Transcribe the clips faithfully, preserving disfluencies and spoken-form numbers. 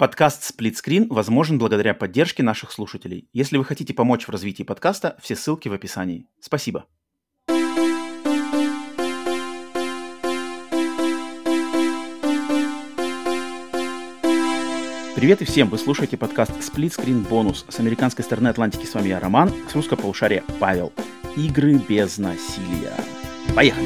Подкаст «Сплитскрин» возможен благодаря поддержке наших слушателей. Если вы хотите помочь в развитии подкаста, все ссылки в описании. Спасибо. Привет и всем! Вы слушаете подкаст «Сплитскрин Бонус». С американской стороны Атлантики с вами я, Роман, с русского полушария Павел. Игры без насилия. Поехали!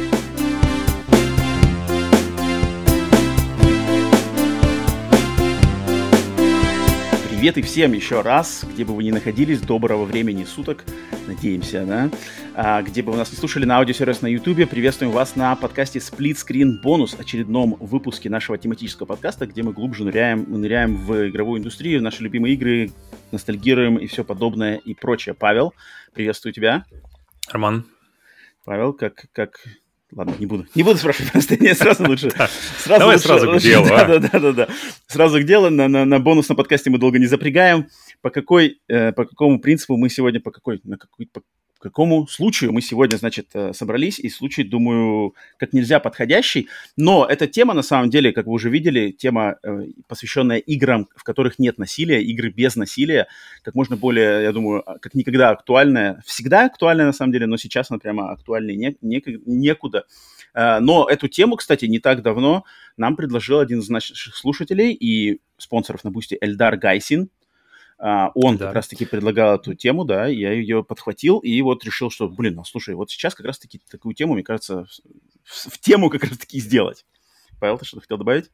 Привет и всем еще раз, где бы вы ни находились, доброго времени суток, надеемся, да? А, где бы вы нас не слушали на аудиосервисе на YouTube, приветствуем вас на подкасте Split Screen Bonus, очередном выпуске нашего тематического подкаста, где мы глубже ныряем, мы ныряем в игровую индустрию, в наши любимые игры, ностальгируем и все подобное и прочее. Павел, приветствую тебя. Роман. Павел, как... как... Ладно, не буду. Не буду спрашивать настроение, сразу лучше. Сразу Давай лучше, сразу к делу. Да, да, да, да, да. Сразу к делу. На, на, на бонусном подкасте мы долго не запрягаем. По какой, э, по какому принципу мы сегодня, по какой, на какой, по какому случаю мы сегодня, значит, собрались. И случай, думаю, как нельзя подходящий. Но эта тема, на самом деле, как вы уже видели, тема, э, посвященная играм, в которых нет насилия, игры без насилия, как можно более, я думаю, как никогда актуальная. Всегда актуальная, на самом деле, но сейчас она прямо актуальнее не, не, некуда. Э, но эту тему, кстати, не так давно нам предложил один из наших слушателей и спонсоров на Бусти Эльдар Гайсин. Uh, он да. как раз-таки предлагал эту тему, да, я ее подхватил и вот решил, что, блин, ну слушай, вот сейчас как раз-таки такую тему, мне кажется, в, в тему как раз-таки сделать. Павел, ты что-то хотел добавить?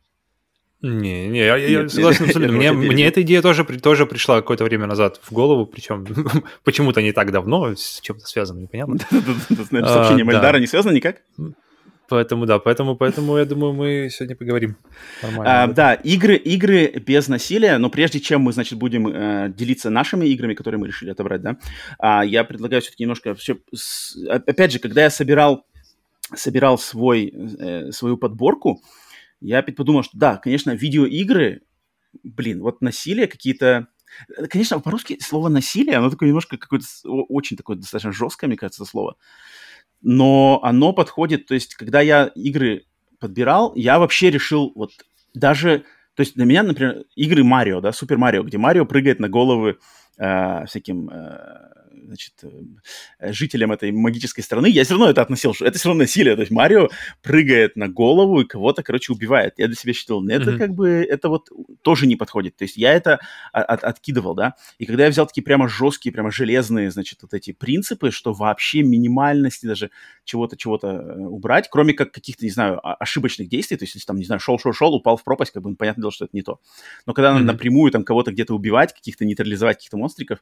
Не, не, я, я согласен абсолютно. Мне, мне эта идея тоже, тоже пришла какое-то время назад в голову, причем почему-то не так давно, с чем-то связано, непонятно. С сообщением Эльдара не связано никак? Поэтому, да, поэтому, поэтому, я думаю, мы сегодня поговорим нормально. А, да, игры, игры без насилия, но прежде чем мы, значит, будем э, делиться нашими играми, которые мы решили отобрать, да, а, я предлагаю все-таки немножко, все, с, опять же, когда я собирал, собирал свой, э, свою подборку, я опять подумал, что да, конечно, видеоигры, блин, вот насилие какие-то... Конечно, по-русски слово «насилие», оно такое немножко какое-то очень такое достаточно жесткое, мне кажется, слово. Но оно подходит, то есть, когда я игры подбирал, я вообще решил вот даже, то есть для меня, например, игры Марио, да, Супер Марио, где Марио прыгает на головы э, всяким, э, значит, э, жителям этой магической страны, я все равно это относил, что это все равно насилие, то есть Марио прыгает на голову и кого-то, короче, убивает. Я для себя считал, это mm-hmm. как бы, это вот тоже не подходит, то есть я это от, откидывал, да, и когда я взял такие прямо жесткие, прямо железные, значит, вот эти принципы, что вообще минимальности даже чего-то, чего-то убрать, кроме как каких-то, не знаю, ошибочных действий, то есть если там, не знаю, шел-шел-шел, упал в пропасть, как бы, понятное дело, что это не то. Но когда mm-hmm. надо напрямую там кого-то где-то убивать, каких-то нейтрализовать, каких-то монстриков,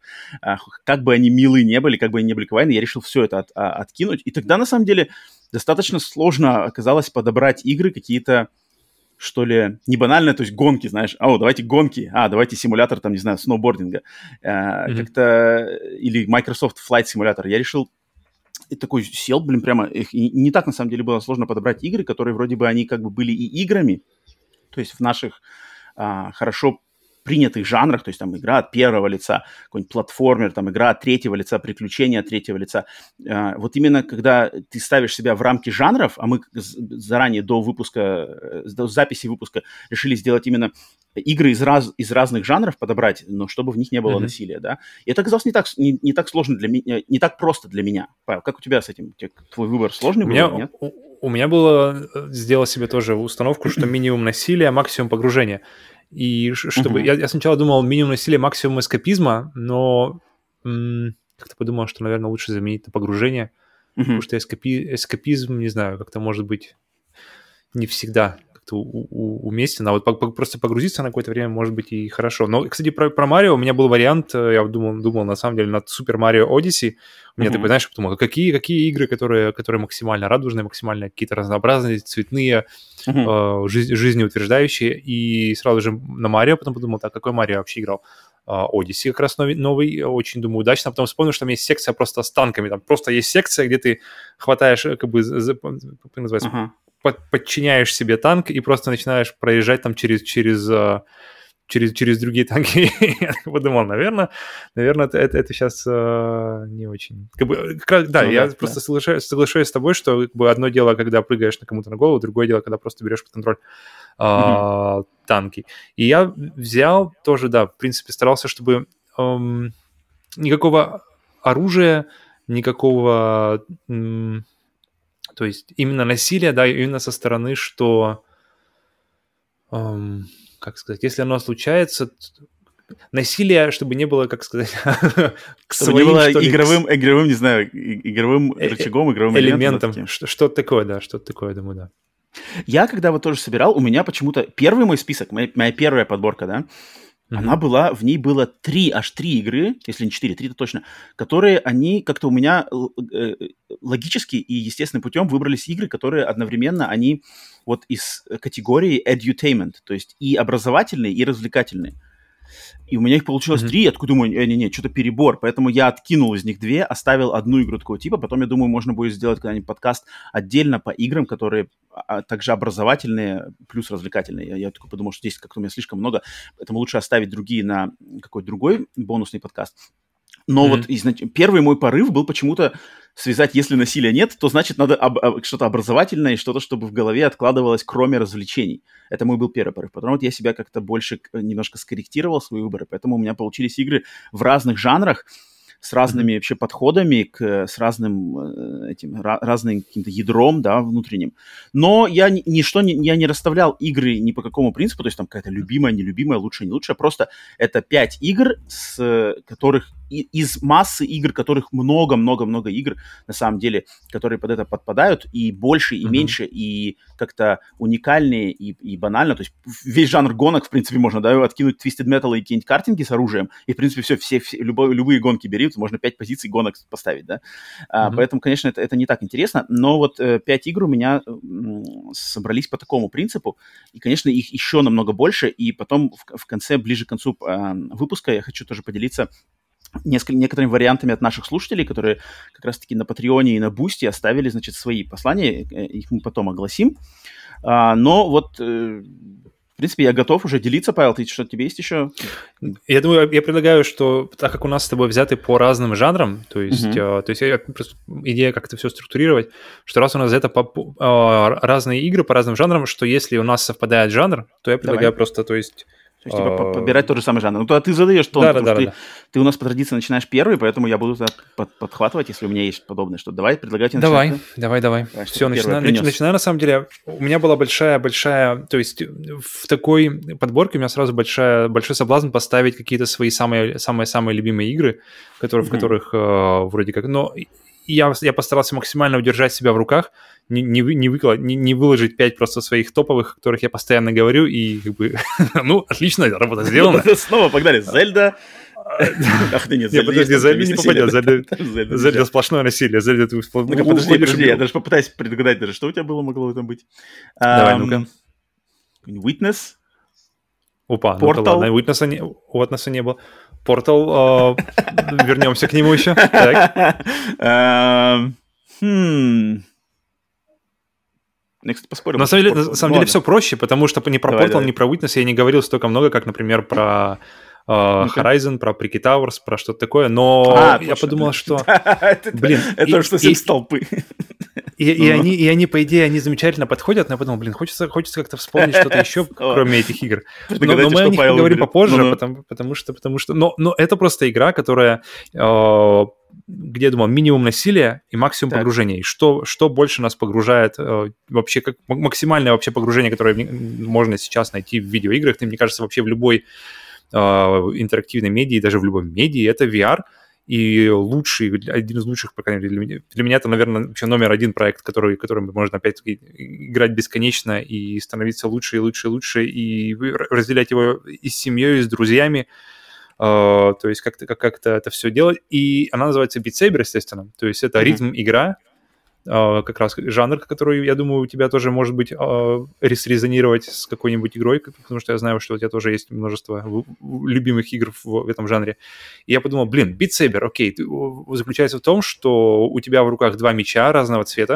как бы они милы не были, как бы они не были кавайны, я решил все это от, а, откинуть. И тогда, на самом деле, достаточно сложно оказалось подобрать игры какие-то, что ли, не банальные, то есть гонки, знаешь, а, о, давайте гонки, а, давайте симулятор, там, не знаю, сноубординга, а, mm-hmm. как-то, или Microsoft Flight Simulator. Я решил, и такой сел, блин, прямо, их, и не так, на самом деле, было сложно подобрать игры, которые вроде бы, они как бы были и играми, то есть в наших а, хорошо принятых жанрах, то есть там игра от первого лица, какой-нибудь платформер, там игра от третьего лица, приключения от третьего лица. А, вот именно когда ты ставишь себя в рамки жанров, а мы заранее до выпуска, до записи выпуска решили сделать именно игры из, раз, из разных жанров подобрать, но чтобы в них не было mm-hmm. насилия, да. И это оказалось не так, не, не так сложно для меня, не так просто для меня. Павел, как у тебя с этим? Твой выбор сложный был, меня... нет? У меня было сделать себе тоже установку, что минимум насилия, максимум погружения. И чтобы... Uh-huh. Я, я сначала думал минимум насилия, максимум эскапизма, но м- как-то подумал, что, наверное, лучше заменить на погружение, uh-huh. потому что эскапи- эскапизм, не знаю, как-то может быть не всегда как-то у- у- уместен, а вот по- по- просто погрузиться на какое-то время может быть и хорошо. Но, кстати, про, про Марио у меня был вариант, я думал, думал на самом деле над Супер Марио Одиссей. У меня uh-huh. такой, знаешь, подумал, какие, какие игры, которые, которые максимально радужные, максимально какие-то разнообразные, цветные, uh-huh. э, жизнь, жизнеутверждающие. И сразу же на Марио потом подумал, так, какой Марио вообще играл? Одиссей как раз новый, новый, очень, думаю, удачно. Потом вспомнил, что там есть секция просто с танками. Там просто есть секция, где ты хватаешь, как бы, как называется, uh-huh. под, подчиняешь себе танк и просто начинаешь проезжать там через, через, через, через другие танки. Я подумал, наверное, наверное, это, это, это сейчас э, не очень... Как бы, как, да, ну, я да, просто да. Соглашаюсь, соглашаюсь с тобой, что как бы, одно дело, когда прыгаешь на кому-то на голову, другое дело, когда просто берешь под контроль э, mm-hmm. танки. И я взял тоже, да, в принципе, старался, чтобы э, никакого оружия, никакого... Э, то есть именно насилие, да, именно со стороны, что... Э, как сказать, если оно случается, насилие, чтобы не было, как сказать, чтобы не было игровым, игровым, не знаю, игровым рычагом, игровым элементом. Что-то такое, да, что-то такое, думаю, да. Я, когда вот тоже собирал, у меня почему-то первый мой список, моя, моя первая подборка, да, mm-hmm. она была, в ней было три, аж три игры, если не четыре, три-то точно, которые они как-то у меня э, логически и естественным путем выбрались игры, которые одновременно, они вот из категории edutainment, то есть и образовательные, и развлекательные. И у меня их получилось mm-hmm. три, я такой думаю, не-не-не, что-то перебор, поэтому я откинул из них две, оставил одну игру такого типа, потом, я думаю, можно будет сделать когда-нибудь подкаст отдельно по играм, которые а, также образовательные плюс развлекательные. Я, я такой подумал, что здесь как-то у меня слишком много, поэтому лучше оставить другие на какой-то другой бонусный подкаст. Но mm-hmm. вот изнач... первый мой порыв был почему-то связать, если насилия нет, то значит надо об... что-то образовательное и что-то, чтобы в голове откладывалось, кроме развлечений. Это мой был первый порыв. Потом вот я себя как-то больше немножко скорректировал, свои выборы, поэтому у меня получились игры в разных жанрах, с разными mm-hmm. вообще подходами, к, с разным этим, разным каким-то ядром, да, внутренним. Но я ни, ничто не, я не расставлял игры ни по какому принципу, то есть там какая-то любимая, нелюбимая, лучшая, не лучшая, просто это пять игр, с которых из массы игр, которых много-много-много игр, на самом деле, которые под это подпадают, и больше, и mm-hmm. меньше, и как-то уникальнее, и, и банально. То есть весь жанр гонок, в принципе, можно, да, откинуть Twisted Metal и какие-нибудь картинги с оружием, и, в принципе, все, все, все любо, любые гонки бери, можно пять позиций гонок поставить, да. Mm-hmm. А, поэтому, конечно, это, это не так интересно, но вот э, пять игр у меня э, собрались по такому принципу, и, конечно, их еще намного больше, и потом в, в конце, ближе к концу э, выпуска я хочу тоже поделиться Несколько, некоторыми вариантами от наших слушателей, которые как раз-таки на Патреоне и на Бусти оставили, значит, свои послания, их мы потом огласим. А, но вот, э, в принципе, я готов уже делиться, Павел, ты что, тебе есть еще? Я думаю, я предлагаю, что так как у нас с тобой взяты по разным жанрам, то есть, uh-huh. э, то есть я, просто, идея как-то все структурировать, что раз у нас взято по, э, разные игры по разным жанрам, что если у нас совпадает жанр, то я предлагаю Давай. просто, то есть... То есть, типа, подбирать тот же самый жанр. Ну, то ты задаешь тон, да, потому да, что да, ты, да. ты у нас по традиции начинаешь первый, поэтому я буду под, подхватывать, если у меня есть подобное, что давай, предлагайте начать. Давай, давай, давай. давай Все, начинаю, начинаю, на самом деле. У меня была большая-большая, то есть в такой подборке у меня сразу большая, большой соблазн поставить какие-то свои самые-самые любимые игры, которые, mm-hmm. в которых э, вроде как... Но я, я постарался максимально удержать себя в руках, не, не, не, выкла, не, не выложить пять просто своих топовых, о которых я постоянно говорю, и как бы, ну, отлично, работа сделана. Снова погнали. Зельда. Ах ты, нет, Зельда. Подожди, Зельда не попадет. Зельда сплошное насилие. Зельда ты... Ну-ка, подожди, подожди, я даже попытаюсь предугадать даже, что у тебя было, могло там быть. Давай, ну-ка. Witness. Опа, ну-ка, ладно, Witness не, у Witness не было. Портал, э, вернемся к нему еще. Так. Хм... Я, кстати, поспорил. На самом деле, на самом деле все проще, потому что ни про Portal, ни про Witness я не говорил столько много, как, например, про э, Horizon, про Priki Towers, про что-то такое, но а, я точно, подумал, блин. что... Блин, это что всем столпы. И, и, они, и они, по идее, они замечательно подходят, но я подумал, блин, хочется, хочется как-то вспомнить что-то еще, кроме этих игр. Но, но мы о них поговорим попозже, потому, потому что... Потому что но, но это просто игра, которая... Э, где, я думал, минимум насилия и максимум так. погружения. И что, что больше нас погружает, э, вообще, как максимальное вообще погружение, которое можно сейчас найти в видеоиграх, и, мне кажется, вообще в любой э, интерактивной медиа, даже в любой медиа, это ви ар. И лучший, один из лучших, по крайней мере, для меня, для меня это, наверное, вообще номер один проект, который, которым можно, опять-таки, играть бесконечно и становиться лучше и лучше и лучше, и разделять его и с семьей, и с друзьями. Uh, то есть как-то, как- как-то это все делать. И она называется Beat Saber, естественно. То есть это mm-hmm. ритм-игра, uh, как раз жанр, который, я думаю, у тебя тоже может быть uh, резонировать с какой-нибудь игрой, потому что я знаю, что у тебя тоже есть множество любимых игр в, в этом жанре. И я подумал, блин, Beat Saber, окей, заключается в том, что у тебя в руках два меча разного цвета,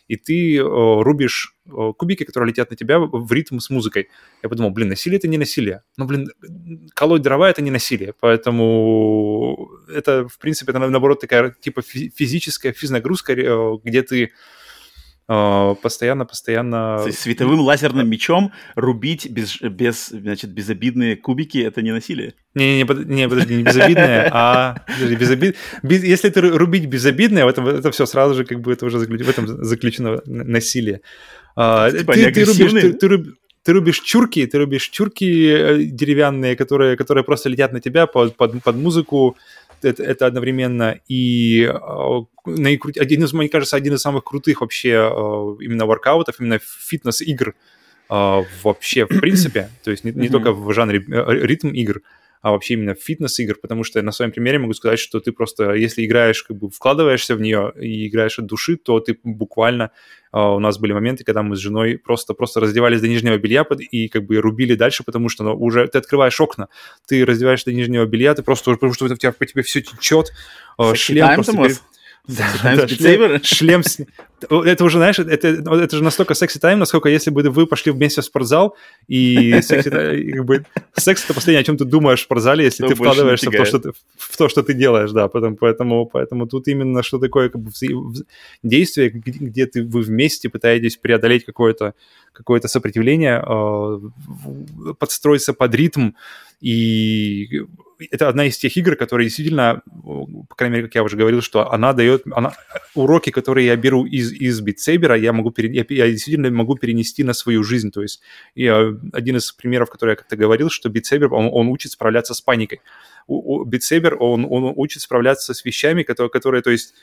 и ты о, рубишь о, кубики, которые летят на тебя в ритм с музыкой. Я подумал, блин, насилие — это не насилие. Ну, блин, колоть дрова — это не насилие. Поэтому это, в принципе, это, наоборот, такая типа физическая физнагрузка, где ты постоянно-постоянно... То есть световым лазерным мечом рубить без, без, значит, безобидные кубики — это не насилие? Не-не-не, не, подожди, не безобидное, а... Подожди, безобид... без... Если ты рубить безобидное, в этом, это все сразу же как бы это уже заключ... в этом заключено насилие. Типа ты, ты, рубишь, ты, ты, руб... ты рубишь чурки, ты рубишь чурки деревянные, которые, которые просто летят на тебя под, под, под музыку. Это, это одновременно и э, один из, мне кажется, один из самых крутых вообще э, именно воркаутов, именно фитнес-игр э, вообще в принципе, то есть не, не mm-hmm. только в жанре ритм-игр, а вообще именно фитнес-игр, потому что на своем примере могу сказать, что ты просто, если играешь, как бы вкладываешься в нее и играешь от души, то ты буквально... Uh, у нас были моменты, когда мы с женой просто, просто раздевались до нижнего белья и как бы рубили дальше, потому что ну, уже ты открываешь окна, ты раздеваешься до нижнего белья, ты просто, потому что у тебя по тебе все течет, uh, шлем просто... Перед... Да, да, шлем, шлем с... Это уже, знаешь, это, это же настолько секси-тайм, насколько если бы вы пошли вместе в спортзал, и секси, как бы, секс — это последнее, о чем ты думаешь в спортзале, если ты вкладываешься в то, что ты, в то, что ты делаешь, да, поэтому, поэтому, поэтому тут именно что такое как бы, действие, где, где ты, вы вместе пытаетесь преодолеть какое-то, какое-то сопротивление, э, подстроиться под ритм, и... Это одна из тех игр, которые действительно, по крайней мере, как я уже говорил, что она дает... Она, уроки, которые я беру из, из Beat Saber, я, могу, я, я действительно могу перенести на свою жизнь. То есть я, один из примеров, который я как-то говорил, что Beat Saber, он, он учит справляться с паникой. У, у Beat Saber, он, он учит справляться с вещами, которые, которые то есть...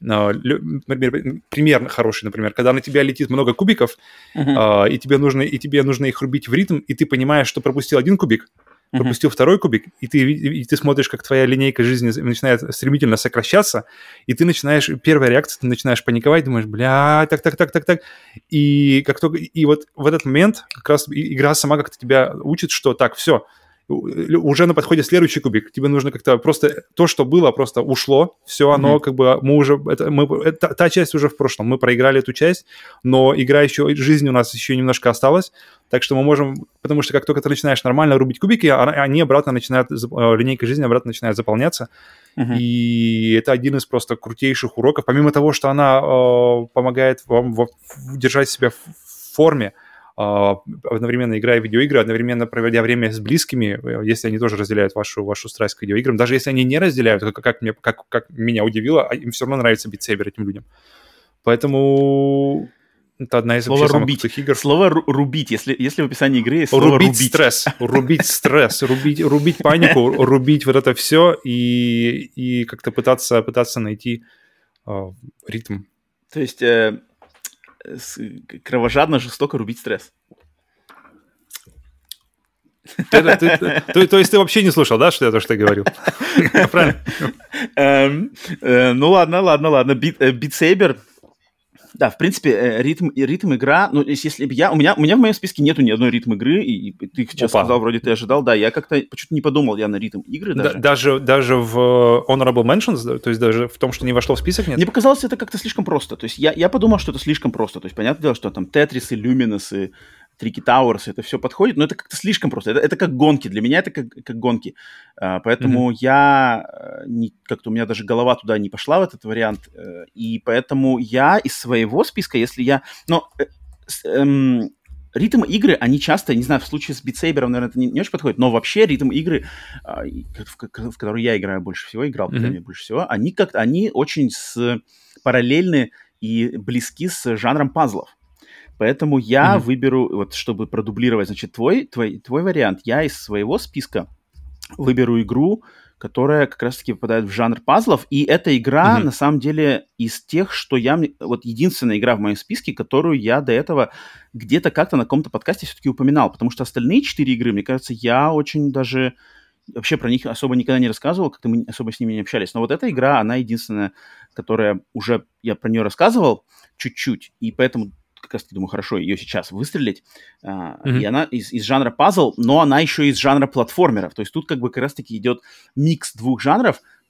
Пример хороший, например, когда на тебя летит много кубиков, uh-huh. и, тебе нужно, и тебе нужно их рубить в ритм, и ты понимаешь, что пропустил один кубик, пропустил uh-huh. второй кубик, и ты, и ты смотришь, как твоя линейка жизни начинает стремительно сокращаться, и ты начинаешь, первая реакция, ты начинаешь паниковать, думаешь, бля, так, так, так, так, так, и как только, и вот в этот момент как раз игра сама как-то тебя учит, что так, все, уже на подходе следующий кубик, тебе нужно как-то просто, то, что было, просто ушло, все, оно mm-hmm. как бы, мы уже, это, мы, это, та часть уже в прошлом, мы проиграли эту часть, но игра еще, жизнь у нас еще немножко осталась, так что мы можем, потому что как только ты начинаешь нормально рубить кубики, они обратно начинают, линейка жизни обратно начинает заполняться, uh-huh. и это один из просто крутейших уроков, помимо того, что она э, помогает вам в, в, держать себя в, в форме, э, одновременно играя в видеоигры, одновременно проводя время с близкими, если они тоже разделяют вашу, вашу страсть к видеоиграм, даже если они не разделяют, как, как, мне, как, как меня удивило, им все равно нравится Beat Saber этим людям. Поэтому... Это одна из слово рубить. Самых игр. Слово рубить. Если, если в описании игры есть слово рубить. Рубить стресс. Рубить стресс. Рубить, рубить панику, рубить вот это все и, и как-то пытаться, пытаться найти э, ритм. То есть э, кровожадно, жестоко рубить стресс. Ты, ты, ты, то, то есть ты вообще не слушал, да, что я то, что я говорил? Правильно? Ну ладно, ладно, ладно. Beat Saber... Да, в принципе, ритм, ритм игра, ну, если бы я, у меня, у меня в моем списке нету ни одной ритм игры, и, и ты сейчас Опа. сказал, вроде ты ожидал, да, я как-то почему-то не подумал я на ритм игры даже. Да, даже. Даже в Honorable Mentions, то есть даже в том, что не вошло в список, нет? Мне показалось это как-то слишком просто, то есть я, я подумал, что это слишком просто, то есть понятное дело, что там Тетрисы, Люминусы, Трики Тауэрс, это все подходит, но это как-то слишком просто. Это, это как гонки. Для меня это как, как гонки. А, поэтому mm-hmm. я... Не, как-то у меня даже голова туда не пошла в этот вариант. И поэтому я из своего списка, если я... Но э, э, ритм игры, они часто, не знаю, в случае с Beat Saber, наверное, это не, не очень подходит, но вообще ритм игры, э, в, в, в которую я играю больше всего, играл mm-hmm. больше всего, они как-то, они очень с, параллельны и близки с жанром пазлов. Поэтому я mm-hmm. выберу, вот чтобы продублировать, значит, твой, твой, твой вариант, я из своего списка выберу игру, которая как раз-таки попадает в жанр пазлов, и эта игра, mm-hmm. на самом деле, из тех, что я... Вот единственная игра в моем списке, которую я до этого где-то как-то на каком-то подкасте все-таки упоминал, потому что остальные четыре игры, мне кажется, я очень даже... Вообще про них особо никогда не рассказывал, как-то мы особо с ними не общались. Но вот эта игра, она единственная, которая уже... Я про нее рассказывал чуть-чуть, и поэтому... как раз, думаю, хорошо ее сейчас выстрелить. Uh, mm-hmm. И она из, из жанра пазл, но она еще из жанра платформеров. То есть тут как бы как раз-таки идет микс двух жанров.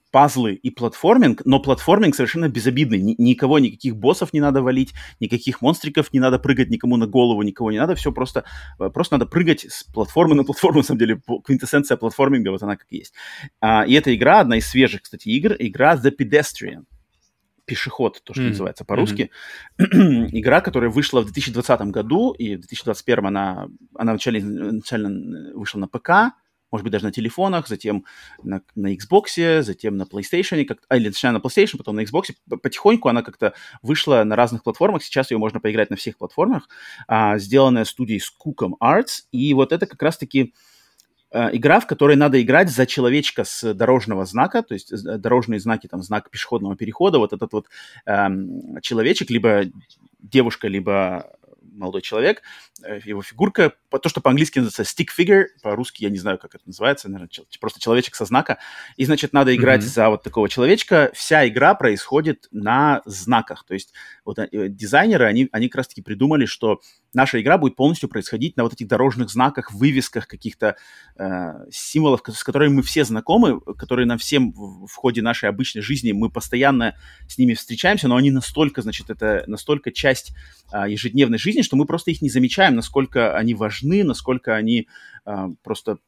пазлы и платформинг, но платформинг совершенно безобидный. Ни, никого, никаких боссов не надо валить, никаких монстриков не надо прыгать никому на голову, никого не надо. Все просто, просто надо прыгать с платформы на платформу, на самом деле. Квинтэссенция платформинга, вот она как есть. А, и эта игра, одна из свежих, кстати, игр, игра The Pedestrian. Пешеход, то, что mm-hmm. называется по-русски. Mm-hmm. Игра, которая вышла в две тысячи двадцатом году, и в две тысячи двадцать первом она, она вначале, начально вышла на ПК, может быть, даже на телефонах, затем на, на Xbox, затем на PlayStation, как, а, или сначала на PlayStation, потом на Xbox. Потихоньку она как-то вышла на разных платформах. Сейчас ее можно поиграть на всех платформах. А, сделанная студией Skookum Arts. И вот это как раз-таки игра, в которой надо играть за человечка с дорожного знака, то есть дорожные знаки, там, знак пешеходного перехода, вот этот вот эм, человечек, либо девушка, либо молодой человек, его фигурка, то, что по-английски называется stick figure, по-русски я не знаю, как это называется, наверное, просто человечек со знака, и, значит, надо играть mm-hmm. за вот такого человечка. Вся игра происходит на знаках, то есть вот дизайнеры, они, они как раз-таки придумали, что наша игра будет полностью происходить на вот этих дорожных знаках, вывесках, каких-то э, символов, с которыми мы все знакомы, которые нам всем в, в ходе нашей обычной жизни, мы постоянно с ними встречаемся, но они настолько, значит, это настолько часть э, ежедневной жизни, что мы просто их не замечаем, насколько они важны, насколько они э, просто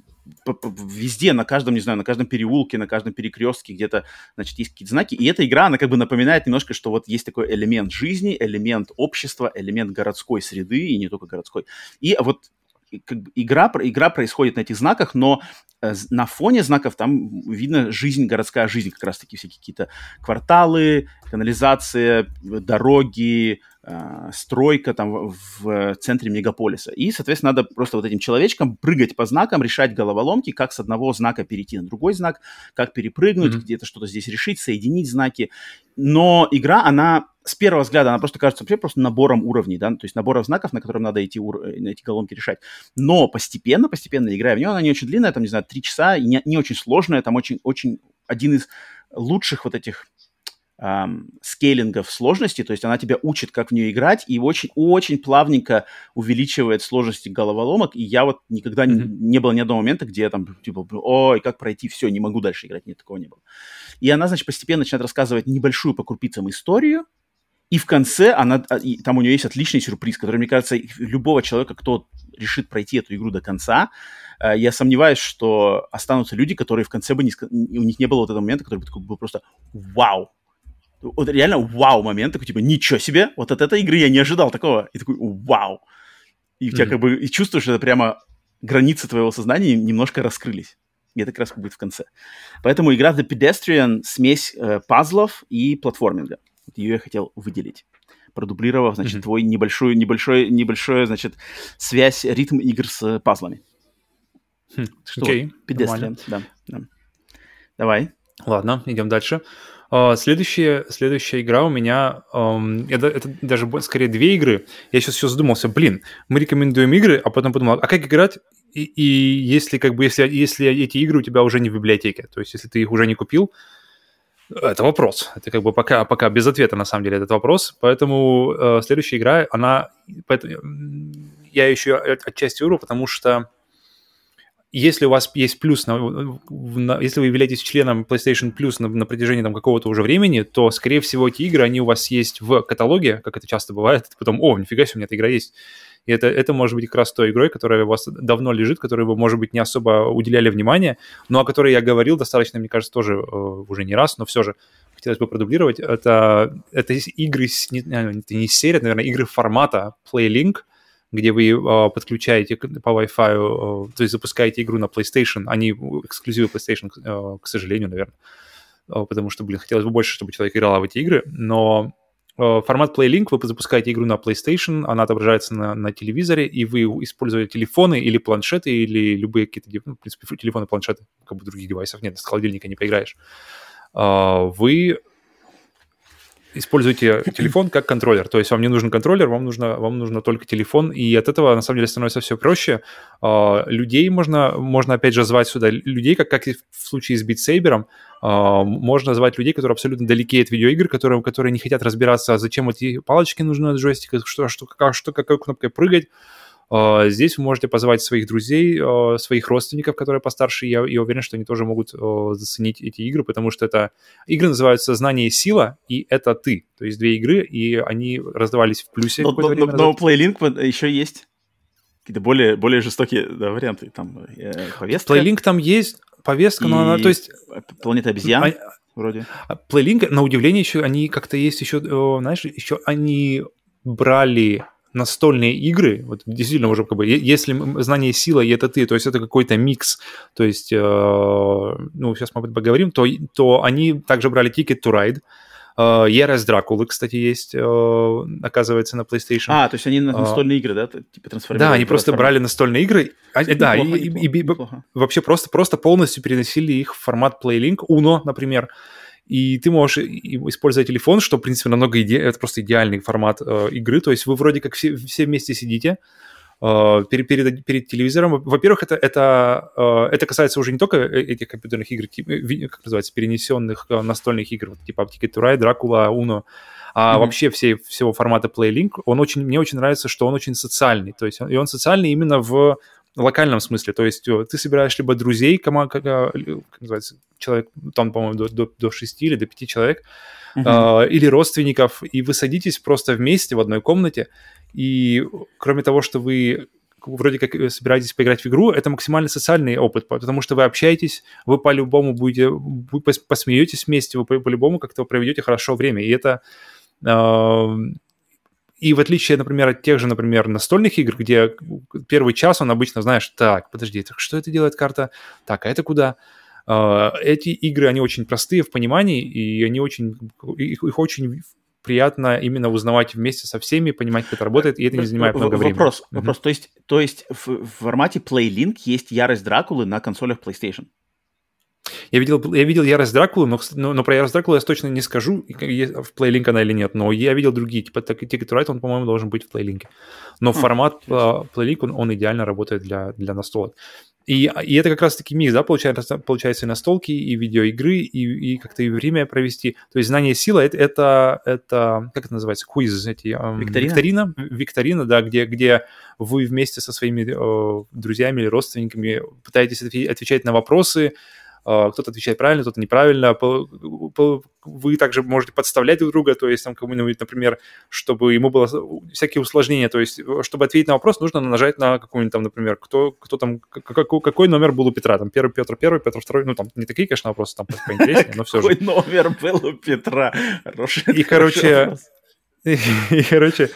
везде, на каждом, не знаю, на каждом переулке, на каждом перекрестке где-то, значит, есть какие-то знаки. И эта игра, она как бы напоминает немножко, что вот есть такой элемент жизни, элемент общества, элемент городской среды, и не только городской. И вот как бы игра, игра происходит на этих знаках, но э, на фоне знаков там видно жизнь, городская жизнь, как раз-таки всякие какие-то кварталы, канализация, дороги, э, стройка там в, в центре мегаполиса. И, соответственно, надо просто вот этим человечкам прыгать по знакам, решать головоломки, как с одного знака перейти на другой знак, как перепрыгнуть, mm-hmm. где-то что-то здесь решить, соединить знаки. Но игра, она с первого взгляда, она просто кажется вообще просто набором уровней, да, то есть набором знаков, на котором надо эти, ур... эти головоломки решать. Но постепенно, постепенно, играя в нее, она не очень длинная, там, не знаю, три часа, и не, не очень сложная, там очень, очень один из лучших вот этих эм, скейлингов сложности, то есть она тебя учит, как в нее играть, и очень-очень плавненько увеличивает сложности головоломок, и я вот никогда mm-hmm. не, не было ни одного момента, где я там, типа, ой, как пройти, все, не могу дальше играть, нет, такого не было. И она, значит, постепенно начинает рассказывать небольшую по крупицам историю, и в конце она, и там у нее есть отличный сюрприз, который, мне кажется, любого человека, кто решит пройти эту игру до конца, я сомневаюсь, что останутся люди, которые в конце бы не, у них не было вот этого момента, который бы такой был просто вау. Вот реально вау момент, такой типа ничего себе, вот от этой игры я не ожидал такого. И такой вау. И у тебя mm-hmm. как бы и чувствуешь, что это прямо границы твоего сознания немножко раскрылись. И это как раз будет в конце. Поэтому игра The Pedestrian — смесь э, пазлов и платформинга. Вот ее я хотел выделить, продублировав, значит, mm-hmm. твой небольшую, небольшой, небольшую, значит, связь, ритм игр с пазлами. Хм, что? Окей, Pedestrian, да, да. Давай. Ладно, идем дальше. Uh, следующая, следующая игра у меня, um, это, это даже скорее две игры. Я сейчас еще задумался, блин, мы рекомендуем игры, а потом подумал, а как играть, и, и если, как бы, если, если эти игры у тебя уже не в библиотеке, то есть если ты их уже не купил, это вопрос. Это как бы пока, пока без ответа, на самом деле, этот вопрос. Поэтому uh, следующая игра, она... Поэтому, я еще отчасти выбрал, потому что если у вас есть плюс, на, на, если вы являетесь членом PlayStation Plus на, на протяжении там, какого-то уже времени, то, скорее всего, эти игры, они у вас есть в каталоге, как это часто бывает. И потом, о, нифига себе, у меня эта игра есть. И это, это может быть как раз той игрой, которая у вас давно лежит, которой вы, может быть, не особо уделяли внимания, но о которой я говорил достаточно, мне кажется, тоже э, уже не раз, но все же хотелось бы продублировать. Это, это игры, не, это не серия, это, наверное, игры формата PlayLink, где вы э, подключаете по Wi-Fi, э, то есть запускаете игру на PlayStation, они эксклюзивы PlayStation, э, к сожалению, наверное, э, потому что, блин, хотелось бы больше, чтобы человек играл в эти игры, но э, формат PlayLink, вы запускаете игру на PlayStation, она отображается на, на телевизоре, и вы используете телефоны или планшеты, или любые какие-то, ну, в принципе, телефоны, планшеты, как бы других девайсов нет, с холодильника не поиграешь. Э, вы используйте телефон как контроллер. То есть вам не нужен контроллер, вам нужно, вам нужно только телефон. И от этого, на самом деле, становится все проще. Uh, людей можно, можно, опять же, звать сюда. Людей, как, как и в случае с Beat Saber, uh, можно звать людей, которые абсолютно далеки от видеоигр, которые, которые не хотят разбираться, зачем эти палочки нужны от джойстика, что, что, как, что, какой кнопкой прыгать. Uh, здесь вы можете позвать своих друзей, uh, своих родственников, которые постарше, и я, я уверен, что они тоже могут uh, заценить эти игры, потому что это игры называются «Знание и сила», и «Это ты». То есть две игры, и они раздавались в плюсе. Но, но, но, но у PlayLink еще есть какие-то более, более жестокие, да, варианты. Там э, повестка. PlayLink там есть, повестка, но она, то есть... Планета обезьян. А, вроде. PlayLink, на удивление, еще они как-то есть еще, знаешь, еще они брали настольные игры, вот действительно уже как бы, если знание сила и это ты, то есть это какой-то микс, то есть, э, ну, сейчас мы об этом поговорим, то, то они также брали Ticket to Ride, Uh, Ярость Дракулы, кстати, есть, uh, оказывается, на PlayStation. А, то есть они на настольные uh, игры, да, типа трансформировали? Да, они просто формат. брали настольные игры, а, да, неплохо, и, неплохо, и, и неплохо. Вообще просто, просто полностью переносили их в формат PlayLink, Uno, например, и ты можешь использовать телефон, что, в принципе, намного иде... это просто идеальный формат uh, игры, то есть вы вроде как все, все вместе сидите, Uh, перед, перед, перед телевизором. Во-первых, это, это, uh, это касается уже не только этих компьютерных игр, типа, как называется, перенесенных uh, настольных игр, вот, типа Ticket to Ride, Дракула, Uno, а mm-hmm. вообще все, всего формата PlayLink. Он очень, мне очень нравится, что он очень социальный. То есть, и он социальный именно в локальном смысле. То есть ты собираешь либо друзей, как, как, как называется, человек, там, по-моему, до, до, до шести или до пяти человек, uh-huh. uh, или родственников, и вы садитесь просто вместе в одной комнате, и кроме того, что вы вроде как собираетесь поиграть в игру, это максимально социальный опыт, потому что вы общаетесь, вы по-любому будете, вы посмеетесь вместе, вы по-любому как-то проведете хорошо время, и это... Uh, И в отличие, например, от тех же, например, настольных игр, где первый час он обычно, знаешь, так, подожди, так что это делает карта? Так, а это куда? Эти игры, они очень простые в понимании, и они очень, их, их очень приятно именно узнавать вместе со всеми, понимать, как это работает, и это не занимает много времени. Вопрос, mm-hmm. вопрос. То есть, то есть в, в формате PlayLink есть Ярость Дракулы на консолях PlayStation? Я видел, я видел Ярость Дракулы, но, но, но про Ярость Дракулы я точно не скажу, в PlayLink она или нет, но я видел другие, типа Ticket to Ride, он, по-моему, должен быть в PlayLink. Но хм, формат uh, PlayLink, он, он идеально работает для, для настолок. И, и это как раз-таки микс, да, получается, получается и настолки, и видеоигры, и, и как-то и время провести. То есть знание сила это, — это, это, как это называется, квиз, эти, эм, викторина? викторина, викторина, да, где, где вы вместе со своими э, друзьями или родственниками пытаетесь отвечать на вопросы. Кто-то отвечает правильно, кто-то неправильно. Вы также можете подставлять друг друга, то есть там кому-нибудь, например, чтобы ему было всякие усложнения, то есть чтобы ответить на вопрос, нужно нажать на какой-нибудь там, например, кто, кто там, какой, какой номер был у Петра, там первый Петр первый, Петр второй, ну там не такие, конечно, вопросы, там поинтереснее, но все же. Какой номер был у Петра? И, короче, и, короче,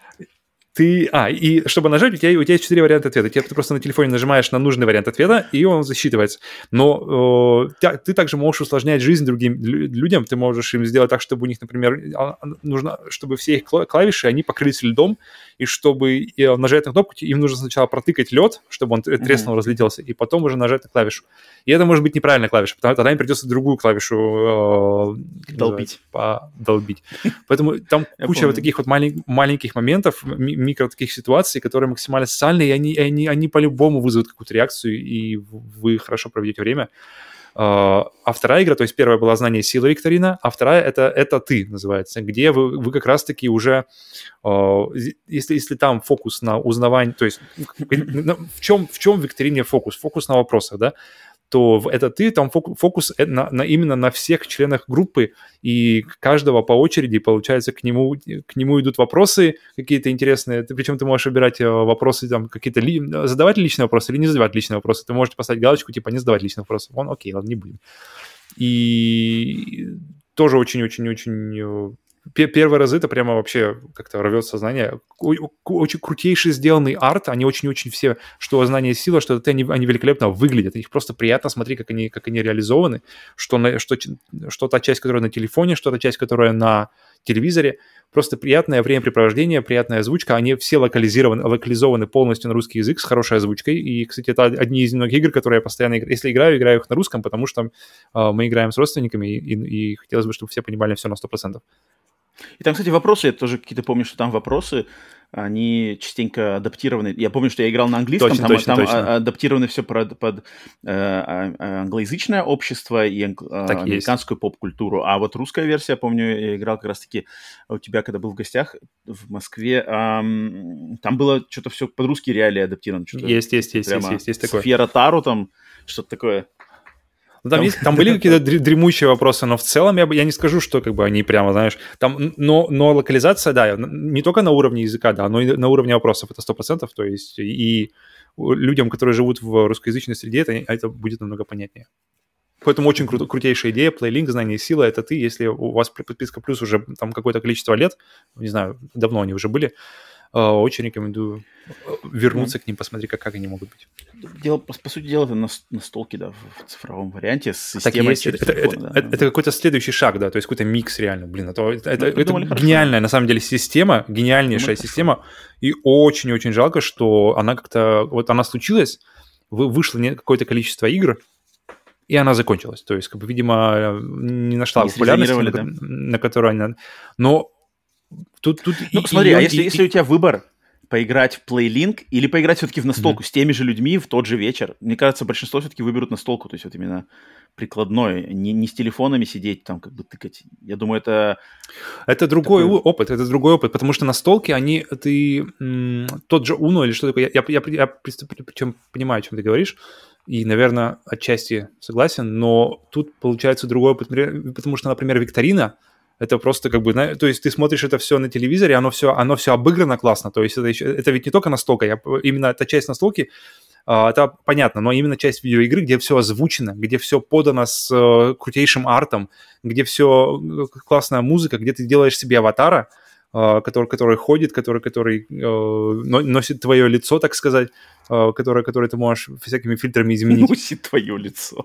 Ты, а, и чтобы нажать, у тебя, у тебя есть четыре варианта ответа. Ты просто на телефоне нажимаешь на нужный вариант ответа, и он засчитывается. Но э, ты также можешь усложнять жизнь другим людям. Ты можешь им сделать так, чтобы у них, например, нужно, чтобы все их клавиши, они покрылись льдом, и чтобы нажать на кнопку, им нужно сначала протыкать лед, чтобы он треснул, mm-hmm. разлетелся, и потом уже нажать на клавишу. И это может быть неправильная клавиша, потому что тогда им придется другую клавишу э, долбить. Подолбить. Поэтому там куча вот таких вот малень, маленьких моментов, микро таких ситуаций, которые максимально социальные, и они, и они, они по-любому вызовут какую-то реакцию, и вы хорошо проведете время. Uh, а вторая игра, то есть первая была «Знание силы» викторина, а вторая это, это «Ты» называется, где вы, вы как раз-таки уже, uh, если, если там фокус на узнавание, то есть в чем, в чем в викторине фокус? Фокус на вопросах, да? То это «Ты», там фокус на, на, именно на всех членах группы, и каждого по очереди, получается, к нему, к нему идут вопросы какие-то интересные, ты, причем ты можешь выбирать вопросы, там, какие-то, ли, задавать личные вопросы или не задавать личные вопросы, ты можешь поставить галочку, типа, не задавать личные вопросы, вон, окей, ладно, не будем. И тоже очень-очень-очень... Первые разы это прямо вообще как-то рвет сознание. Очень крутейший сделанный арт. Они очень-очень все, что «Знание сила», что это они, они великолепно выглядят. Их просто приятно смотреть, как они, как они реализованы. Что, на, что, что та часть, которая на телефоне, что та часть, которая на телевизоре. Просто приятное времяпрепровождение, приятная озвучка. Они все локализированы, локализованы полностью на русский язык с хорошей озвучкой. И, кстати, это одни из немногих игр, которые я постоянно играю. Если играю, играю их на русском, потому что э, мы играем с родственниками, и, и, и хотелось бы, чтобы все понимали все на сто процентов. И там, кстати, вопросы, я тоже какие-то помню, что там вопросы они частенько адаптированы. Я помню, что я играл на английском, точно, там, точно, там точно. адаптировано все под, под э, англоязычное общество и анг... американскую есть. Поп-культуру. А вот русская версия, помню, я играл как раз-таки у тебя, когда был в гостях в Москве, эм, там было что-то все под русские реалии адаптировано. Есть, есть, есть, есть, есть, есть такое. Сфера Тару там, что-то такое. Ну, там, есть, там были какие-то дремучие вопросы, но в целом я, я не скажу, что как бы они прямо, знаешь, там, но, но локализация, да, не только на уровне языка, да, но и на уровне вопросов, это сто процентов, то есть и людям, которые живут в русскоязычной среде, это, это будет намного понятнее. Поэтому очень кру- крутейшая идея, PlayLink, знание сила, это ты, если у вас подписка плюс уже там какое-то количество лет, не знаю, давно они уже были, очень рекомендую вернуться mm-hmm. к ним, посмотреть, как, как они могут быть. Дело, по, по сути дела, это на, настолки, да, в цифровом варианте с системой через это, телефон. Это, да. это, это какой-то следующий шаг, да, то есть какой-то микс реально, блин. Это, это, ну, это, это гениальная, на самом деле, система, гениальнейшая думали, система, хорошо. И очень-очень жалко, что она как-то, вот она случилась, вышло какое-то количество игр, и она закончилась. То есть, как бы, видимо, не нашла не популярности, на, да? на которую она... Но тут... тут ну, и, смотри, и, а если, и, если у тебя выбор поиграть в PlayLink или поиграть все-таки в настолку mm-hmm. с теми же людьми в тот же вечер, мне кажется, большинство все-таки выберут настолку, то есть вот именно прикладной, не, не с телефонами сидеть, там как бы тыкать. Я думаю, это... Это другой такой... опыт, это другой опыт, потому что настолки, они, ты, м, тот же Uno или что такое, я, я, я, я причем понимаю, о чем ты говоришь, и, наверное, отчасти согласен, но тут получается другой опыт, потому что, например, викторина, это просто как бы, то есть ты смотришь это все на телевизоре, оно все, оно все обыграно классно, то есть это, еще, это ведь не только настолка, я, именно эта часть настолки, это понятно, но именно часть видеоигры, где все озвучено, где все подано с э, крутейшим артом, где все классная музыка, где ты делаешь себе аватара, э, который, который ходит, который, который э, носит твое лицо, так сказать, э, которое, которое ты можешь всякими фильтрами изменить. Носит твое лицо.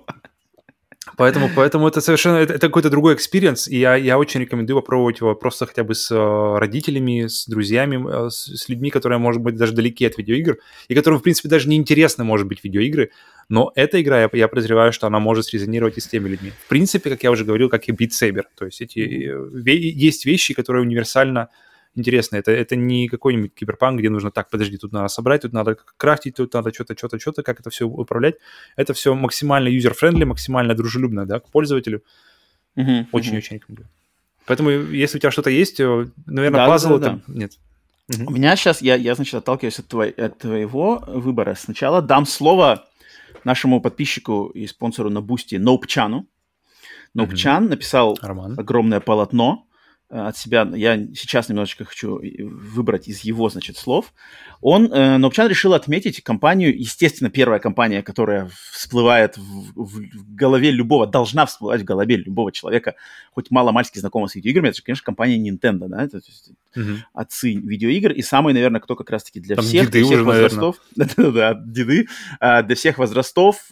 Поэтому, поэтому это совершенно это, это какой-то другой экспириенс, и я, я очень рекомендую попробовать его просто хотя бы с э, родителями, с друзьями, с, с людьми, которые, может быть, даже далеки от видеоигр, и которым, в принципе, даже не интересны, может быть, видеоигры, но эта игра, я, я подозреваю, что она может срезонировать и с теми людьми. В принципе, как я уже говорил, как и Beat Saber, то есть эти, ве, есть вещи, которые универсально интересно, это, это не какой-нибудь киберпанк, где нужно так, подожди, тут надо собрать, тут надо крафтить, тут надо что-то, что-то, что-то, как это все управлять. Это все максимально юзер-френдли, максимально дружелюбно, да, к пользователю. Uh-huh, Очень-очень uh-huh. рекомендую. Поэтому, если у тебя что-то есть, наверное, да, пазл да, это... Да. Нет. Uh-huh. У меня сейчас, я, я значит, отталкиваюсь от, твой, от твоего выбора. Сначала дам слово нашему подписчику и спонсору на Бусти Ноупчану. Ноупчан uh-huh. написал Роман. огромное полотно от себя. Я сейчас немножечко хочу выбрать из его, значит, слов. Он, э, Ноупчан решил отметить компанию, естественно, первая компания, которая всплывает в, в, в голове любого, должна всплывать в голове любого человека, хоть мало-мальски знакомого с видеоиграми, это же, конечно, компания Nintendo, да, это, то есть, uh-huh. отцы видеоигр, и самый, наверное, кто как раз-таки для Там всех, деды для всех уже, возрастов, да-да-да, деды, для всех возрастов,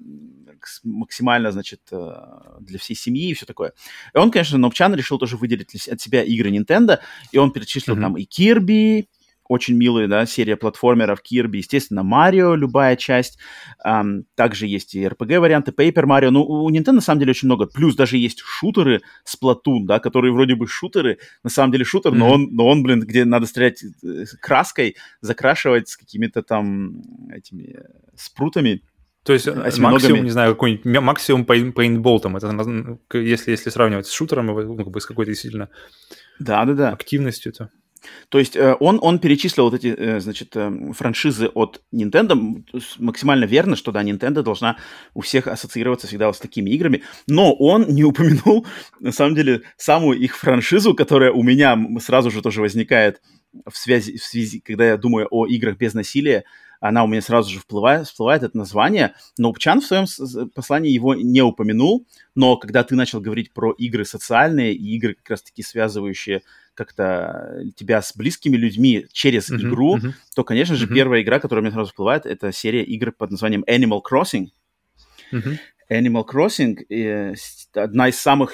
максимально, значит, для всей семьи и все такое. И он, конечно, Ноупчан решил тоже выделить от себя игры Nintendo, и он перечислил uh-huh. там и Kirby, очень милая, да, серия платформеров Kirby, естественно, Марио, любая часть. Um, также есть и эр пи джи-варианты, Paper Mario. Ну, у Nintendo, на самом деле, очень много. Плюс даже есть шутеры Splatoon, да, которые вроде бы шутеры, на самом деле шутер, mm-hmm. но, он, но он, блин, где надо стрелять краской, закрашивать с какими-то там этими спрутами. То есть максимум, не знаю, какой-нибудь максимум пейнтбол, там, это, если, если сравнивать с шутером, ну, как бы с какой-то действительно да-да-да. активностью, то... То есть э, он, он перечислил вот эти, э, значит, э, франшизы от Nintendo. Максимально верно, что, да, Nintendo должна у всех ассоциироваться всегда вот с такими играми. Но он не упомянул, на самом деле, самую их франшизу, которая у меня сразу же тоже возникает в связи, в связи, когда я думаю о играх без насилия. Она у меня сразу же всплывает, всплывает это название. Ноупчан в своем послании его не упомянул. Но когда ты начал говорить про игры социальные и игры, как раз-таки связывающие как-то тебя с близкими людьми через uh-huh, игру, uh-huh. то, конечно же, uh-huh. первая игра, которая мне сразу всплывает, это серия игр под названием Animal Crossing. Uh-huh. Animal Crossing э, одна из самых...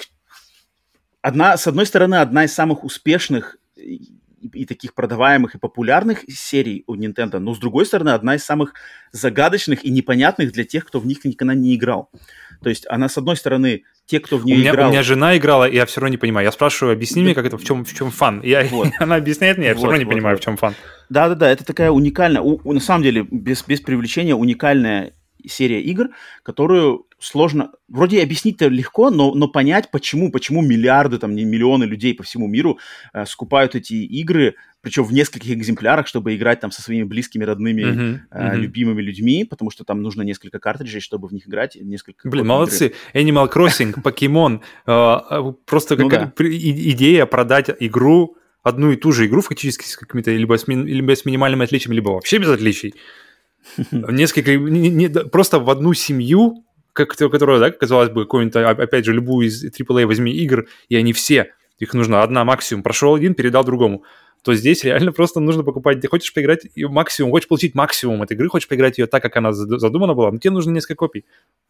Одна, с одной стороны, одна из самых успешных и, и таких продаваемых и популярных серий у Nintendo, но, с другой стороны, одна из самых загадочных и непонятных для тех, кто в них никогда не играл. То есть она, с одной стороны, те, кто в нее у меня, играл... У меня жена играла, и я все равно не понимаю. Я спрашиваю, объясни мне, как это, в чем, в чем фан. Я, Вот. Она объясняет мне, я Вот, все равно не вот, понимаю, вот. в чем фан. Да-да-да, это такая уникальная, у, у, на самом деле, без, без привлечения, уникальная серия игр, которую сложно... Вроде объяснить-то легко, но, но понять, почему, почему миллиарды, там, не миллионы людей по всему миру э, скупают эти игры, причем в нескольких экземплярах, чтобы играть там со своими близкими, родными, Uh-huh, э, uh-huh. любимыми людьми, потому что там нужно несколько картриджей, чтобы в них играть, несколько Блин, молодцы. Игры. Animal Crossing, Pokemon, э, просто ну, как да. идея продать игру, одну и ту же игру фактически с какими-то либо с, ми- либо с минимальным отличием, либо вообще без отличий. Несколько, не, не, просто в одну семью, как, которая, да, казалось бы, какую-нибудь, опять же, любую из трипл эй возьми игр, и они все, их нужно одна максимум, прошел один, передал другому, то здесь реально просто нужно покупать, ты хочешь поиграть максимум, хочешь получить максимум этой игры, хочешь поиграть ее так, как она задумана была, но тебе нужно несколько копий.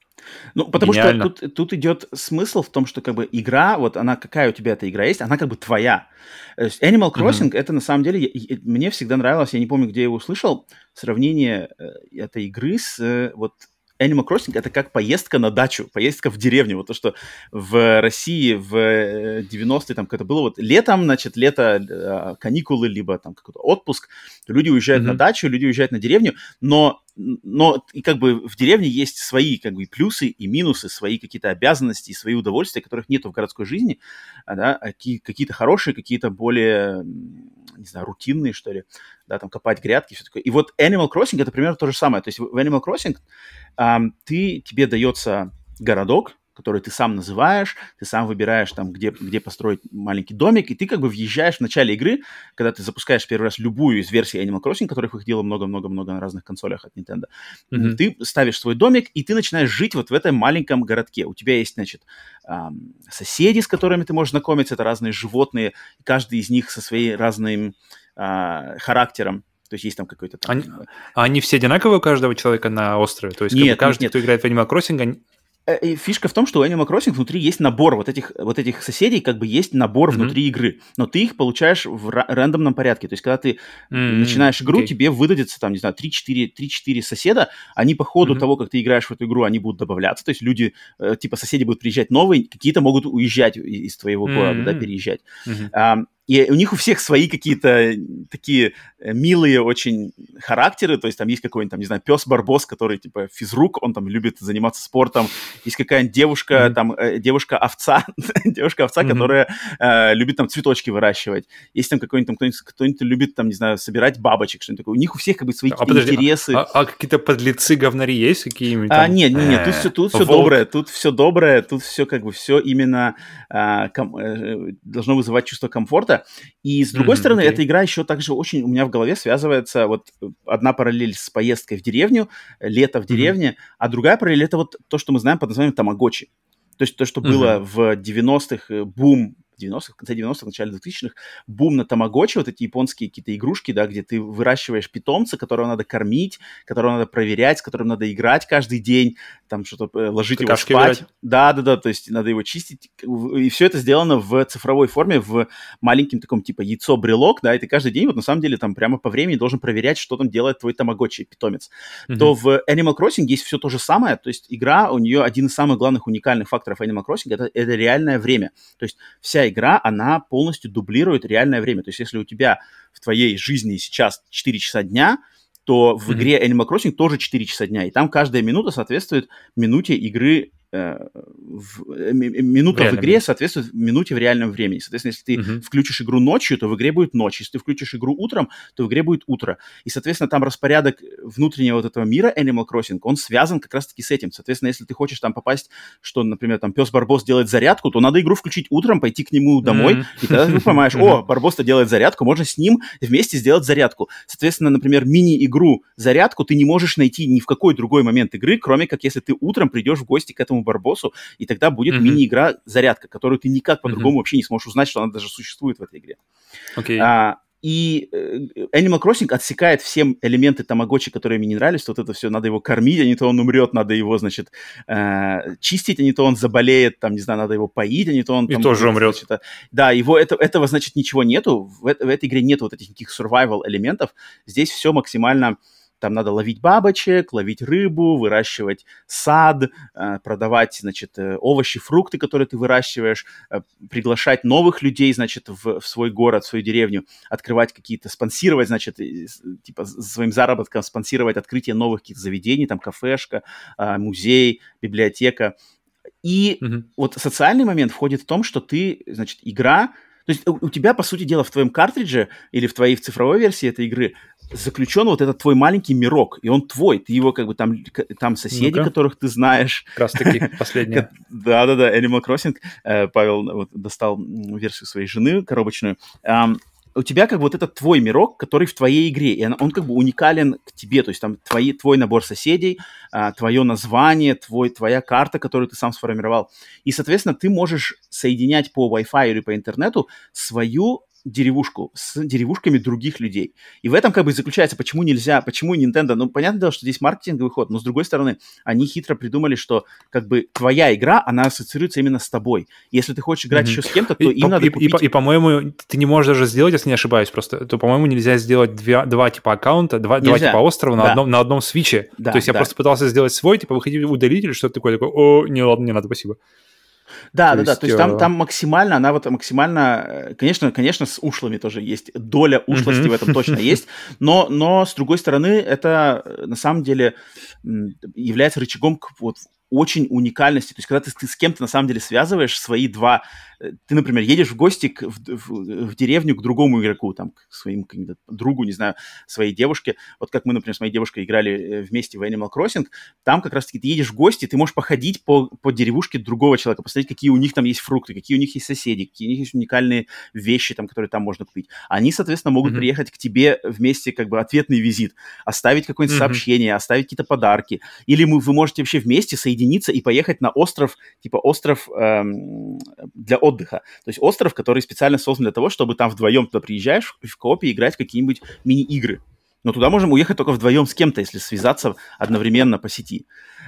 Ну, потому Гениально. что тут, тут идет смысл в том, что как бы игра, вот она, какая у тебя эта игра есть, она как бы твоя. Animal Crossing, mm-hmm. это на самом деле, я, мне всегда нравилось, я не помню, где я его услышал, сравнение этой игры с вот Animal Crossing — это как поездка на дачу, поездка в деревню. Вот то, что в России в девяностые там как-то было вот летом, значит, лето, каникулы, либо там какой-то отпуск, люди уезжают mm-hmm. на дачу, люди уезжают на деревню, но, но и как бы в деревне есть свои как бы плюсы и минусы, свои какие-то обязанности и свои удовольствия, которых нету в городской жизни, да, какие-то хорошие, какие-то более, не знаю, рутинные, что ли, да, там копать грядки, все такое. И вот Animal Crossing — это примерно то же самое. То есть в Animal Crossing Um, ты, тебе дается городок, который ты сам называешь, ты сам выбираешь, там, где, где построить маленький домик, и ты как бы въезжаешь в начале игры, когда ты запускаешь первый раз любую из версий Animal Crossing, которых выходило много-много-много на разных консолях от Nintendo, mm-hmm. ты ставишь свой домик, и ты начинаешь жить вот в этом маленьком городке. У тебя есть, значит, эм, соседи, с которыми ты можешь знакомиться, это разные животные, каждый из них со своим разным э, характером. То есть есть там какой-то... Там... Они, а они все одинаковые у каждого человека на острове? То есть нет, как бы каждый, нет, кто нет. играет в Animal Crossing... Они... Фишка в том, что у Animal Crossing внутри есть набор вот этих, вот этих соседей, как бы есть набор mm-hmm. внутри игры, но ты их получаешь в р- рандомном порядке. То есть когда ты mm-hmm. начинаешь игру, okay. тебе выдадется, там, не знаю, три-четыре соседа, они по ходу mm-hmm. того, как ты играешь в эту игру, они будут добавляться, то есть люди, э, типа соседи будут приезжать новые, какие-то могут уезжать из твоего mm-hmm. города, да, переезжать. Mm-hmm. А, и у них у всех свои какие-то такие милые очень характеры, то есть там есть какой-нибудь, там, не знаю, пес-барбос, который, типа, физрук, он там любит заниматься спортом, есть какая-нибудь девушка, mm-hmm. там, э, девушка-овца, девушка-овца, mm-hmm. которая э, любит там цветочки выращивать, есть там какой-нибудь, там, кто-нибудь, кто-нибудь любит, там, не знаю, собирать бабочек, что-нибудь такое, у них у всех как бы свои а, подожди, интересы. А, а, а какие-то подлецы-говнари есть какие-нибудь? А, нет, нет, нет, тут все, тут все доброе, тут все доброе, тут все как бы все именно а, ком, э, должно вызывать чувство комфорта. И с другой mm-hmm, стороны, okay. эта игра еще также очень у меня в голове связывается, вот одна параллель с поездкой в деревню, лето в деревне, mm-hmm. а другая параллель — это вот то, что мы знаем под названием тамагочи. То есть то, что mm-hmm. было в девяностых, бум, в девяностых, в конце девяностых, в начале двухтысячных, бум на тамагочи, вот эти японские какие-то игрушки, да, где ты выращиваешь питомца, которого надо кормить, которого надо проверять, с которым надо играть каждый день, там что-то ложить Какашки его спать. Да-да-да, то есть надо его чистить. И все это сделано в цифровой форме, в маленьком таком типа яйцо-брелок, да, и ты каждый день вот на самом деле там прямо по времени должен проверять, что там делает твой тамагочи, питомец. Mm-hmm. То в Animal Crossing есть все то же самое, то есть игра, у нее один из самых главных уникальных факторов Animal Crossing — это, это реальное время. То есть вся игра, она полностью дублирует реальное время. То есть если у тебя в твоей жизни сейчас четыре часа дня, то в mm-hmm. игре Animal Crossing тоже четыре часа дня. И там каждая минута соответствует минуте игры. Э, в, э, минута в, в игре соответствует минуте в реальном времени. Соответственно, если ты mm-hmm. включишь игру ночью, то в игре будет ночь. Если ты включишь игру утром, то в игре будет утро. И, соответственно, там распорядок внутреннего вот этого мира Animal Crossing, он связан как раз-таки с этим. Соответственно, если ты хочешь там попасть, что, например, там пес Барбос делает зарядку, то надо игру включить утром, пойти к нему домой, mm-hmm. и тогда ты понимаешь, о, Барбос-то делает зарядку, можно с ним вместе сделать зарядку. Соответственно, например, мини-игру зарядку ты не можешь найти ни в какой другой момент игры, кроме как если ты утром придешь в гости к этому Барбосу, и тогда будет mm-hmm. мини-игра зарядка, которую ты никак по-другому mm-hmm. вообще не сможешь узнать, что она даже существует в этой игре. Okay. А, и Animal Crossing отсекает все элементы тамагочи, которые мне не нравились. Вот это все, надо его кормить, а не то он умрет, надо его, значит, э, чистить, а не то он заболеет, там, не знаю, надо его поить, а не то он... И там, тоже умрет. Значит, да, его, это, этого, значит, ничего нету. В, в этой игре нету вот этих никаких survival элементов. Здесь все максимально там надо ловить бабочек, ловить рыбу, выращивать сад, э, продавать, значит, э, овощи, фрукты, которые ты выращиваешь, э, приглашать новых людей, значит, в, в свой город, в свою деревню, открывать какие-то, спонсировать, значит, и, типа своим заработком спонсировать открытие новых каких-то заведений, там кафешка, э, музей, библиотека. И mm-hmm. вот социальный момент входит в том, что ты, значит, игра... То есть у, у тебя, по сути дела, в твоем картридже или в твоей в цифровой версии этой игры заключен вот этот твой маленький мирок, и он твой. Ты его как бы там, там соседи, ну-ка. Которых ты знаешь. Как раз таки последняя. Да-да-да, Animal Crossing. Павел достал версию своей жены коробочную. У тебя как бы вот этот твой мирок, который в твоей игре, и он, он как бы уникален к тебе, то есть там твои, твой набор соседей, а, твое название, твой, твоя карта, которую ты сам сформировал. И, соответственно, ты можешь соединять по Wi-Fi или по интернету свою деревушку с деревушками других людей. И в этом как бы заключается, почему нельзя, почему Nintendo, ну, понятное дело, что здесь маркетинговый ход, но, с другой стороны, они хитро придумали, что как бы твоя игра, она ассоциируется именно с тобой. Если ты хочешь играть mm-hmm. еще с кем-то, то и, им и, надо и, купить... И, и, по-моему, ты не можешь даже сделать, если не ошибаюсь, просто, то, по-моему, нельзя сделать два, два типа аккаунта, два, два типа острова на, да. одном, на одном свиче. Да, то есть да. я просто пытался сделать свой, типа, вы хотите удалить или что-то такое, такой, о, не, ладно, не надо, спасибо. Да, то да, есть, да. То есть там, там максимально, она вот максимально, конечно, конечно, с ушлами тоже есть. Доля ушлости mm-hmm. в этом точно есть. Но, но, с другой стороны, это на самом деле является рычагом к вот очень уникальности. То есть, когда ты, ты с кем-то на самом деле связываешь свои два... Ты, например, едешь в гости к, в, в, в деревню к другому игроку, там, к своему к другу, не знаю, своей девушке. Вот как мы, например, с моей девушкой играли вместе в Animal Crossing, там как раз-таки ты едешь в гости, ты можешь походить по, по деревушке другого человека, посмотреть, какие у них там есть фрукты, какие у них есть соседи, какие у них есть уникальные вещи, там, которые там можно купить. Они, соответственно, могут mm-hmm. приехать к тебе вместе, как бы, ответный визит, оставить какое-нибудь mm-hmm. сообщение, оставить какие-то подарки. Или мы, вы можете вообще вместе соединиться и поехать на остров, типа остров эм, для отдыха. То есть остров, который специально создан для того, чтобы там вдвоем туда приезжаешь в коопе играть в какие-нибудь мини-игры. Но туда можем уехать только вдвоем с кем-то, если связаться одновременно по сети.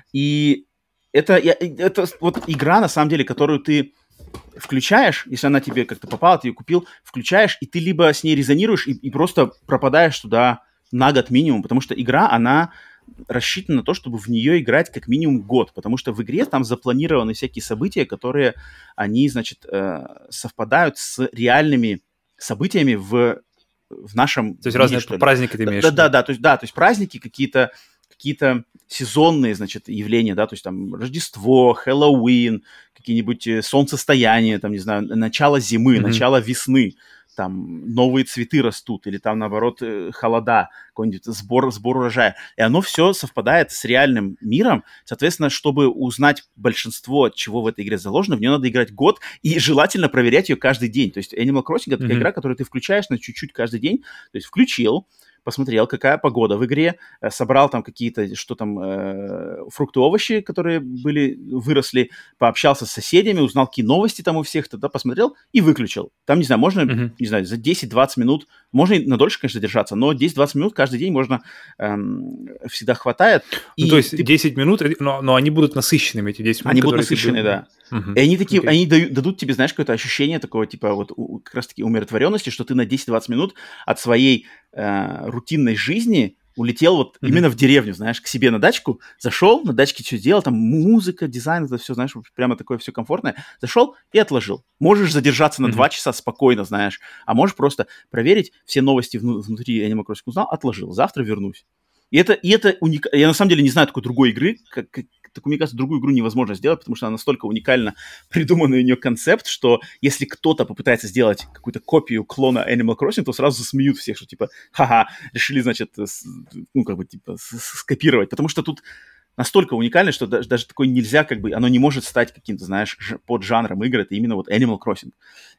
И это, это вот игра, на самом деле, которую ты включаешь, если она тебе как-то попала, ты ее купил, включаешь, и ты либо с ней резонируешь и, и просто пропадаешь туда на год минимум, потому что игра, она рассчитана на то, чтобы в нее играть как минимум год, потому что в игре там запланированы всякие события, которые, они, значит, э, совпадают с реальными событиями в, в нашем То есть мире, разные что ли. Праздники ты имеешь? Да, да, да, то есть, да, то есть праздники какие-то, какие-то сезонные, значит, явления, да, то есть там Рождество, Хэллоуин, какие-нибудь солнцестояния, там, не знаю, начало зимы, mm-hmm. начало весны, там новые цветы растут, или там, наоборот, холода, какой-нибудь сбор, сбор урожая. И оно все совпадает с реальным миром. Соответственно, чтобы узнать большинство, чего в этой игре заложено, в нее надо играть год и желательно проверять ее каждый день. То есть Animal Crossing — это такая mm-hmm. игра, которую ты включаешь на чуть-чуть каждый день. То есть включил, посмотрел, какая погода в игре, собрал там какие-то, что там, э, фрукты, овощи, которые были, выросли, пообщался с соседями, узнал, какие новости там у всех, тогда посмотрел и выключил. Там, не знаю, можно, uh-huh. не знаю, за десять-двадцать минут, можно и на дольше, конечно, держаться, но десять-двадцать минут каждый день можно, эм, всегда хватает. Ну, и то есть ты... десять минут, но, но они будут насыщенными, эти десять минут. Они будут насыщенные, ты... да. Uh-huh. И они такие, okay. они дают, дадут тебе, знаешь, какое-то ощущение такого, типа, вот у, как раз-таки умиротворенности, что ты на десять-двадцать минут от своей э, рутинной жизни улетел вот mm-hmm. именно в деревню, знаешь, к себе на дачку, зашел, на дачке что делал, там музыка, дизайн, это все, знаешь, прямо такое все комфортное, зашел и отложил. Можешь задержаться на mm-hmm. два часа спокойно, знаешь, а можешь просто проверить все новости вну- внутри Animal Crossing, узнал, отложил, завтра вернусь. И это, и это уникально. Я на самом деле не знаю такой другой игры, как, как, так, мне кажется, другую игру невозможно сделать, потому что она настолько уникально придуманный у нее концепт, что если кто-то попытается сделать какую-то копию клона Animal Crossing, то сразу засмеют всех, что типа, ха-ха, решили, значит, с, ну, как бы, типа, с- скопировать. Потому что тут настолько уникально, что даже, даже такое нельзя, как бы, оно не может стать каким-то, знаешь, ж- поджанром игры, это именно вот Animal Crossing.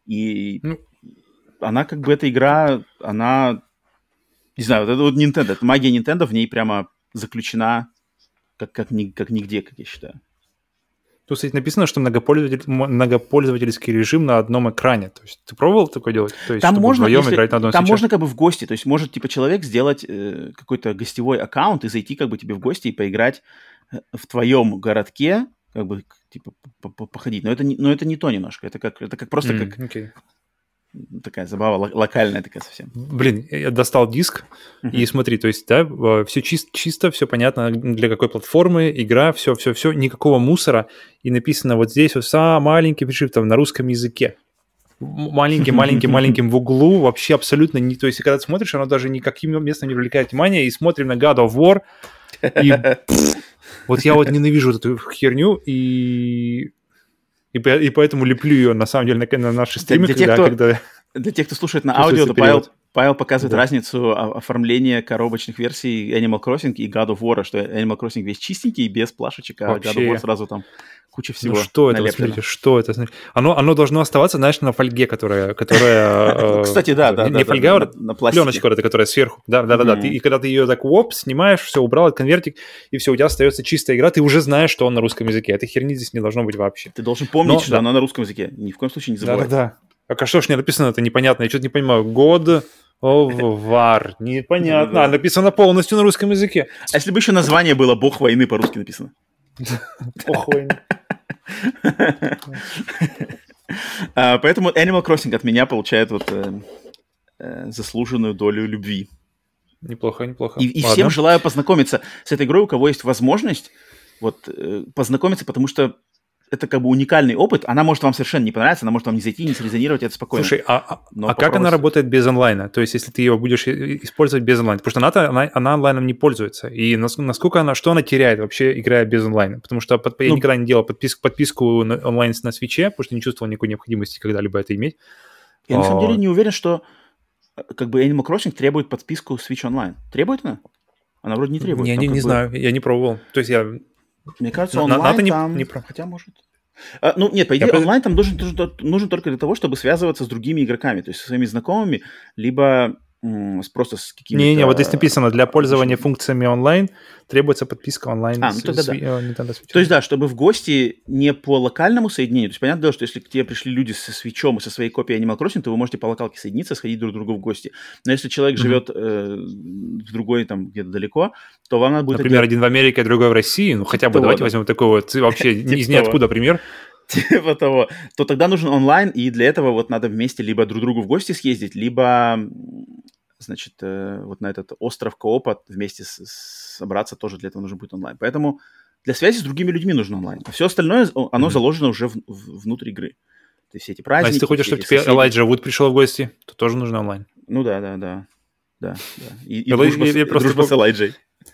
И ну, она, как бы, эта игра, она... Не знаю, вот это вот Nintendo, это магия Nintendo в ней прямо заключена как, как, ни, как нигде, как я считаю. Тут, кстати, написано, что многопользователь, многопользовательский режим на одном экране. То есть ты пробовал такое делать? То есть, там чтобы можно, вдвоем если, играть на одном там свече? можно как бы в гости, то есть может типа человек сделать э, какой-то гостевой аккаунт и зайти как бы тебе в гости и поиграть в твоем городке, как бы типа походить. Но это не, но это не то немножко, это как, это как просто mm, как... Okay. такая забава, локальная такая совсем. Блин, я достал диск, uh-huh. и смотри, то есть, да, все чисто, чисто, все понятно, для какой платформы, игра, все-все-все, никакого мусора, и написано вот здесь вот самым маленьким шрифтом на русском языке. Маленьким-маленьким-маленьким в углу, вообще абсолютно не... То есть, когда ты смотришь, оно даже никаким местом не привлекает внимания, и смотрим на God of War, и вот я вот ненавижу вот эту херню, и... И, и поэтому леплю ее, на самом деле, на, на наши стримы, для, когда, тех, кто, когда... Для тех, кто слушает на аудио, то Павел, Павел показывает да. разницу оформления коробочных версий Animal Crossing и God of War, что Animal Crossing весь чистенький, без плашечек, а Вообще... God of War сразу там куча всего. Ну что это, смотрите, что это? Оно, оно должно оставаться, знаешь, на фольге, которая... которая Кстати, да, да. Не фольга, а пленочка, которая сверху. Да-да-да. И когда ты ее так воп, снимаешь, все, убрал, конвертик, и все, у тебя остается чистая игра, ты уже знаешь, что он на русском языке. Этой херни здесь не должно быть вообще. Ты должен помнить, что она на русском языке. Ни в коем случае не забывай. Да-да-да. А что ж не написано, это непонятно, я что-то не понимаю. God of War, непонятно. А, написано полностью на русском языке. А если бы еще название было «Бог войны» по-русски написано? Бог войны. Поэтому Animal Crossing от меня получает вот заслуженную долю любви. Неплохо, неплохо. И всем желаю познакомиться с этой игрой, у кого есть возможность вот познакомиться, потому что это как бы уникальный опыт. Она может вам совершенно не понравиться, она может вам не зайти, не срезонировать, это спокойно. Слушай, а, а как она работает без онлайна? То есть, если ты ее будешь использовать без онлайна? Потому что она, она, она онлайном не пользуется. И насколько она, что она теряет вообще, играя без онлайна? Потому что под, я ну, никогда не делал подписку, подписку на, онлайн на Switch'е, потому что не чувствовал никакой необходимости когда-либо это иметь. Я а... на самом деле не уверен, что как бы Animal Crossing требует подписку Switch Online. Требует она? Она вроде не требует. Я не, не бы... знаю, я не пробовал. То есть я... Мне кажется, онлайн на, на там... Не, не... Хотя, может... А, ну, нет, по идее, я онлайн там нужен, нужен, нужен только для того, чтобы связываться с другими игроками, то есть со своими знакомыми, либо м, просто с какими-то... Не-не, вот здесь написано, для пользования функциями онлайн требуется подписка онлайн. А, ну тогда с, да. Nintendo Switch. То есть, да, чтобы в гости не по локальному соединению, то есть, понятно, что если к тебе пришли люди со свитчом и со своей копией Animal Crossing, то вы можете по локалке соединиться, сходить друг к другу в гости. Но если человек mm-hmm. живет э, в другой, там, где-то далеко, то вам надо будет... Например, один в Америке, другой в России, ну, хотя бы давайте возьмем такой вот, вообще из ниоткуда пример. Типа того, то тогда нужен онлайн, и для этого вот надо вместе либо друг к другу в гости съездить, либо, значит, вот на этот остров коопа вместе с, собраться, тоже для этого нужен будет онлайн. Поэтому для связи с другими людьми нужен онлайн. А все остальное, оно mm-hmm. заложено уже в, в, внутрь игры. То есть все эти праздники... А если ты хочешь, чтобы тебе Элайджа Вуд пришел в гости, то тоже нужно онлайн. Ну да, да, да. Да, да. И, и я дружба, я, я с, дружба с Элайджей.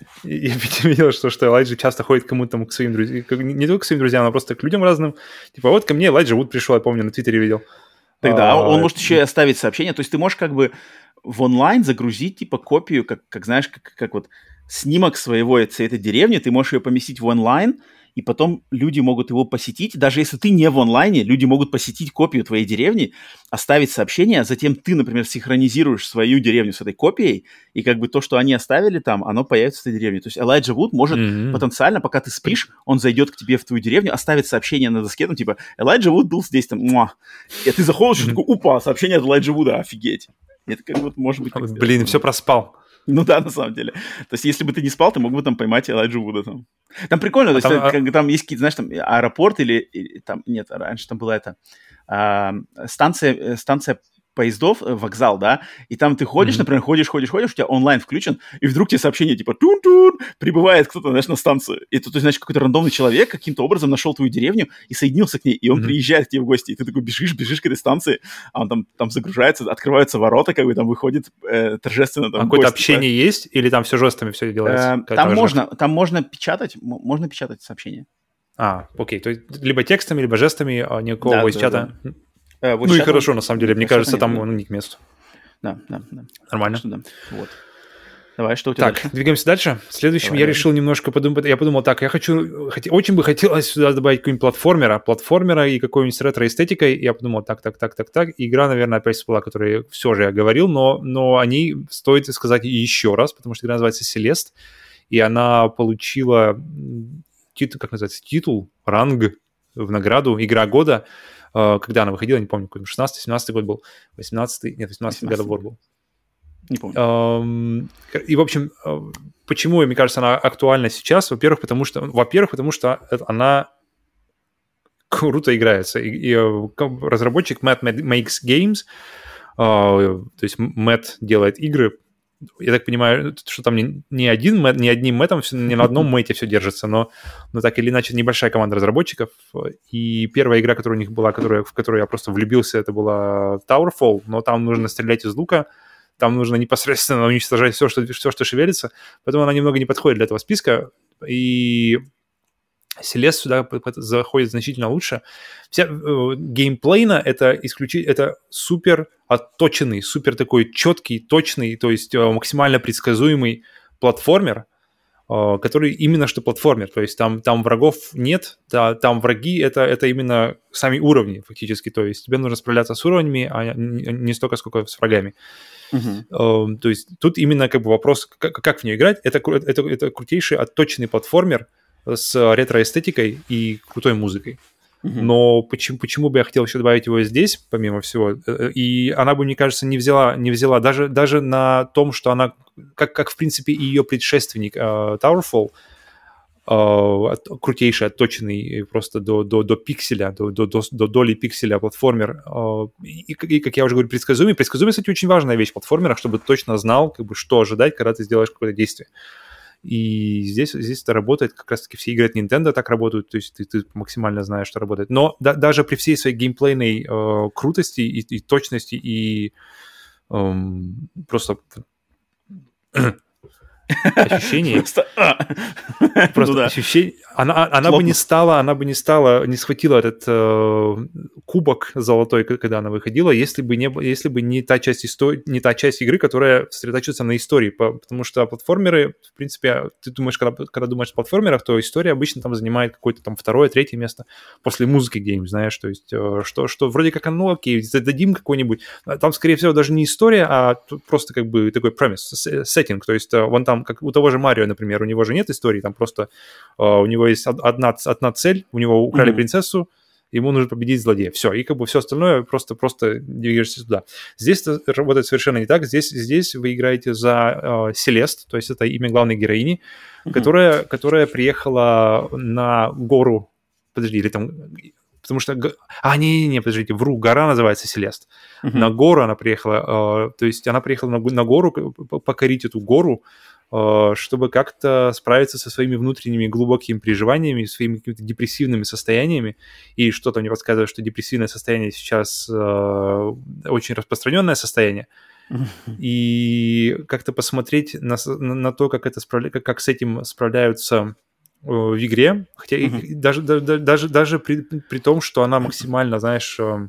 Я видел, что, что Элайджа часто ходит кому-то к своим друзьям, не только к своим друзьям, а просто к людям разным. Типа, вот ко мне Элайджа Вуд пришел, я помню, на Твиттере видел. Тогда а, он может еще и оставить сообщение. То есть ты можешь как бы в онлайн загрузить, типа, копию, как, как знаешь, как, как вот снимок своего всей этой деревни, ты можешь ее поместить в онлайн, и потом люди могут его посетить. Даже если ты не в онлайне, люди могут посетить копию твоей деревни, оставить сообщение, а затем ты, например, синхронизируешь свою деревню с этой копией, и как бы то, что они оставили там, оно появится в этой деревне. То есть Элайджа Вуд может mm-hmm. потенциально, пока ты спишь, он зайдет к тебе в твою деревню, оставит сообщение на доске, ну типа Элайджа Вуд был здесь там, муа. И ты заходишь, mm-hmm. и такой, упа, сообщение от Элайджа Вуда, офигеть. Это как вот может быть... Блин, все проспал. Ну да, на самом деле. То есть, если бы ты не спал, ты мог бы там поймать Элайджа Вуда там. Там прикольно, а то есть, там, там, а... там есть какие-то, знаешь, там аэропорт или, или там, нет, раньше там была эта а, станция, станция поездов, вокзал, да, и там ты ходишь, mm-hmm. например, ходишь, ходишь, ходишь, у тебя онлайн включен, и вдруг тебе сообщение типа тун-тун, прибывает кто-то, знаешь, на станцию. И тут, значит, какой-то рандомный человек каким-то образом нашел твою деревню и соединился к ней, и он mm-hmm. приезжает к тебе в гости, и ты такой бежишь, бежишь к этой станции, а он там, там загружается, открываются ворота, как бы там выходит э, торжественно там а какое-то общение да? есть, или там все жестами все делается? Э, там можно, там можно печатать, можно печатать сообщения. А, окей, то есть либо текстами, либо жестами, а никакого да, из да, чата... Да. Uh, вот ну и хорошо, он, на самом деле. Мне кажется, там он не к месту. Да, да, да. Нормально. Что, да. Вот. Давай, что у тебя Так, дальше? Двигаемся дальше. Следующим Давай, я давай. решил немножко подумать. Я подумал так, я хочу... Хот... Очень бы хотелось сюда добавить какого-нибудь платформера, платформера и какой-нибудь с ретро-эстетикой. Я подумал так, так, так, так, так. И игра, наверное, опять всплыла, о которой все же я говорил, но, но о ней стоит сказать еще раз, потому что игра называется Celeste, и она получила титул, как называется, титул, ранг в награду «Игра года». Когда она выходила, не помню, какой шестнадцатый-семнадцатый год был, восемнадцатый, нет, восемнадцатый God of War был. Не помню. И, в общем, почему, мне кажется, она актуальна сейчас? Во-первых, потому что, во-первых, потому что она круто играется. И, и разработчик Matt Makes Games, то есть Matt делает игры. Я так понимаю, что там не, не один Мэтт, не одним Мэттом, не на одном Мэтте все держится, но, но так или иначе небольшая команда разработчиков. И первая игра, которая у них была, которая, в которую я просто влюбился, это была Towerfall, но там нужно стрелять из лука, там нужно непосредственно уничтожать все, что, все, что шевелится, поэтому она немного не подходит для этого списка. И Celeste сюда заходит значительно лучше. Вся э, геймплейно это исключить, это супер отточенный, супер такой четкий, точный, то есть э, максимально предсказуемый платформер, э, который именно что платформер. То есть там, там врагов нет, да, там враги это, это именно сами уровни фактически. То есть тебе нужно справляться с уровнями, а не, не столько, сколько с врагами. Uh-huh. Uh, то есть тут именно как бы вопрос, как, как в нее играть. Это, это, это крутейший отточенный платформер с ретро-эстетикой и крутой музыкой. Uh-huh. Но почему, почему бы я хотел еще добавить его здесь, помимо всего? И она бы, мне кажется, не взяла, не взяла даже, даже на том, что она, как, как в принципе, и ее предшественник uh, Towerfall, uh, крутейший, отточенный просто до, до, до пикселя, до, до, до, до доли пикселя платформер. Uh, и, и, как я уже говорю, предсказуемый. Предсказуемость, кстати, очень важная вещь в платформерах, чтобы ты точно знал, как бы, что ожидать, когда ты сделаешь какое-то действие. И здесь, здесь это работает, как раз-таки все игры от Nintendo так работают, то есть ты, ты максимально знаешь, что работает. Но да, даже при всей своей геймплейной э, крутости и, и точности и э, просто ощущение... Просто, просто ну, да. ощущение... Она, она бы не стала, она бы не стала, не схватила этот э, кубок золотой, когда она выходила, если бы не, если бы не та часть истории, не та часть игры, которая сосредоточится на истории, потому что платформеры, в принципе, ты думаешь, когда, когда думаешь о платформерах, то история обычно там занимает какое-то там второе, третье место после музыки гейм, знаешь, то есть э, что, что вроде как, ну окей, зададим какой-нибудь, там, скорее всего, даже не история, а просто как бы такой premise, setting, то есть э, вон там, как у того же Марио, например, у него же нет истории, там просто э, у него есть одна, одна цель, у него украли mm-hmm. принцессу, ему нужно победить злодея. Все, и как бы все остальное просто, просто двигаешься туда. Здесь это работает совершенно не так. Здесь, здесь вы играете за э, Селест, то есть это имя главной героини, mm-hmm. которая, которая приехала на гору, подожди, или там... Потому что... А, не-не-не, подождите, вру, гора называется Селест. Mm-hmm. На гору она приехала, э, то есть она приехала на, на гору, покорить эту гору, чтобы как-то справиться со своими внутренними глубокими переживаниями, своими какими-то депрессивными состояниями. И что-то мне подсказывает, что депрессивное состояние сейчас э, очень распространенное состояние. И как-то посмотреть на, на, на то, как, это справля... как с этим справляются э, в игре. Хотя и, даже, даже, даже, даже при, при том, что она максимально, знаешь... Э,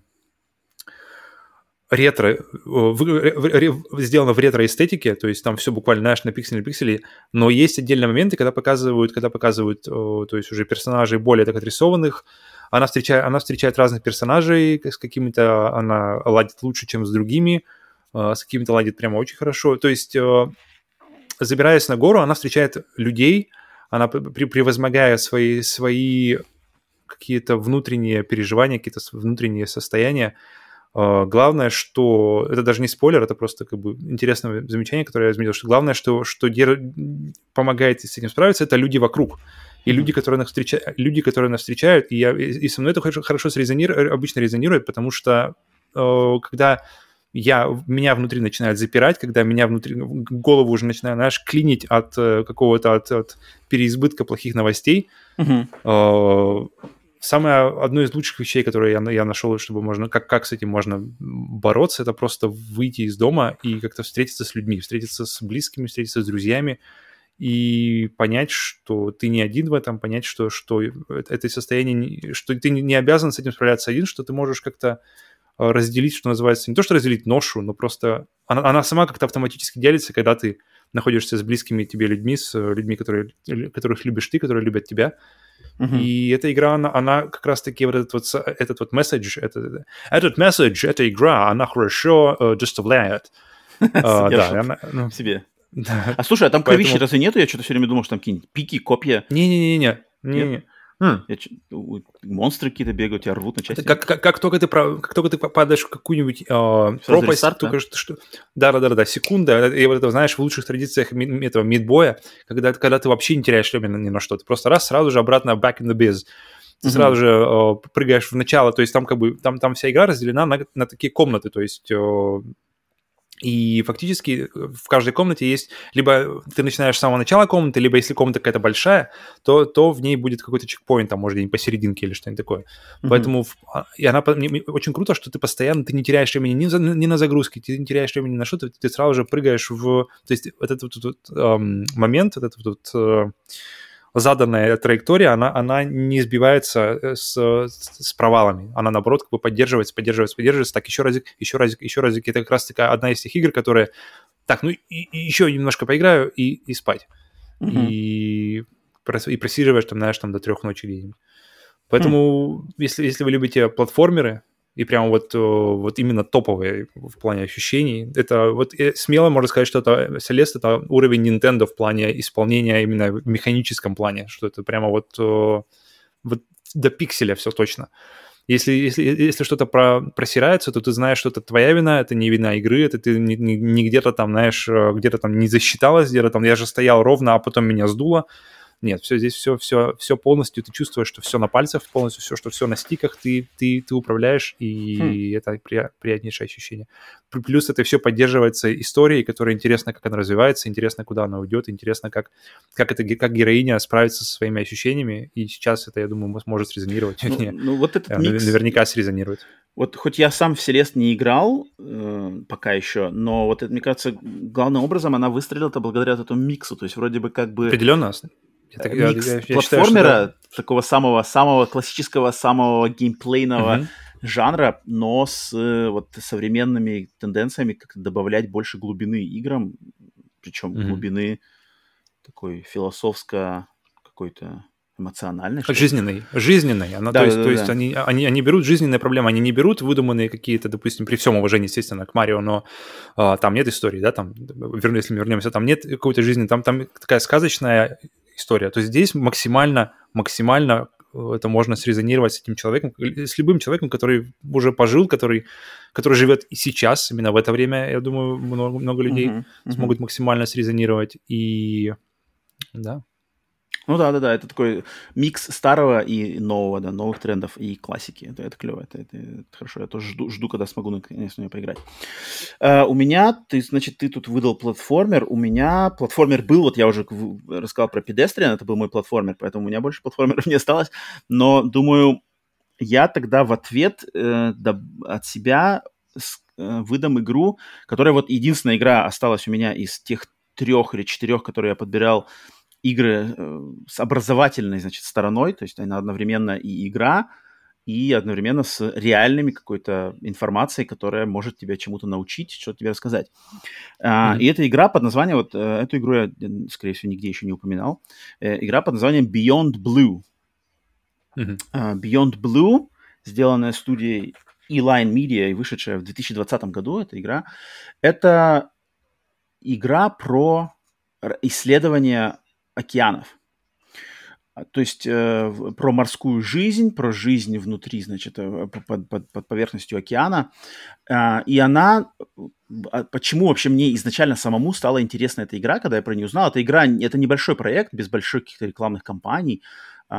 ретро, в, в, сделано в ретро-эстетике, то есть там все буквально, знаешь, на пиксель на пикселе, но есть отдельные моменты, когда показывают, когда показывают, то есть уже персонажей более так отрисованных, она встречает, она встречает разных персонажей, с какими-то она ладит лучше, чем с другими, с какими-то ладит прямо очень хорошо, то есть забираясь на гору, она встречает людей, она, превозмогая свои, свои какие-то внутренние переживания, какие-то внутренние состояния. Uh, главное, что... Это даже не спойлер, это просто как бы интересное замечание, которое я заметил, что главное, что, что дер... помогает с этим справиться, это люди вокруг. И mm-hmm. люди, которые нас встречают, люди, которые нас встречают, и, я... и со мной это хорошо, хорошо срезонирует, обычно резонирует, потому что uh, когда я... меня внутри начинает запирать, когда меня внутри... голову уже начинает, знаешь, клинить от uh, какого-то от, от переизбытка плохих новостей, mm-hmm. uh, самое, одно из лучших вещей, которые я, я нашел, чтобы можно, как, как с этим можно бороться, это просто выйти из дома и как-то встретиться с людьми, встретиться с близкими, встретиться с друзьями и понять, что ты не один в этом, понять, что, что это состояние, что ты не обязан с этим справляться один, что ты можешь как-то разделить, что называется, не то, что разделить ношу, но просто она, она сама как-то автоматически делится, когда ты находишься с близкими тебе людьми, с людьми, которые, которых любишь ты, которые любят тебя. Uh-huh. И эта игра, она, она как раз-таки вот этот вот, этот вот месседж, этот, этот месседж, эта игра, она хорошо uh, доставляет. uh, да, она, ну, себе. Да. А слушай, а там Поэтому... кровищи разве нету? Я что-то все время думал, что там какие-нибудь пики, копья. Не-не-не-не. Не-не. Хм. Я, монстры какие-то бегают, тебя рвут на части. Как, как, как, только, ты, как только ты попадаешь в какую-нибудь э, пропасть, рестарт, только да? что... Да-да-да, секунда. И вот это, знаешь, в лучших традициях ми- этого мидбоя, когда, когда ты вообще не теряешь время ни на что. Ты просто раз, сразу же обратно back in the biz. ты mm-hmm. сразу же э, прыгаешь в начало, то есть там как бы, там, там вся игра разделена на, на такие комнаты, то есть... Э, И фактически в каждой комнате есть... Либо ты начинаешь с самого начала комнаты, либо если комната какая-то большая, то, то в ней будет какой-то чекпоинт, там, может, где-нибудь посерединке или что-нибудь такое. Mm-hmm. Поэтому... И она... Очень круто, что ты постоянно... Ты не теряешь времени ни, за, ни на загрузки, ты не теряешь времени на что-то, ты сразу же прыгаешь в... То есть вот этот вот, вот, эм, момент, вот этот вот... Э, заданная траектория, она, она не сбивается с, с провалами. Она, наоборот, как бы поддерживается, поддерживается, поддерживается. Так, еще разик, еще разик, еще разик. Это как раз такая одна из тех игр, которые... Так, ну и, и еще немножко поиграю и, и спать. Mm-hmm. И, и просиживаешь там, знаешь, там до трех ночи где-нибудь. Поэтому, mm. если, если вы любите платформеры, и прям вот, вот именно топовые в плане ощущений. Это вот смело можно сказать, что это Celeste — это уровень Nintendo в плане исполнения именно в механическом плане, что это прямо вот, вот до пикселя все точно. Если, если, если что-то про, просирается, то ты знаешь, что это твоя вина, это не вина игры, это ты не, не, не где-то там, знаешь, где-то там не засчиталась, где-то там я же стоял ровно, а потом меня сдуло. Нет, все здесь все, все, все полностью, ты чувствуешь, что все на пальцах, полностью все, что все на стиках, ты, ты, ты управляешь, и хм. это при, приятнейшее ощущение. Плюс это все поддерживается историей, которая интересно, как она развивается, интересно, куда она уйдет, интересно, как, как, это, как героиня справится со своими ощущениями, и сейчас это, я думаю, может срезонировать. Ну, не, ну, вот этот микс... Наверняка срезонирует. Вот хоть я сам в Celeste не играл э, пока еще, но вот это, мне кажется, главным образом она выстрелила-то благодаря этому миксу, то есть вроде бы как бы... Определенно. Я, Микс я, я, я платформера, считаю, что, да. такого самого, самого классического, самого геймплейного uh-huh. жанра, но с вот современными тенденциями, как добавлять больше глубины играм, причем uh-huh. глубины такой философско какой-то эмоциональной. Жизненной, жизненной. Она, да, то есть, да, то есть да. Они, они, они берут жизненные проблемы, они не берут выдуманные какие-то, допустим, при всем уважении, естественно, к Марио, но а, там нет истории, да, там, верну, если мы вернемся, там нет какой-то жизни, там, там такая сказочная история. То есть здесь максимально, максимально это можно срезонировать с этим человеком, с любым человеком, который уже пожил, который, который живет и сейчас, именно в это время, я думаю, много, много людей uh-huh, uh-huh. смогут максимально срезонировать. И да. Ну да, да, да, это такой микс старого и нового, да, новых трендов и классики. Это, это клево, это, это, это хорошо. Я тоже жду, жду, когда смогу наконец в нее поиграть. Uh, у меня, ты, значит, ты тут выдал платформер. У меня платформер был, вот я уже рассказал про Pedestrian, это был мой платформер, поэтому у меня больше платформеров не осталось. Но, думаю, я тогда в ответ э, да, от себя с, э, выдам игру, которая вот единственная игра осталась у меня из тех трех или четырех, которые я подбирал, игры э, с образовательной, значит, стороной, то есть она одновременно и игра, и одновременно с реальными какой-то информацией, которая может тебя чему-то научить, что-то тебе рассказать. Mm-hmm. Uh, и эта игра под названием, вот uh, эту игру я, скорее всего, нигде еще не упоминал, uh, игра под названием Beyond Blue. Mm-hmm. Uh, Beyond Blue, сделанная студией E-Line Media и вышедшая в две тысячи двадцатом году, эта игра, это игра про исследование океанов. То есть э, про морскую жизнь, про жизнь внутри, значит, под, под, под поверхностью океана. Э, и она... Почему вообще мне изначально самому стала интересна эта игра, когда я про нее узнал? Эта игра, это небольшой проект, без больших каких-то рекламных кампаний. Э,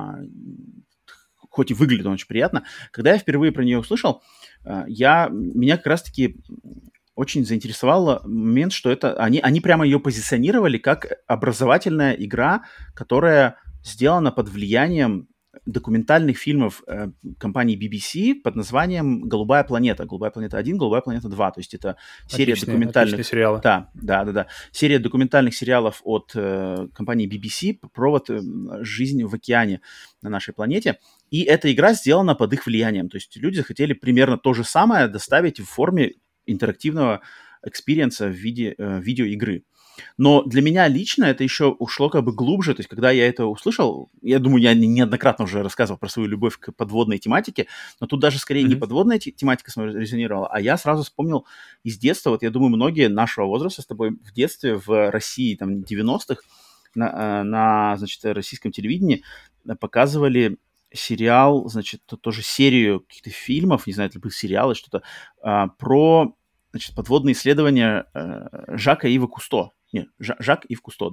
хоть и выглядит он очень приятно. Когда я впервые про нее услышал, э, я, меня как раз-таки... очень заинтересовал момент, что это они, они прямо ее позиционировали как образовательная игра, которая сделана под влиянием документальных фильмов э, компании би би си под названием «Голубая планета». «Голубая планета один», «Голубая планета два». То есть это серия отличные, документальных... Отличные сериалы. Да, да, да, да. Серия документальных сериалов от э, компании би би си про вот, э, жизнь в океане на нашей планете. И эта игра сделана под их влиянием. То есть люди захотели примерно то же самое доставить в форме интерактивного экспириенса в виде э, видеоигры. Но для меня лично это еще ушло как бы глубже. То есть, когда я это услышал, я думаю, я неоднократно уже рассказывал про свою любовь к подводной тематике, но тут даже скорее mm-hmm. не подводная тематика резонировала, а я сразу вспомнил из детства, вот я думаю, многие нашего возраста с тобой в детстве в России, там, девяностых на, на значит, российском телевидении показывали сериал, значит, тоже серию каких-то фильмов, не знаю, это был сериал или что-то, а, про, значит, подводные исследования а, Жака Ива Кусто. Нет, Жак Ив Кусто, да.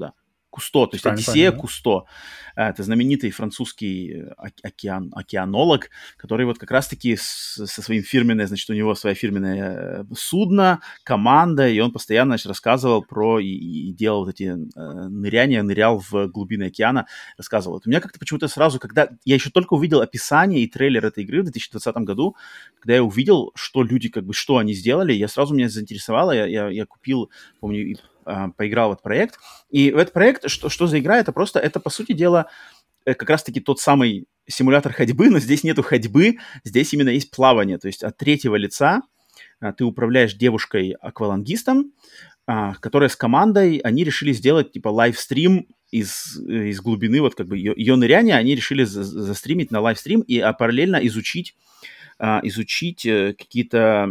Кусто, то есть Правильно, Одиссея правильно, Кусто. Это знаменитый французский океан, океанолог, который вот как раз-таки с, со своим фирменной, значит, у него своя фирменное судно, команда, и он постоянно, значит, рассказывал про и, и делал вот эти э, ныряния, нырял в глубины океана, рассказывал. Вот у меня как-то почему-то сразу, когда я еще только увидел описание и трейлер этой игры в две тысячи двадцатом году, когда я увидел, что люди, как бы, что они сделали, я сразу меня заинтересовало, я, я, я купил, помню, и поиграл в этот проект. И в этот проект, что, что за игра, это просто, это, по сути дела, как раз-таки тот самый симулятор ходьбы, но здесь нету ходьбы, здесь именно есть плавание. То есть от третьего лица ты управляешь девушкой-аквалангистом, которая с командой, они решили сделать, типа, лайвстрим из, из глубины, вот как бы ее, ее ныряние, они решили за, застримить на лайвстрим и а, параллельно изучить, а, изучить какие-то,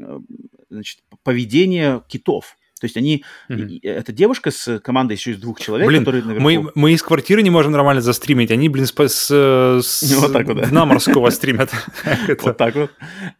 значит, поведения китов. То есть они... Mm-hmm. Эта девушка с командой еще из двух человек, блин, которые наверху... Мы, мы из квартиры не можем нормально застримить. Они, блин, с, с, с вот так вот, да. дна морского стримят. Вот так вот.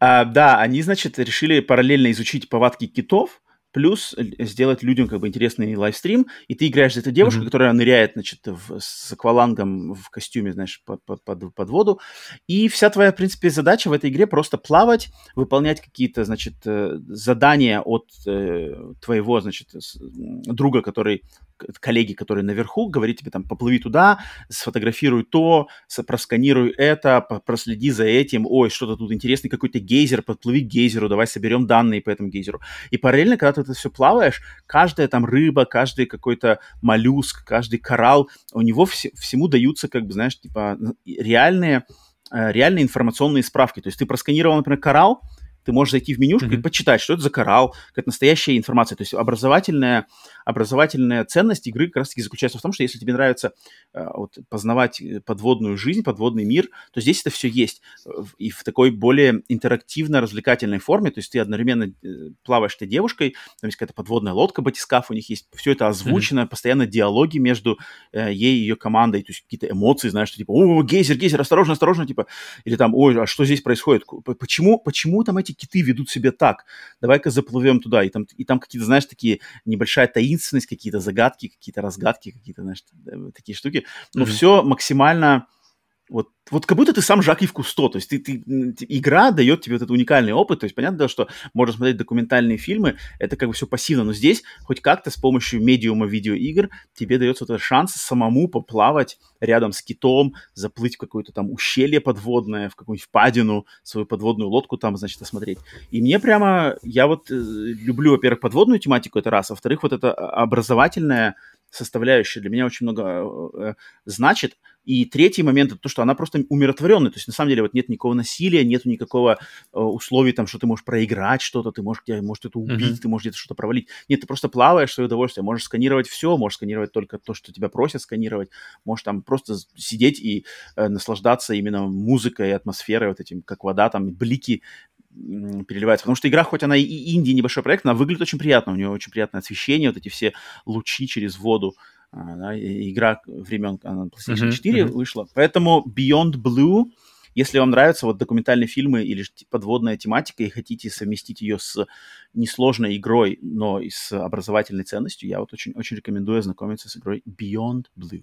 Да, они, значит, решили параллельно изучить повадки китов, плюс сделать людям как бы интересный лайвстрим, и ты играешь за эту девушку, mm-hmm. которая ныряет, значит, в, с аквалангом в костюме, знаешь, под, под, под воду, и вся твоя, в принципе, задача в этой игре просто плавать, выполнять какие-то, значит, задания от э, твоего, значит, друга, который, коллеги, который наверху, говорит тебе там, поплыви туда, сфотографируй то, просканируй это, проследи за этим, ой, что-то тут интересный какой-то гейзер, подплыви к гейзеру, давай соберем данные по этому гейзеру. И параллельно, когда ты это все плаваешь, каждая там рыба, каждый какой-то моллюск, каждый коралл, у него вс- всему даются, как бы, знаешь, типа реальные, реальные информационные справки. То есть ты просканировал, например, коралл, ты можешь зайти в менюшку mm-hmm. и почитать, что это за коралл, какая-то настоящая информация. То есть образовательная, образовательная ценность игры как раз-таки заключается в том, что если тебе нравится э, вот, познавать подводную жизнь, подводный мир, то здесь это все есть. И в такой более интерактивно-развлекательной форме. То есть ты одновременно плаваешь этой девушкой, там есть какая-то подводная лодка, батискаф у них есть. Все это озвучено, mm-hmm. постоянно диалоги между э, ей и ее командой. То есть какие-то эмоции, знаешь, что типа, о, гейзер, гейзер, осторожно, осторожно, типа. Или там, ой, а что здесь происходит? Почему, почему там эти киты ведут себя так, давай-ка заплывем туда, и там, и там какие-то, знаешь, такие небольшая таинственность, какие-то загадки, какие-то разгадки, какие-то, знаешь, такие штуки, но mm-hmm. все максимально, вот, вот как будто ты сам Жак-Ив Кусто, то есть ты, ты, игра дает тебе вот этот уникальный опыт, то есть понятно, что можно смотреть документальные фильмы, это как бы все пассивно, но здесь хоть как-то с помощью медиума видеоигр тебе дается вот этот шанс самому поплавать рядом с китом, заплыть в какое-то там ущелье подводное, в какую-нибудь впадину, свою подводную лодку там, значит, осмотреть. И мне прямо, я вот э, люблю, во-первых, подводную тематику, это раз, а во-вторых, вот эта образовательная составляющая для меня очень много э, значит. И третий момент — это то, что она просто умиротворенная. То есть, на самом деле, вот нет никакого насилия, нету никакого э, условий, там, что ты можешь проиграть что-то, ты можешь, тебя, может это убить, mm-hmm. ты можешь где-то что-то провалить. Нет, ты просто плаваешь в свое удовольствие. Можешь сканировать все, можешь сканировать только то, что тебя просят сканировать. Можешь там просто сидеть и э, наслаждаться именно музыкой, атмосферой, вот этим, как вода, там, блики переливается. Потому что игра, хоть она и инди, небольшой проект, она выглядит очень приятно. У нее очень приятное освещение, вот эти все лучи через воду. А, да, игра времен, она на PlayStation четыре uh-huh, uh-huh. вышла. Поэтому Beyond Blue, если вам нравятся вот документальные фильмы или подводная тематика и хотите совместить ее с несложной игрой, но и с образовательной ценностью, я вот очень, очень рекомендую ознакомиться с игрой Beyond Blue.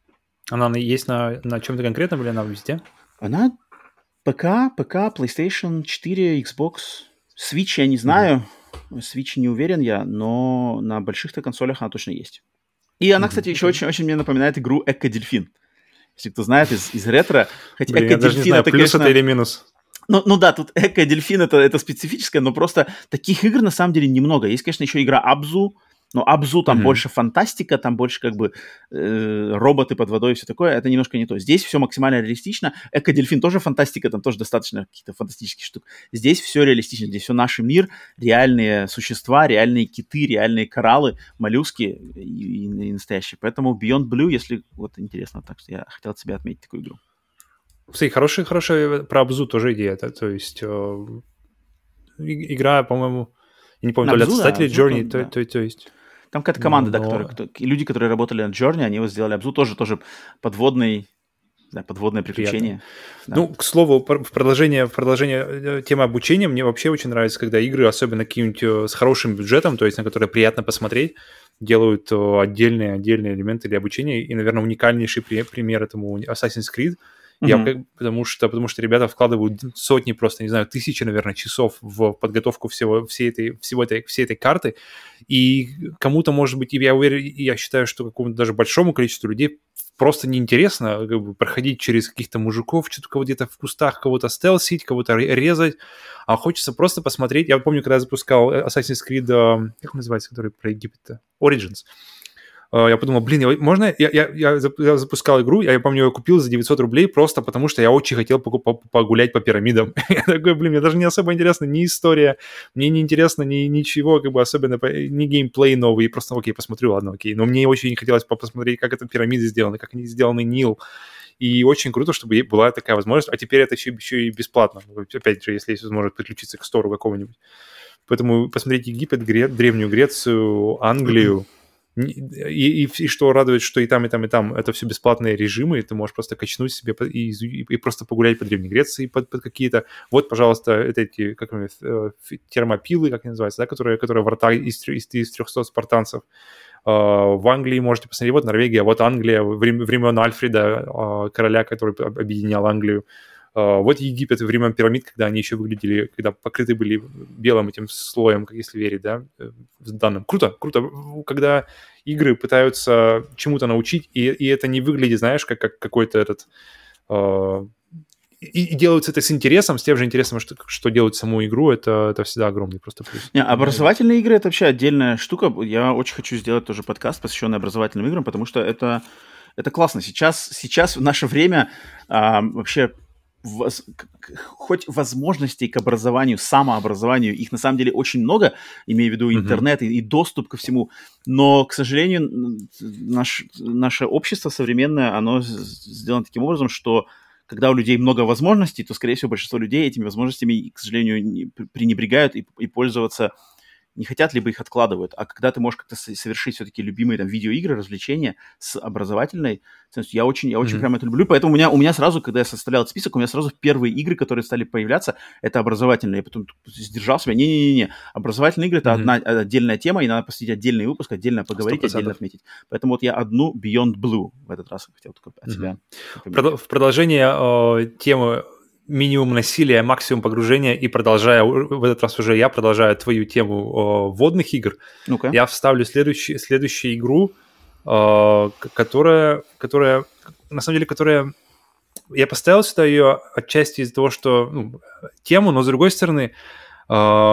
Она есть на, на чем-то конкретном или она везде? Она ПК, ПК, PlayStation четыре, Xbox, Switch я не знаю, uh-huh. Switch не уверен я, но на больших-то консолях она точно есть. И она, mm-hmm. кстати, еще очень-очень мне напоминает игру Эко-Дельфин. Если кто знает из, из ретро. Хоть Блин, я даже не знаю, это, плюс конечно... это или минус. Ну, ну да, тут Эко-Дельфин это, это специфическое, но просто таких игр на самом деле немного. Есть, конечно, еще игра Абзу, но Абзу там mm-hmm. больше фантастика, там больше как бы э, роботы под водой и все такое. Это немножко не то. Здесь все максимально реалистично. Эко-Дельфин тоже фантастика, там тоже достаточно каких-то фантастических штук. Здесь все реалистично, здесь все наш мир, реальные существа, реальные киты, реальные кораллы, моллюски и, и, и настоящие. Поэтому Beyond Blue, если вот интересно, так что я хотел от себя отметить такую игру. Кстати, хорошая, хорошая про Абзу тоже идея. Да? То есть э, игра, по-моему, я не помню, то ли от создателей да, Journey, то, да. то, то, то есть... Там какая-то команда, но... да, которые, кто, люди, которые работали над Journey, они вот сделали Абзу, тоже, тоже подводный, знаю, подводное приключение. Да. Ну, к слову, в продолжение, в продолжение темы обучения, мне вообще очень нравится, когда игры, особенно какие-нибудь с хорошим бюджетом, то есть на которые приятно посмотреть, делают отдельные, отдельные элементы для обучения. И, наверное, уникальнейший пример этому Assassin's Creed. Mm-hmm. Я, как, потому, что, потому что ребята вкладывают сотни, просто, не знаю, тысячи, наверное, часов в подготовку всего, всей, этой, всего этой, всей этой карты. И кому-то, может быть, и я уверен, и я считаю, что какому-то даже большому количеству людей просто неинтересно как бы, проходить через каких-то мужиков, что-то кого-то где-то в кустах, кого-то стелсить, кого-то резать, а хочется просто посмотреть. Я помню, когда я запускал Assassin's Creed, как он называется, который про Египет-то? Origins. Я подумал, блин, можно... Я, я, я запускал игру, я помню, я купил за девятьсот рублей просто потому, что я очень хотел погулять по пирамидам. Я такой, блин, мне даже не особо интересна ни история, мне не интересно ни, ничего, как бы особенно, ни геймплей новый, и просто, окей, посмотрю, ладно, окей. Но мне очень хотелось посмотреть, как это пирамиды сделаны, как они сделаны, Нил. И очень круто, чтобы была такая возможность. А теперь это еще, еще и бесплатно. Опять же, если есть возможность подключиться к стору какому-нибудь. Поэтому посмотреть Египет, Гре... Древнюю Грецию, Англию, И, и, и что радует, что и там, и там, и там это все бесплатные режимы, и ты можешь просто качнуть себе и, и, и просто погулять по Древней Греции под, под какие-то... Вот, пожалуйста, это эти, как называется, термопилы, как они называются, да, которые, которые врата из, из, из трехсот спартанцев. Uh, в Англии можете посмотреть, вот Норвегия, вот Англия, времен Альфреда, uh, короля, который объединял Англию. Uh, вот Египет, времен пирамид, когда они еще выглядели, когда покрыты были белым этим слоем, как если верить, да, данным. Круто, круто, когда игры пытаются чему-то научить, и, и это не выглядит, знаешь, как, как какой-то этот... Uh, и, и делаются это с интересом, с тем же интересом, что, что делают саму игру, это, это всегда огромный просто плюс. Не, образовательные игры — это вообще отдельная штука. Я очень хочу сделать тоже подкаст, посвященный образовательным играм, потому что это, это классно. Сейчас, сейчас в наше время а, вообще воз, хоть возможностей к образованию, самообразованию, их на самом деле очень много, имея в виду интернет mm-hmm. и, и доступ ко всему, но, к сожалению, наш, наше общество современное, оно сделано таким образом, что когда у людей много возможностей, то, скорее всего, большинство людей этими возможностями, к сожалению, не, пренебрегают и, и пользоваться не хотят, либо их откладывают. А когда ты можешь как-то совершить все-таки любимые там видеоигры, развлечения с образовательной ценностью, я очень, я очень mm-hmm. прям это люблю. Поэтому у меня, у меня сразу, когда я составлял этот список, у меня сразу первые игры, которые стали появляться, это образовательные. Я потом сдержал себя. Не-не-не, образовательные игры — это mm-hmm. одна отдельная тема, и надо посвятить отдельный выпуск, отдельно поговорить, сто процентов отдельно отметить. Поэтому вот я одну Beyond Blue в этот раз хотел только от себя. Mm-hmm. В продолжение э, темы минимум насилия, максимум погружения, и продолжая, в этот раз уже я продолжаю твою тему о, водных игр, ну-ка. Я вставлю следующий, следующую игру, э, которая, которая, на самом деле, которая... Я поставил сюда ее отчасти из-за того, что... Ну, тему, но с другой стороны, э,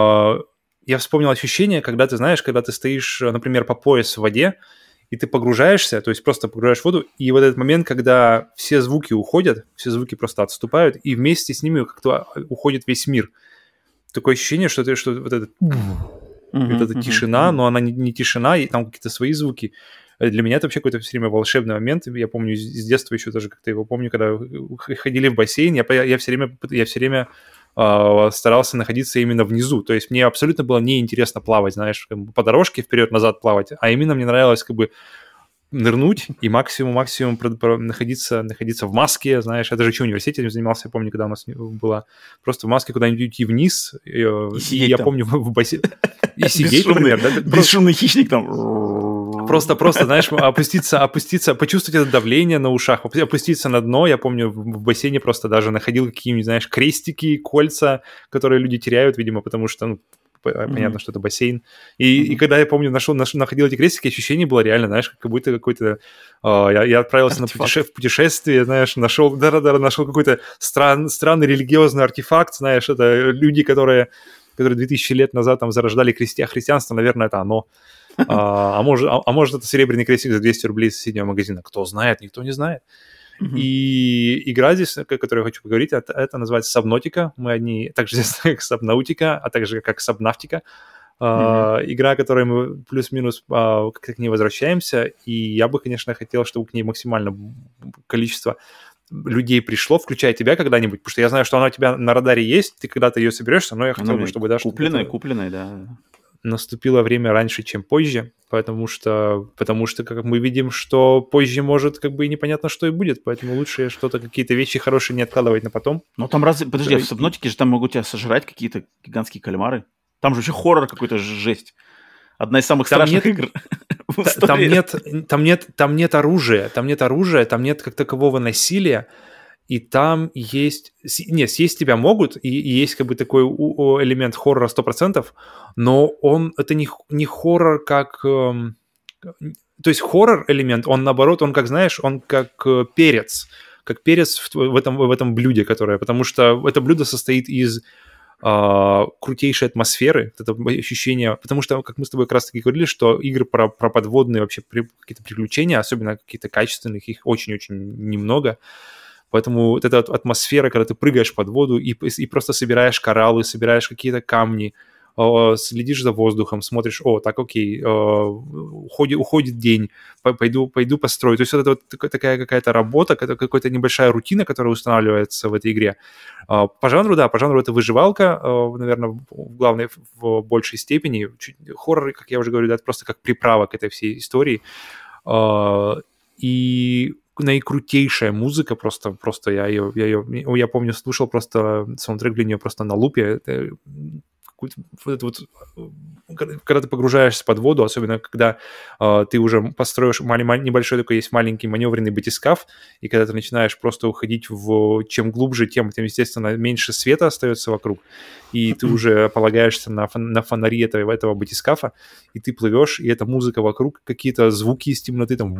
я вспомнил ощущение, когда ты, знаешь, когда ты стоишь, например, по пояс в воде, и ты погружаешься, то есть просто погружаешь в воду, и вот этот момент, когда все звуки уходят, все звуки просто отступают, и вместе с ними как-то уходит весь мир. Такое ощущение, что, ты, что вот, этот, uh-huh, вот эта uh-huh, тишина, uh-huh. но она не, не тишина, и там какие-то свои звуки. Для меня это вообще какой-то все время волшебный момент. Я помню с детства еще даже как-то его помню, когда ходили в бассейн, я, я все время... Я все время старался находиться именно внизу. То есть мне абсолютно было неинтересно плавать, знаешь, по дорожке вперед-назад плавать, а именно мне нравилось как бы нырнуть и максимум-максимум находиться, находиться в маске, знаешь. Я даже еще в университете этим занимался, я помню, когда у нас была просто в маске куда-нибудь идти вниз. И, и я там. помню в бассейне. И сидеть, например. Да? Бесшумный хищник там. Просто, просто, знаешь, опуститься, опуститься, почувствовать это давление на ушах, опуститься на дно. Я помню, в бассейне просто даже находил какие-нибудь, знаешь, крестики, кольца, которые люди теряют, видимо, потому что, ну, понятно, mm-hmm. что это бассейн. И, mm-hmm. и когда я помню, нашел, нашел, находил эти крестики, ощущение было реально, знаешь, как будто какой-то... Э, я, я отправился артефакт. на путеше- в путешествие, знаешь, нашел, да-да-да, нашел какой-то стран, странный религиозный артефакт, знаешь, это люди, которые, которые две тысячи лет назад там зарождали христи- христианство, наверное, это оно. А, а, может, а, а может, это серебряный крестик за двести рублей из соседнего магазина. Кто знает, никто не знает. Uh-huh. И игра здесь, о которой я хочу поговорить, это, это называется Subnautica. Мы одни, так же известны как Subnautica, а также как Subnautica. Uh-huh. Uh, игра, к которой мы плюс-минус uh, как-то к ней возвращаемся. И я бы, конечно, хотел, чтобы к ней максимально количество людей пришло, включая тебя когда-нибудь, потому что я знаю, что она у тебя на радаре есть, ты когда-то ее соберешься, но я хотел она бы, чтобы... Да, купленная, чтобы... купленная, да. наступило время раньше, чем позже, потому что, потому что, как мы видим, что позже может как бы и непонятно, что и будет, поэтому лучше что-то, какие-то вещи хорошие не откладывать на потом. Ну там разве... Подожди, а в Сабнотике же там могут тебя сожрать какие-то гигантские кальмары. Там же вообще хоррор какой-то, жесть. Одна из самых там страшных нет, игр. Там нет, там, нет, там нет оружия, там нет оружия, там нет как такового насилия, и там есть... Нет, съесть тебя могут, и, и есть как бы такой элемент хоррора сто процентов, но он... Это не, не хоррор как... Эм, то есть хоррор-элемент, он наоборот, он как, знаешь, он как э, перец, как перец в, в, этом, в этом блюде, которое... Потому что это блюдо состоит из... Uh, крутейшей атмосферы, это ощущение, потому что, как мы с тобой как раз-таки говорили, что игры про, про подводные вообще при, какие-то приключения, особенно какие-то качественных, их очень-очень немного, поэтому вот эта атмосфера, когда ты прыгаешь под воду и, и просто собираешь кораллы, собираешь какие-то камни, uh, следишь за воздухом, смотришь, о, так, окей, uh, уходит, уходит день, пойду, пойду построю. То есть вот это вот такая какая-то работа, какая-то небольшая рутина, которая устанавливается в этой игре. Uh, по жанру, да, по жанру это выживалка, uh, наверное, в главной, в большей степени. Чуть, хоррор, как я уже говорю, да, это просто как приправа к этой всей истории. Uh, и наикрутейшая музыка, просто, просто я ее, я ее, я помню, слушал просто саундтрек для нее просто на лупе. Это, вот это вот, когда ты погружаешься под воду, особенно когда э, ты уже построишь малень, небольшой такой есть маленький маневренный батискаф, и когда ты начинаешь просто уходить в... Чем глубже, тем, тем естественно, меньше света остается вокруг, и ты уже полагаешься на, фон, на фонари этого, этого батискафа, и ты плывешь, и эта музыка вокруг, какие-то звуки из темноты, там...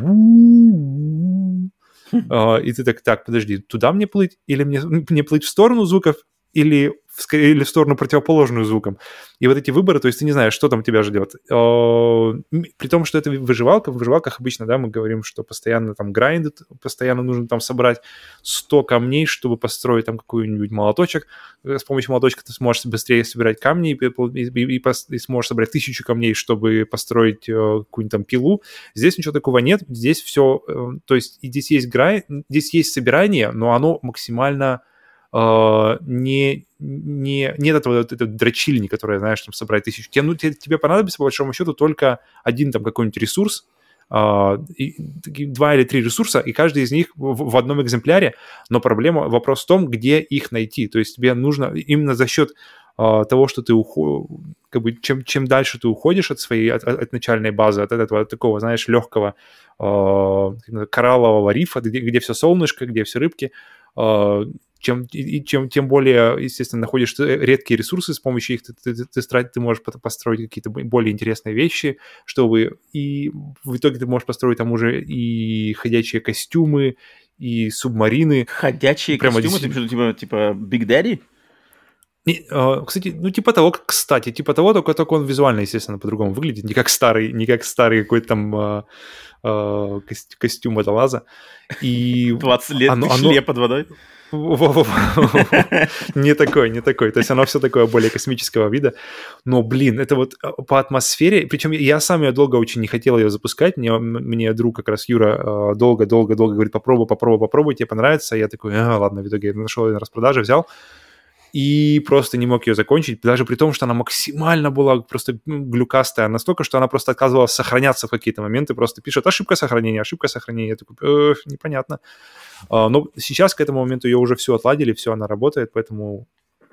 Uh, и ты так, так, подожди, туда мне плыть? Или мне, мне плыть в сторону звуков? Или в, или в сторону противоположную звукам. И вот эти выборы, то есть ты не знаешь, что там тебя ждет. При том, что это выживалка, в выживалках обычно, да, мы говорим, что постоянно там грайндит, постоянно нужно там собрать сто камней, чтобы построить там какой-нибудь молоточек. С помощью молоточка ты сможешь быстрее собирать камни и, и, и, и сможешь собрать тысячу камней, чтобы построить какую-нибудь там пилу. Здесь ничего такого нет. Здесь все, то есть здесь есть грайнд, здесь есть собирание, но оно максимально... Uh, не, не, нет этого, этого дрочильни, который, знаешь, там собрать тысячу. Тебе, ну, тебе, тебе понадобится, по большому счету, только один там какой-нибудь ресурс, uh, и, два или три ресурса, и каждый из них в, в одном экземпляре, но проблема, вопрос в том, где их найти. То есть тебе нужно именно за счет uh, того, что ты уходишь, как бы, чем, чем дальше ты уходишь от своей, от, от начальной базы, от этого от такого, знаешь, легкого uh, кораллового рифа, где, где все солнышко, где все рыбки, uh, Чем, и чем, тем более, естественно, находишь редкие ресурсы, с помощью их ты, ты, ты, ты, ты можешь построить какие-то более интересные вещи, чтобы и в итоге ты можешь построить там уже и ходячие костюмы, и субмарины. Ходячие Прямо костюмы? Здесь... Ты типа, типа Big Daddy? И, э, кстати, ну типа того, кстати, типа того, только, только он визуально, естественно, по-другому выглядит, не как старый, не как старый какой-то там э, э, костюм водолаза. И двадцать лет оно, ты оно... под водой? Не такой, не такой. То есть оно все такое более космического вида. Но, блин, это вот по атмосфере... Причем я сам ее долго очень не хотел ее запускать. Мне, мне друг как раз Юра долго-долго-долго говорит, попробуй, попробуй, попробуй, тебе понравится. Я такой, а, ладно, в итоге нашел ее на распродаже, взял. И просто не мог ее закончить, даже при том, что она максимально была просто глюкастая, настолько, что она просто отказывалась сохраняться в какие-то моменты, просто пишет ошибка сохранения, ошибка сохранения. Я такой, э, непонятно. Но сейчас к этому моменту ее уже все отладили, все, она работает, поэтому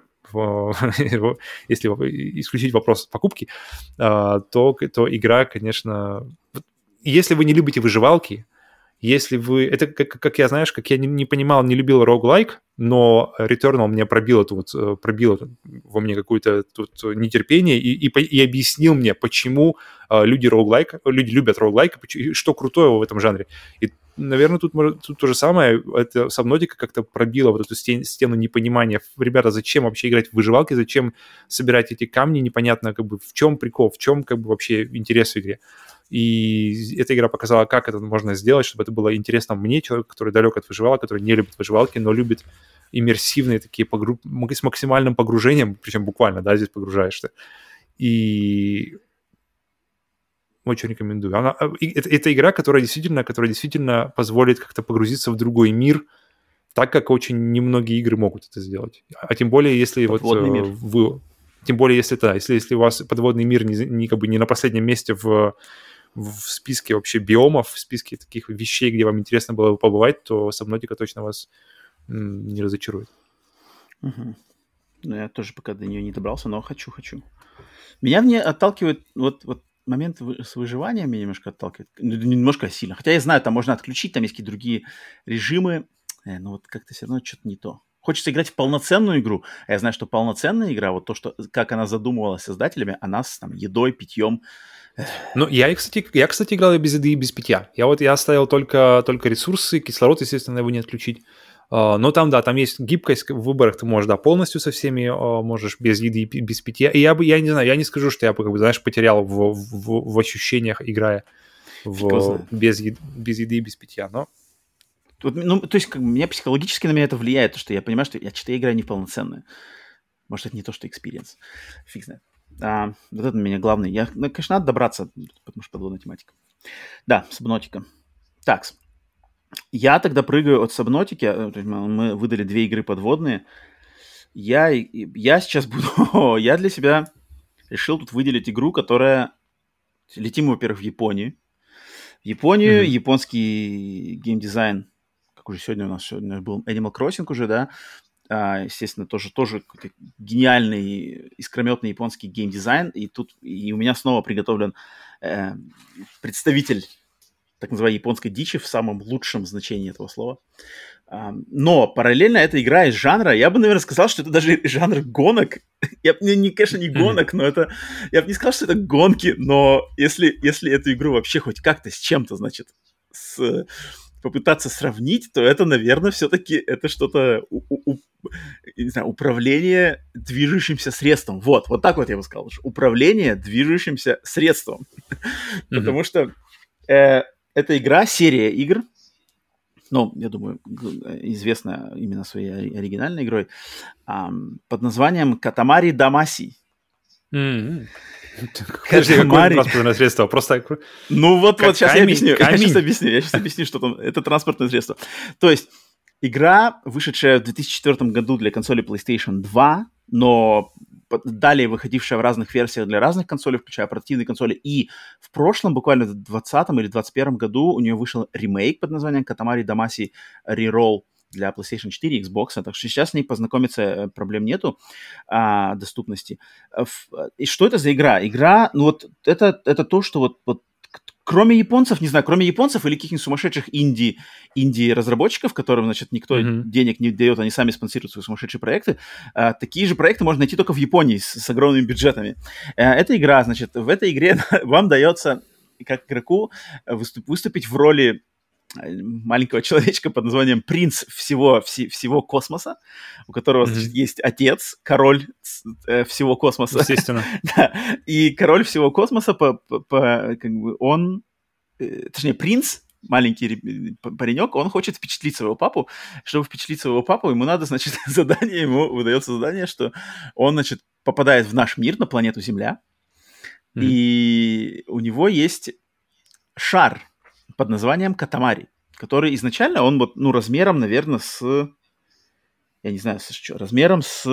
если исключить вопрос покупки, то, то игра, конечно... Если вы не любите выживалки, если вы... Это как, как я, знаешь, как я не, не понимал, не любил roguelike, но Returnal мне пробил, эту вот, пробил во мне какое-то тут нетерпение и, и, и объяснил мне, почему люди roguelike, люди любят roguelike, что крутое в этом жанре. И, наверное, тут, тут то же самое. Это Subnautica как-то пробило вот эту стен, стену непонимания. Ребята, зачем вообще играть в выживалки, зачем собирать эти камни, непонятно, как бы, в чем прикол, в чем как бы вообще интерес в игре. И эта игра показала, как это можно сделать, чтобы это было интересно мне, человеку, который далек от выживалок, который не любит выживалки, но любит иммерсивные такие, погру... с максимальным погружением, причем буквально, да, здесь погружаешься. И очень рекомендую. Она... Это, это игра, которая действительно, которая действительно позволит как-то погрузиться в другой мир, так как очень немногие игры могут это сделать. А тем более, если Подводный вот мир. вы... Тем более, если это, если, если у вас подводный мир не, не, как бы не на последнем месте в, в списке вообще биомов, в списке таких вещей, где вам интересно было бы побывать, то Subnautica точно вас м, не разочарует. Угу. Ну, я тоже пока до нее не добрался, но хочу, хочу. Меня в ней отталкивает вот, вот момент вы, с выживанием, меня немножко отталкивает. Ну, немножко сильно. Хотя я знаю, там можно отключить, там есть какие-то другие режимы, э, но вот как-то все равно что-то не то. Хочется играть в полноценную игру, а я знаю, что полноценная игра, вот то, что, как она задумывалась создателями, она с там, едой, питьем. Ну, я, кстати, я, кстати, играл и без еды, и без питья. Я вот я оставил только, только ресурсы, кислород, естественно, его не отключить. Uh, но там, да, там есть гибкость в выборах, ты можешь, да, полностью со всеми, uh, можешь без еды и без питья. И я бы, я не знаю, я не скажу, что я бы, как бы, знаешь, потерял в, в, в ощущениях, играя в, без, еды, без еды и без питья, но... Вот, ну, то есть, как, меня психологически на меня это влияет, то, что я понимаю, что я что-то играю неполноценную. Может, это не то, что experience. Фиг знает. А, вот это у меня главное. Я, ну, конечно, надо добраться, потому что подводная тематика. Да, Subnautica. Так, я тогда прыгаю от Subnautica. Мы выдали две игры подводные. Я, я сейчас буду... я для себя решил тут выделить игру, которая... Летим, во-первых, в Японию. В Японию, mm-hmm. японский геймдизайн. Как уже сегодня у нас сегодня был Animal Crossing уже, да? А, естественно, тоже, тоже гениальный, искрометный японский геймдизайн. И тут и у меня снова приготовлен э, представитель так называемой японской дичи в самом лучшем значении этого слова. А, но параллельно эта игра из жанра, я бы, наверное, сказал, что это даже жанр гонок. Я, не, конечно, не гонок, mm-hmm. но это... Я бы не сказал, что это гонки, но если, если эту игру вообще хоть как-то с чем-то, значит, с... попытаться сравнить, то это, наверное, все-таки это что-то, у, у, не знаю, управление движущимся средством. Вот, вот так вот я бы сказал. Управление движущимся средством. Mm-hmm. Потому что э, эта игра, серия игр, ну, я думаю, известна именно своей оригинальной игрой, э, под названием Катамари Дамаси. Mm-hmm. Подожди, какое транспортное средство? Просто... Ну вот, вот сейчас я объясню. Я сейчас объясню, я сейчас объясню, что там... Это транспортное средство. То есть игра, вышедшая в две тысячи четвёртом году для консоли PlayStation два, но далее выходившая в разных версиях для разных консолей, включая портативные консоли. И в прошлом, буквально в двадцатом или двадцать первом году, у нее вышел ремейк под названием Katamari Damacy Reroll для PlayStation четыре и Xbox, так что сейчас с ней познакомиться проблем нету а, доступности. И что это за игра? Игра, ну вот это, это то, что вот, вот кроме японцев, не знаю, кроме японцев или каких-нибудь сумасшедших инди, инди-разработчиков, которым, значит, никто mm-hmm. денег не дает, они сами спонсируют свои сумасшедшие проекты, а, такие же проекты можно найти только в Японии с, с огромными бюджетами. А, эта игра, значит, в этой игре вам дается, как игроку, выступ, выступить в роли маленького человечка под названием принц всего, вси, всего космоса, у которого, mm-hmm. значит, есть отец, король э, всего космоса. Естественно. Да. И король всего космоса, по, по, по, как бы он, э, точнее, принц, маленький паренек, он хочет впечатлить своего папу. Чтобы впечатлить своего папу, ему надо, значит, задание, ему выдается задание, что он, значит, попадает в наш мир, на планету Земля, mm-hmm. и у него есть шар под названием Катамари, который изначально, он вот, ну, размером, наверное, с... Я не знаю, с что, размером с...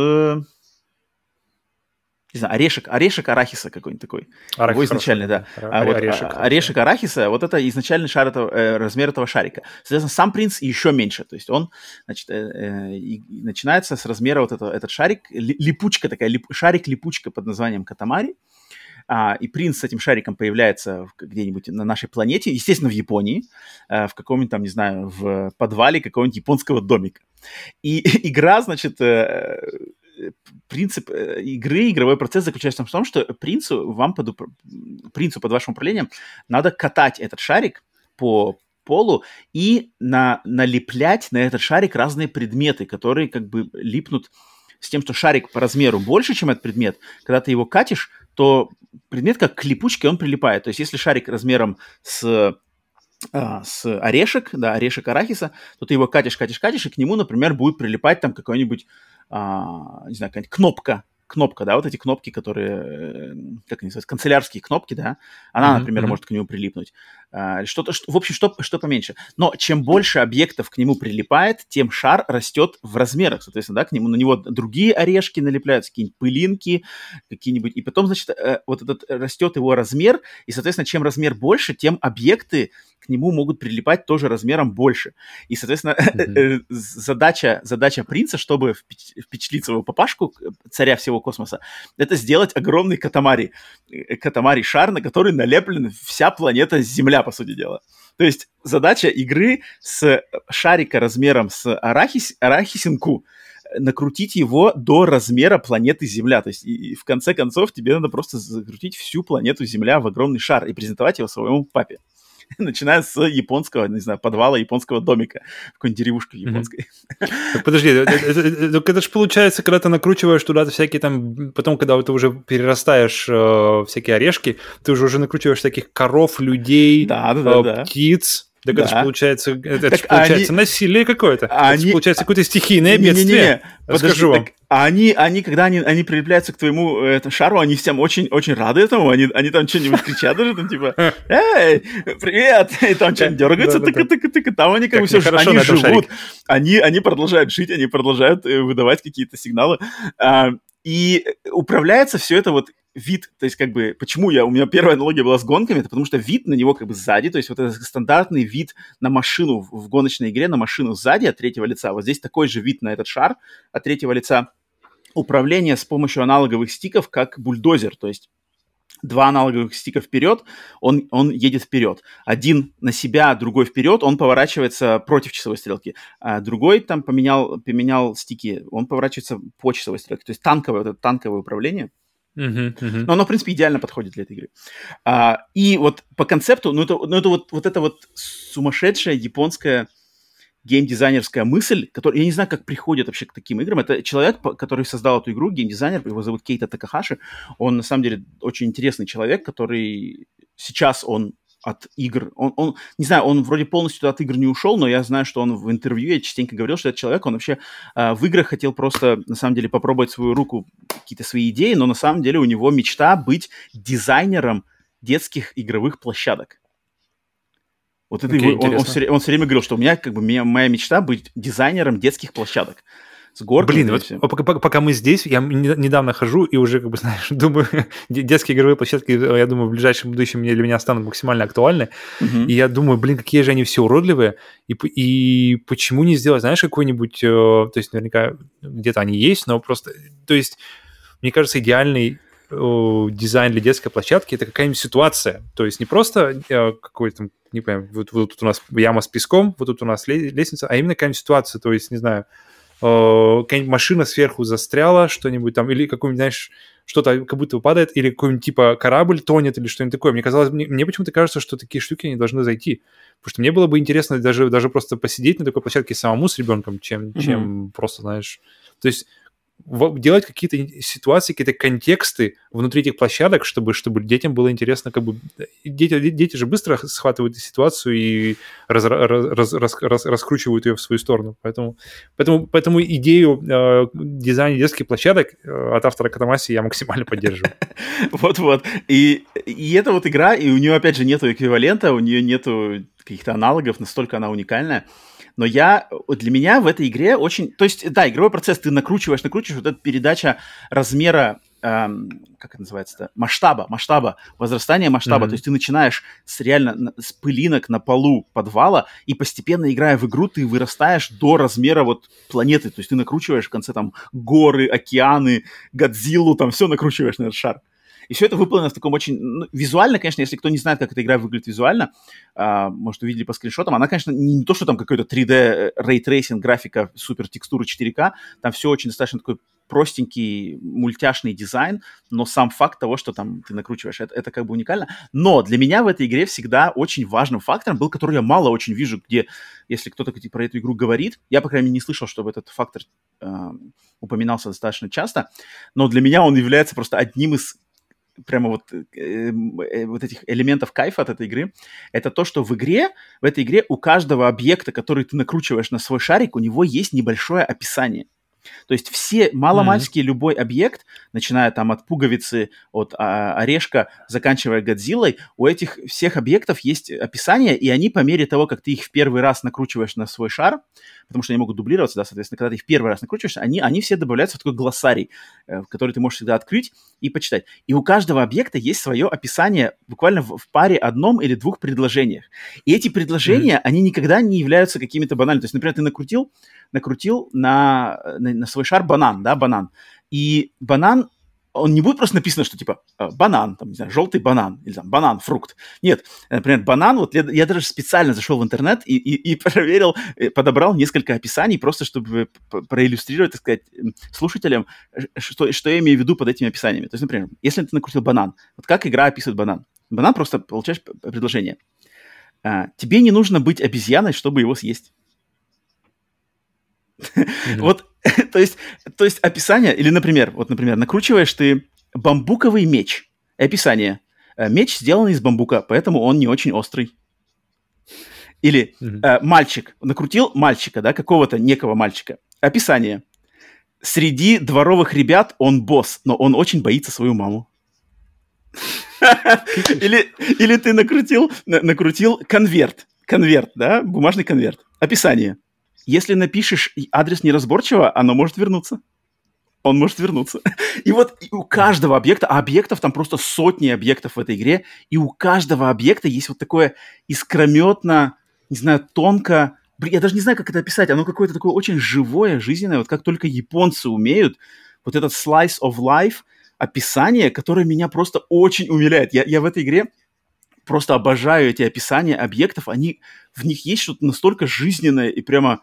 Не знаю, орешек, орешек арахиса какой-нибудь такой. Арахис, его изначально, хорошо, да. да. А вот, орешек, а, орешек арахиса, вот это изначальный шар этого, э, размер этого шарика. Соответственно, сам принц еще меньше. То есть он, значит, э, э, и начинается с размера вот этого, этот шарик, липучка такая, лип, шарик-липучка под названием Катамари. А, и принц с этим шариком появляется где-нибудь на нашей планете, естественно, в Японии, а, в каком-нибудь там, не знаю, в подвале какого-нибудь японского домика. И игра, значит, э, принцип э, игры, игровой процесс заключается в том, что принцу, вам под, принцу под вашим управлением надо катать этот шарик по полу и на, налеплять на этот шарик разные предметы, которые как бы липнут с тем, что шарик по размеру больше, чем этот предмет. Когда ты его катишь, то предмет как к липучке, он прилипает. То есть если шарик размером с, а, с орешек, да, орешек арахиса, то ты его катишь, катишь, катишь, и к нему, например, будет прилипать там какой-нибудь, а, не знаю, какая-нибудь кнопка, кнопка, да, вот эти кнопки, которые, как они называются, канцелярские кнопки, да, она, mm-hmm, например, mm-hmm. может к нему прилипнуть. а, что-то, что, в общем, что, что поменьше. Но чем больше объектов к нему прилипает, тем шар растет в размерах, соответственно, да, к нему, на него другие орешки налепляются, какие-нибудь пылинки, какие-нибудь, и потом, значит, вот этот растет его размер, и, соответственно, чем размер больше, тем объекты к нему могут прилипать тоже размером больше. И, соответственно, mm-hmm. задача, задача принца, чтобы впечатлить своего папашку, царя всего космоса, это сделать огромный катамари. Катамари-шар, на который налеплена вся планета Земля, по сути дела. То есть задача игры с шарика размером с арахис, арахисинку накрутить его до размера планеты Земля. То есть и, и в конце концов тебе надо просто закрутить всю планету Земля в огромный шар и презентовать его своему папе. Начиная с японского, не знаю, подвала японского домика, какой-нибудь деревушки японской. Так, подожди, это, это, это, это же получается, когда ты накручиваешь туда всякие там, потом, когда ты уже перерастаешь э, всякие орешки, ты уже, уже накручиваешь всяких коров, людей, да, да, да, э, да. птиц. Так да. это же получается, это так же получается они... насилие какое-то. Они... Это же получается какое-то стихийное бедствие. Не-не-не, расскажу вам. Так они, они, когда они, они прилепляются к твоему это, шару, они всем очень, очень рады этому, они, они там что-нибудь кричат даже, там типа, эй, привет, и там что-нибудь дергаются, тыка-тыка-тыка, там они как бы все, они живут, они, они продолжают жить, они продолжают выдавать какие-то сигналы, и управляется все это вот вид, то есть как бы, почему я, у меня первая аналогия была с гонками, это потому что вид на него как бы сзади, то есть вот этот стандартный вид на машину в, в гоночной игре, на машину сзади от третьего лица, вот здесь такой же вид на этот шар от третьего лица, управление с помощью аналоговых стиков как бульдозер, то есть два аналоговых стика вперед, он, он едет вперед. Один на себя, другой вперед, он поворачивается против часовой стрелки. А другой там поменял, поменял стики, он поворачивается по часовой стрелке. То есть танковое, вот это танковое управление. Uh-huh, uh-huh. Но оно, в принципе, идеально подходит для этой игры. А, и вот по концепту, ну это, ну, это вот, вот это вот сумасшедшая японская геймдизайнерская мысль, которая, я не знаю, как приходит вообще к таким играм. Это человек, который создал эту игру, геймдизайнер, его зовут Кейта Такахаши. Он, на самом деле, очень интересный человек, который сейчас он от игр, он, он, не знаю, он вроде полностью от игр не ушел, но я знаю, что он в интервью, я частенько говорил, что этот человек, он вообще э, в играх хотел просто, на самом деле, попробовать свою руку, какие-то свои идеи, но на самом деле у него мечта быть дизайнером детских игровых площадок. Вот это okay, его, он, он, все, он все время говорил, что у меня, как бы, меня, моя мечта быть дизайнером детских площадок. С горками. Блин, вот пока, пока мы здесь, я недавно хожу и уже, как бы, знаешь, думаю, детские игровые площадки, я думаю, в ближайшем будущем для меня станут максимально актуальны. Uh-huh. И я думаю, блин, какие же они все уродливые. И, и почему не сделать, знаешь, какой-нибудь... То есть, наверняка, где-то они есть, но просто... То есть, мне кажется, идеальный дизайн для детской площадки — это какая-нибудь ситуация. То есть не просто какой-то, не понимаю, вот, вот тут у нас яма с песком, вот тут у нас лестница, а именно какая-нибудь ситуация. То есть, не знаю, какая-нибудь машина сверху застряла, что-нибудь там, или какой-нибудь, знаешь, что-то как будто падает, или какой-нибудь типа корабль тонет, или что-нибудь такое. Мне казалось, мне, мне почему-то кажется, что такие штуки не должны зайти. Потому что мне было бы интересно даже, даже просто посидеть на такой площадке самому с ребенком, чем, mm-hmm. чем просто, знаешь... То есть делать какие-то ситуации, какие-то контексты внутри этих площадок, чтобы, чтобы детям было интересно, как бы... Дети, дети же быстро схватывают ситуацию и раз, раз, раз, раз, раскручивают ее в свою сторону. Поэтому, поэтому, поэтому идею э, дизайна детских площадок э, от автора Катамаси я максимально поддерживаю. Вот-вот. И, и это вот игра, и у нее, опять же, нету эквивалента, у нее нету каких-то аналогов, настолько она уникальная. Но я, для меня в этой игре очень... То есть, да, игровой процесс ты накручиваешь, накручиваешь, вот эта передача размера, эм, как это называется-то, масштаба, масштаба, возрастания масштаба. Mm-hmm. То есть ты начинаешь с реально с пылинок на полу подвала, и постепенно, играя в игру, ты вырастаешь до размера вот планеты. То есть ты накручиваешь в конце там горы, океаны, Годзиллу, там все накручиваешь на этот шар. И все это выполнено в таком очень... Ну, визуально, конечно, если кто не знает, как эта игра выглядит визуально, а, может, увидели по скриншотам, она, конечно, не, не то, что там какой-то три дэ рейтрейсинг, графика, супер текстуры четыре ка, там все очень достаточно такой простенький мультяшный дизайн, но сам факт того, что там ты накручиваешь, это, это как бы уникально. Но для меня в этой игре всегда очень важным фактором был, который я мало очень вижу, где, если кто-то про эту игру говорит, я, по крайней мере, не слышал, чтобы этот фактор э, упоминался достаточно часто, но для меня он является просто одним из прямо вот, э, э, вот этих элементов кайфа от этой игры, это то, что в игре, в этой игре у каждого объекта, который ты накручиваешь на свой шарик, у него есть небольшое описание. То есть все, маломальски mm-hmm. любой объект, начиная там от пуговицы, от а, орешка, заканчивая Годзиллой, у этих всех объектов есть описание, и они по мере того, как ты их в первый раз накручиваешь на свой шар, потому что они могут дублироваться, да, соответственно, когда ты их в первый раз накручиваешь, они, они все добавляются в такой глоссарий, э, который ты можешь всегда открыть и почитать. И у каждого объекта есть свое описание буквально в, в паре одном или двух предложениях. И эти предложения, mm-hmm. они никогда не являются какими-то банальными. То есть, например, ты накрутил, накрутил на, на, на свой шар банан, да, банан. И банан, он не будет просто написано, что типа банан, там, не знаю, желтый банан, или там банан, фрукт. Нет, например, банан, вот я, я даже специально зашел в интернет и, и, и проверил, подобрал несколько описаний, просто чтобы проиллюстрировать, так сказать, слушателям, что, что я имею в виду под этими описаниями. То есть, например, если ты накрутил банан, вот как игра описывает банан? Банан просто получаешь предложение. Тебе не нужно быть обезьяной, чтобы его съесть. Mm-hmm. Вот, то есть, то есть описание, или, например, вот, например, накручиваешь ты бамбуковый меч. Описание. Меч сделан из бамбука, поэтому он не очень острый. Или mm-hmm. э, мальчик. Накрутил мальчика, да, какого-то некого мальчика. Описание. Среди дворовых ребят он босс, но он очень боится свою маму. Или, или ты накрутил, на, накрутил конверт. Конверт, да, бумажный конверт. Описание. Если напишешь адрес неразборчиво, оно может вернуться. Он может вернуться. И вот и у каждого объекта, а объектов там просто сотни объектов в этой игре, и у каждого объекта есть вот такое искрометно, не знаю, тонко... Я даже не знаю, как это описать. Оно какое-то такое очень живое, жизненное, вот как только японцы умеют. Вот этот slice of life, описание, которое меня просто очень умиляет. Я, я в этой игре просто обожаю эти описания объектов. Они, в них есть что-то настолько жизненное и прямо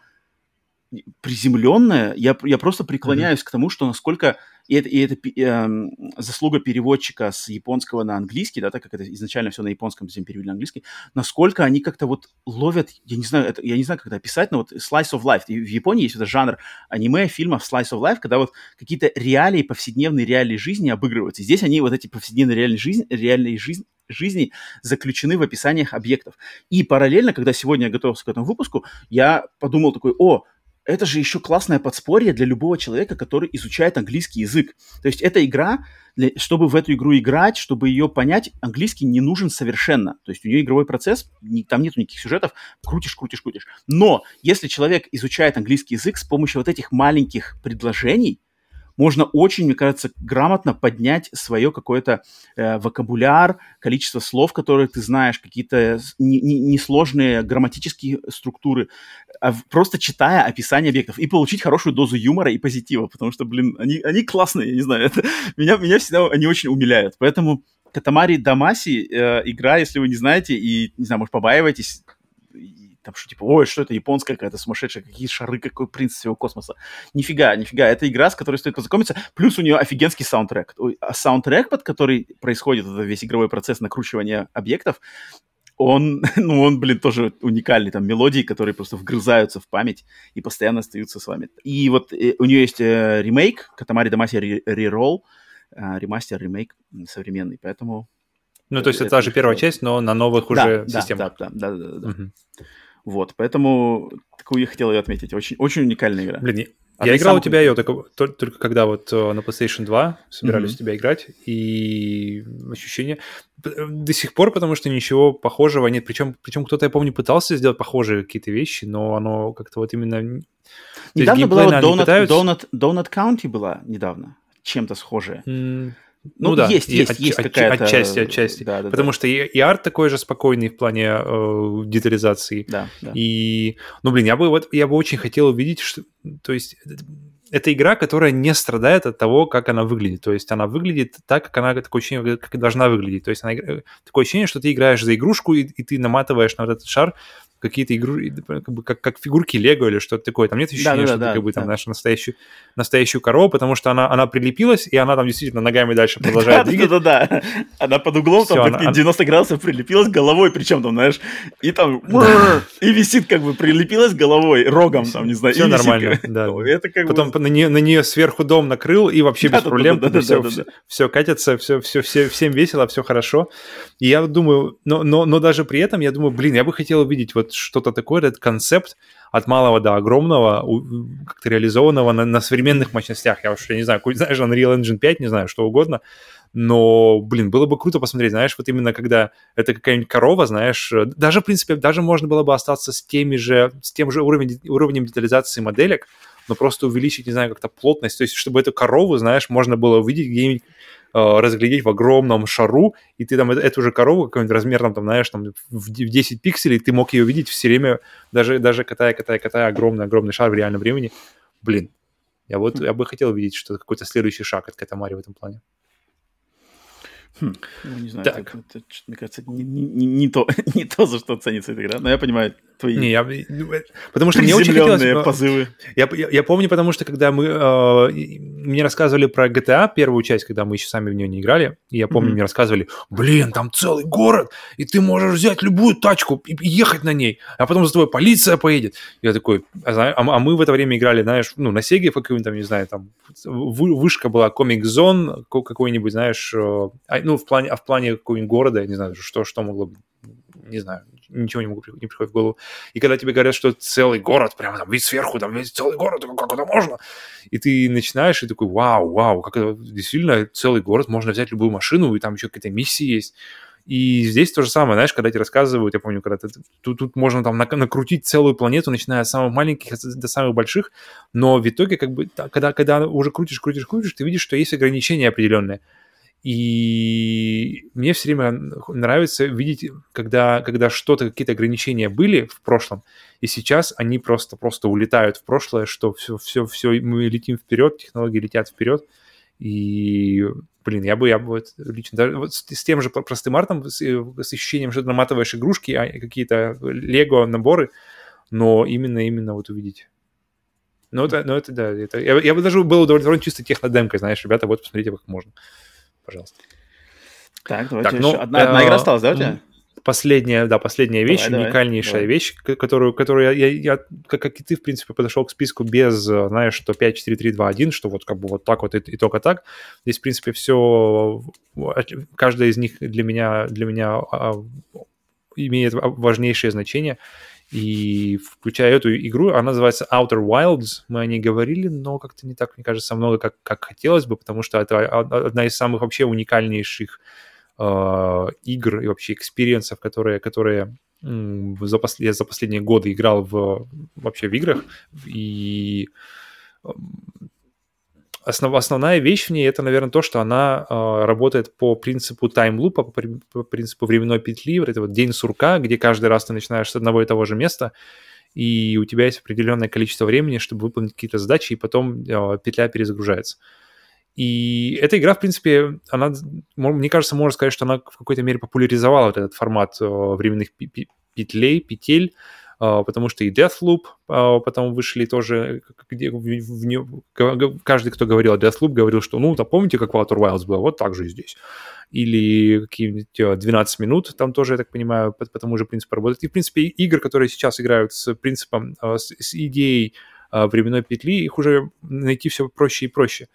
приземленное. Я, я просто преклоняюсь mm-hmm. к тому, что насколько... И это, и это э, заслуга переводчика с японского на английский, да, так как это изначально все на японском, затем перевели на английский, насколько они как-то вот ловят, я не знаю, это, я не знаю, как это описать, но вот slice of life. И в Японии есть этот жанр аниме, фильмов slice of life, когда вот какие-то реалии, повседневные реалии жизни обыгрываются. И здесь они, вот эти повседневные реалии жизни, реалии жизни, жизни заключены в описаниях объектов. И параллельно, когда сегодня я готовился к этому выпуску, я подумал такой, о, это же еще классное подспорье для любого человека, который изучает английский язык. То есть эта игра, для, чтобы в эту игру играть, чтобы ее понять, английский не нужен совершенно. То есть у нее игровой процесс, не, там нету никаких сюжетов, крутишь, крутишь, крутишь. Но если человек изучает английский язык с помощью вот этих маленьких предложений, можно очень, мне кажется, грамотно поднять свое какое-то э, вокабуляр, количество слов, которые ты знаешь, какие-то несложные грамматические структуры, а просто читая описание объектов, и получить хорошую дозу юмора и позитива, потому что, блин, они, они классные, я не знаю, это, меня, меня всегда они очень умиляют. Поэтому Катамари Дамаси э, игра, если вы не знаете и, не знаю, может, побаиваетесь, там что, типа, ой, что это, японская какая-то сумасшедшая, какие шары, какой принц всего космоса. Нифига, нифига, это игра, с которой стоит познакомиться, плюс у нее офигенский саундтрек. А саундтрек, под который происходит этот весь игровой процесс накручивания объектов, он, ну, он, блин, тоже уникальный. Там мелодии, которые просто вгрызаются в память и постоянно остаются с вами. И вот э, у нее есть э, ремейк, Катамари Дамаси Реролл, э, ремастер, ремейк современный, поэтому... Ну, то есть это, это та же первая часть, но на новых уже да, системах. Да, да, да, да, да. Угу. Вот, поэтому такую я хотел ее отметить. Очень, очень уникальная игра. Блин, Она я играл у тебя ее только, только когда вот на PlayStation два собирались mm-hmm. у тебя играть, и ощущение до сих пор, потому что ничего похожего нет. Причем, причем кто-то, я помню, пытался сделать похожие какие-то вещи, но оно как-то вот именно... Недавно была вот Donut, пытаются... Donut, Donut County была недавно, чем-то схожая. Mm. Ну, ну да, есть, есть, от, есть от, какая-то... Отчасти, отчасти. Да, да, Потому да. что и, и арт такой же спокойный в плане э, детализации. Да, да. И, ну, блин, я бы, вот, я бы очень хотел увидеть, что... То есть это игра, которая не страдает от того, как она выглядит. То есть она выглядит так, как она, такое ощущение, как и должна выглядеть. То есть она, такое ощущение, что ты играешь за игрушку, и, и ты наматываешь на вот этот шар какие-то игры, как, бы, как, как фигурки Лего или что-то такое. Там нет ощущения, да, да, что да, ты как бы да. там знаешь настоящую, настоящую корову, потому что она, она прилепилась, и она там действительно ногами дальше продолжает двигать. Да-да-да. Она под углом Всё, там она, девяносто градусов прилепилась головой, причем там, знаешь, и там и висит как бы, прилепилась головой, рогом там, не знаю. Все нормально, да. Это как Потом бы... на, нее, на нее сверху дом накрыл, и вообще без проблем все катится, все, все, все, всем весело, все хорошо. И я думаю, но, но, но даже при этом я думаю, блин, я бы хотел увидеть вот вот что-то такое, этот концепт от малого до огромного, как-то реализованного на, на современных мощностях. Я уж, я не знаю, какой, знаешь, Unreal Engine пять, не знаю, что угодно. Но, блин, было бы круто посмотреть, знаешь, вот именно когда это какая-нибудь корова, знаешь, даже, в принципе, даже можно было бы остаться с теми же, с тем же уровень, уровнем детализации моделек, но просто увеличить, не знаю, как-то плотность, то есть чтобы эту корову, знаешь, можно было увидеть где-нибудь, э, разглядеть в огромном шару, и ты там эту, эту же корову какой-нибудь размером, там, знаешь, там в десять пикселей, ты мог ее видеть все время, даже, даже катая, катая, катая огромный-огромный шар в реальном времени. Блин, я вот, я бы хотел видеть, что какой-то следующий шаг от Катамари в этом плане. Хм, ну, не знаю, так. это, это, это, мне кажется, не, не, не, то, не то, за что ценится эта игра, но я понимаю твои не, я, потому что мне очень хотелось... позывы. Я, я, я помню, потому что когда мы... Э, мне рассказывали про джи ти эй, первую часть, когда мы еще сами в нее не играли, и я помню, mm-hmm. мне рассказывали, блин, там целый город, и ты можешь взять любую тачку и, и ехать на ней, а потом за тобой полиция поедет. Я такой, а, а мы в это время играли, знаешь, ну, на Сеге какой-нибудь там, не знаю, там, вышка была Comic Zone какой-нибудь, знаешь, э, ну, в плане, а в плане какого-нибудь города, я не знаю, что, что могло быть, не знаю, ничего не, могу, не приходит в голову. И когда тебе говорят, что целый город, прямо там вид сверху, там весь целый город, как это можно? И ты начинаешь, и такой, вау, вау, как это действительно целый город, можно взять любую машину, и там еще какие-то миссии есть. И здесь то же самое, знаешь, когда тебе рассказывают, я помню, когда ты, тут, тут можно там накрутить целую планету, начиная от самых маленьких до самых больших, но в итоге, как бы, когда, когда уже крутишь, крутишь, крутишь, ты видишь, что есть ограничения определенные. И мне все время нравится видеть, когда, когда что-то, какие-то ограничения были в прошлом, и сейчас они просто, просто улетают в прошлое, что все, все, все, мы летим вперед, технологии летят вперед. И, блин, я бы, я бы вот лично, даже вот с, с тем же простым артом, с, с ощущением, что ты наматываешь игрушки, а какие-то лего-наборы, но именно, именно вот увидеть. Ну, это, ну, это да, это, я, я бы даже был удовлетворен чисто технодемкой, знаешь, ребята, вот посмотрите, как можно. Пожалуйста. Так, давайте так, ну, еще. Одна, одна игра осталась, да, у тебя? Последняя, да, последняя вещь, давай, уникальнейшая давай. вещь, которую, которую я, я, я как, как и ты, в принципе, подошел к списку без, знаешь, что пять, четыре, три, два, один, что вот как бы вот так вот и, и только так. Здесь, в принципе, все, каждая из них для меня, для меня а, имеет важнейшее значение. И включая эту игру, она называется Outer Wilds, мы о ней говорили, но как-то не так, мне кажется, много, как, как хотелось бы, потому что это одна из самых вообще уникальнейших э, игр и вообще экспириенсов, которые, которые м, за, пос, я за последние годы играл в, вообще в играх, и Основ, основная вещь в ней это, наверное, то, что она э, работает по принципу таймлупа, по, по принципу временной петли, вот это вот день сурка, где каждый раз ты начинаешь с одного и того же места, и у тебя есть определенное количество времени, чтобы выполнить какие-то задачи, и потом э, петля перезагружается. И эта игра, в принципе, она, мне кажется, можно сказать, что она в какой-то мере популяризовала вот этот формат э, временных петлей, петель, потому что и Deathloop потом вышли тоже, где в, в нее, каждый, кто говорил о Deathloop, говорил, что, ну, там, помните, как в Outer Wilds было, вот так же и здесь. Или какие-нибудь двенадцать минут, там тоже, я так понимаю, по, по тому же принципу работает. И, в принципе, игры, которые сейчас играют с принципом, с, с идеей временной петли, их уже найти все проще и проще.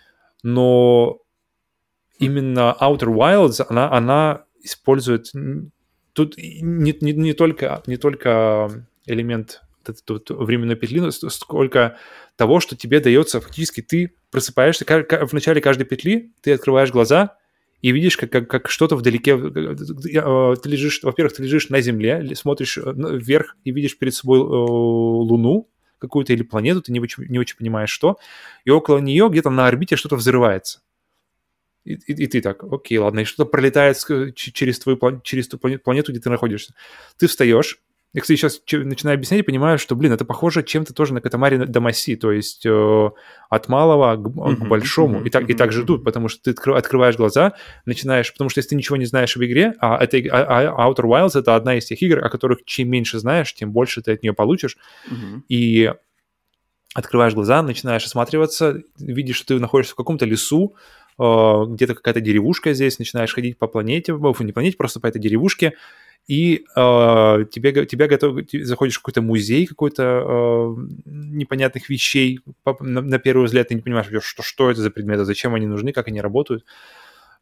Но именно Outer Wilds, она, она использует... Тут не, не, не, только, не только элемент вот, временной петли, но сколько того, что тебе дается, фактически ты просыпаешься, в начале каждой петли ты открываешь глаза и видишь, как, как, как что-то вдалеке, ты лежишь, во-первых, ты лежишь на земле, смотришь вверх и видишь перед собой Луну какую-то или планету, ты не очень, не очень понимаешь, что, и около нее где-то на орбите что-то взрывается. И, и, и ты так, окей, ладно, и что-то пролетает через твою через ту планету, где ты находишься. Ты встаешь. Я, кстати, сейчас начинаю объяснять и понимаю, что, блин, это похоже чем-то тоже на Катамари Дамаси, то есть э, от малого к, uh-huh, к большому. Uh-huh, и, так, uh-huh, и так же uh-huh. тут, потому что ты откры- открываешь глаза, начинаешь, потому что если ты ничего не знаешь об игре, а, это, а, а Outer Wilds — это одна из тех игр, о которых чем меньше знаешь, тем больше ты от нее получишь. Uh-huh. И открываешь глаза, начинаешь осматриваться, видишь, что ты находишься в каком-то лесу, где-то какая-то деревушка здесь, начинаешь ходить по планете, не планете, просто по этой деревушке, и э, тебе, тебя готов, ты заходишь в какой-то музей какой-то э, непонятных вещей, на, на первый взгляд ты не понимаешь, что, что это за предметы, зачем они нужны, как они работают,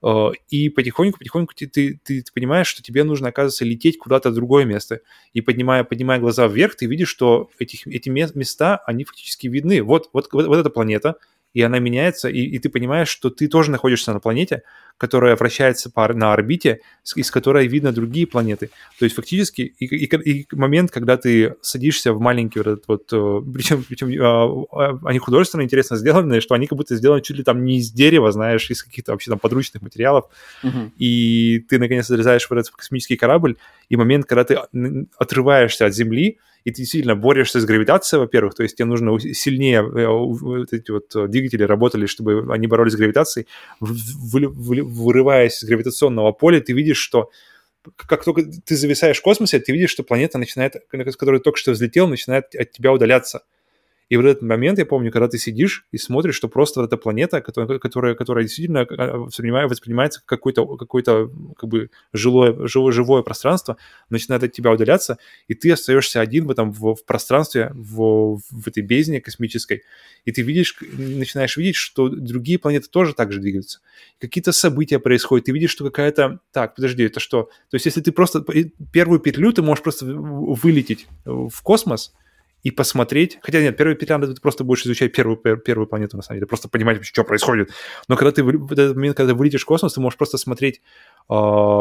И потихоньку-потихоньку ты, ты, ты понимаешь, что тебе нужно, оказывается, лететь куда-то в другое место. И поднимая, поднимая глаза вверх, ты видишь, что этих, эти места, они фактически видны. Вот, вот, вот, вот эта планета, и она меняется, и, и ты понимаешь, что ты тоже находишься на планете, которая вращается по, на орбите, из которой видно другие планеты. То есть фактически и, и, и момент, когда ты садишься в маленький вот этот вот... Причем, причем а, они художественно интересно сделаны, что они как будто сделаны чуть ли там не из дерева, знаешь, из каких-то вообще там подручных материалов. Uh-huh. И ты, наконец, залезаешь в этот космический корабль, и момент, когда ты отрываешься от Земли, и ты действительно борешься с гравитацией, во-первых, то есть тебе нужно сильнее вот эти вот двигатели работали, чтобы они боролись с гравитацией, вы, вы, вырываясь из гравитационного поля, ты видишь, что как только ты зависаешь в космосе, ты видишь, что планета начинает, с которой только что взлетел, начинает от тебя удаляться. И в этот момент, я помню, когда ты сидишь и смотришь, что просто вот эта планета, которая, которая, которая действительно воспринимается как какое-то, какое-то как бы жилое, живое, живое пространство, начинает от тебя удаляться, и ты остаешься один в этом в, в пространстве, в, в этой бездне космической, и ты видишь, начинаешь видеть, что другие планеты тоже так же двигаются. Какие-то события происходят, ты видишь, что какая-то... Так, подожди, это что? То есть если ты просто... Первую петлю ты можешь просто вылететь в космос, и посмотреть, хотя нет, первая петля, ты просто будешь изучать первую, первую планету, на самом деле, просто понимать, что происходит. Но когда ты в этот момент, когда ты вылетишь в космос, ты можешь просто смотреть э,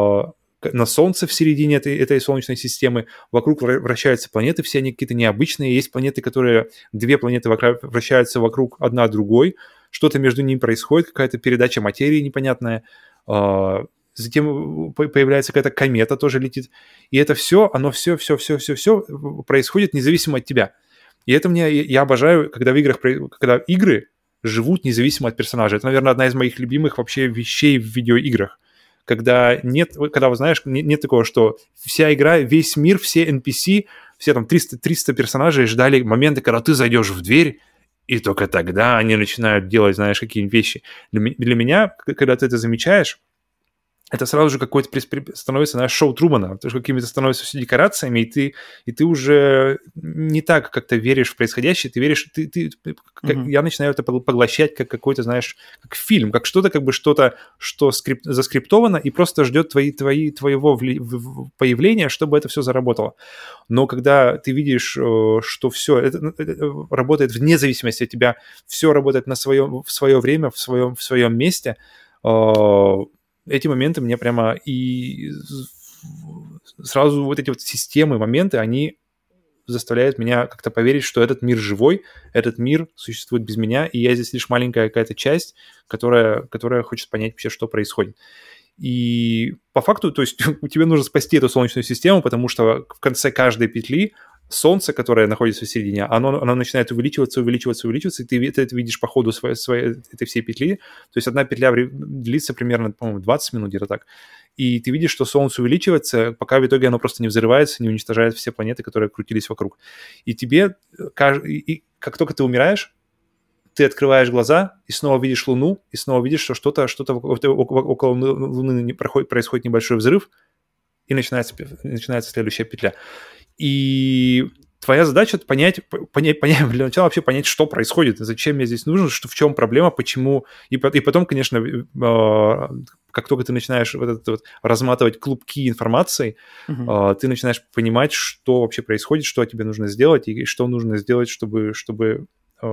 на Солнце в середине этой, этой Солнечной системы, вокруг вращаются планеты, все они какие-то необычные, есть планеты, которые, две планеты вращаются вокруг одна другой, что-то между ними происходит, какая-то передача материи непонятная, э, затем появляется какая-то комета, тоже летит. И это все, оно все, все, все, все, все происходит независимо от тебя. И это мне, я обожаю, когда в играх, когда игры живут независимо от персонажа. Это, наверное, одна из моих любимых вообще вещей в видеоиграх. Когда нет, когда, вы знаешь, нет, нет такого, что вся игра, весь мир, все эн пи си, все там триста, триста персонажей ждали момента, когда ты зайдешь в дверь, и только тогда они начинают делать, знаешь, какие-нибудь вещи. Для, для меня, когда ты это замечаешь, это сразу же какой-то становится, знаешь, шоу Трумана, потому что какими-то становятся все декорациями, и ты, и ты уже не так как-то веришь в происходящее, ты веришь, ты, ты, mm-hmm. я начинаю это поглощать как какой-то, знаешь, как фильм, как что-то, как бы что-то, что скрип, заскриптовано и просто ждет твои, твои, твоего вли, появления, чтобы это все заработало. Но когда ты видишь, что все это, это работает вне зависимости от тебя, все работает на своем, в свое время, в своем, в своем месте, эти моменты мне прямо и сразу вот эти вот системы, моменты, они заставляют меня как-то поверить, что этот мир живой, этот мир существует без меня, и я здесь лишь маленькая какая-то часть, которая, которая хочет понять вообще, что происходит. И по факту, то есть тебе нужно спасти эту Солнечную систему, потому что в конце каждой петли Солнце, которое находится в середине, оно, оно начинает увеличиваться, увеличиваться, увеличиваться, и ты это, это видишь по ходу своей, своей, этой всей петли. То есть одна петля длится примерно, по-моему, двадцать минут, где-то так. И ты видишь, что Солнце увеличивается, пока в итоге оно просто не взрывается, не уничтожает все планеты, которые крутились вокруг. И тебе, и как только ты умираешь, ты открываешь глаза и снова видишь Луну, и снова видишь, что что-то, что-то около Луны происходит небольшой взрыв, и начинается, начинается следующая петля. И твоя задача понять, понять, понять, для начала вообще понять, что происходит, зачем мне здесь нужно, что, в чем проблема, почему. И, и потом, конечно, как только ты начинаешь вот это вот разматывать клубки информации, uh-huh. ты начинаешь понимать, что вообще происходит, что тебе нужно сделать, и что нужно сделать, чтобы, чтобы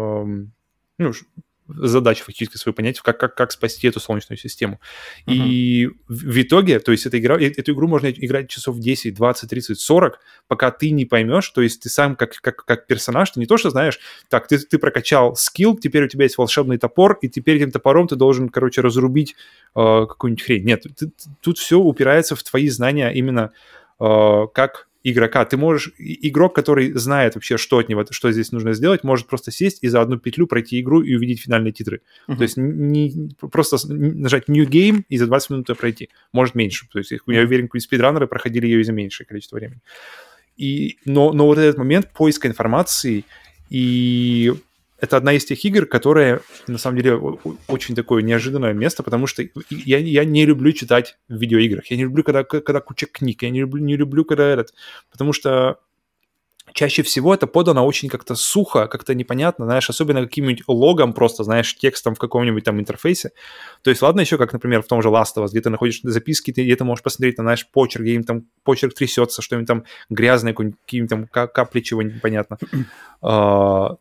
ну, задачу фактически свою понять, как, как, как спасти эту Солнечную систему. Uh-huh. И в, в итоге, то есть эта игра, эту игру можно играть часов десять, двадцать, тридцать, сорок, пока ты не поймешь, то есть ты сам как, как, как персонаж, ты не то, что знаешь, так, ты, ты прокачал скилл, теперь у тебя есть волшебный топор, и теперь этим топором ты должен, короче, разрубить э, какую-нибудь хрень. Нет, ты, тут все упирается в твои знания именно э, как игрока. Ты можешь, игрок, который знает вообще, что от него, что здесь нужно сделать, может просто сесть и за одну петлю пройти игру и увидеть финальные титры. Uh-huh. То есть не, просто нажать New Game и за двадцать минут ее пройти. Может меньше. То есть я уверен, что спидранеры проходили ее и за меньшее количество времени. И, но, но вот этот момент поиска информации, и это одна из тех игр, которая, на самом деле, очень такое неожиданное место, потому что я, я не люблю читать в видеоиграх. Я не люблю, когда, когда куча книг. Я не люблю, не люблю, когда этот... Потому что чаще всего это подано очень как-то сухо, как-то непонятно, знаешь, особенно каким-нибудь логом просто, знаешь, текстом в каком-нибудь там интерфейсе. То есть, ладно еще, как, например, в том же Last of Us, где ты находишь записки, ты где-то можешь посмотреть на, знаешь, почерк, где-нибудь там почерк трясется, что-нибудь там грязное, какие-нибудь там капли, чего-нибудь непонятно. То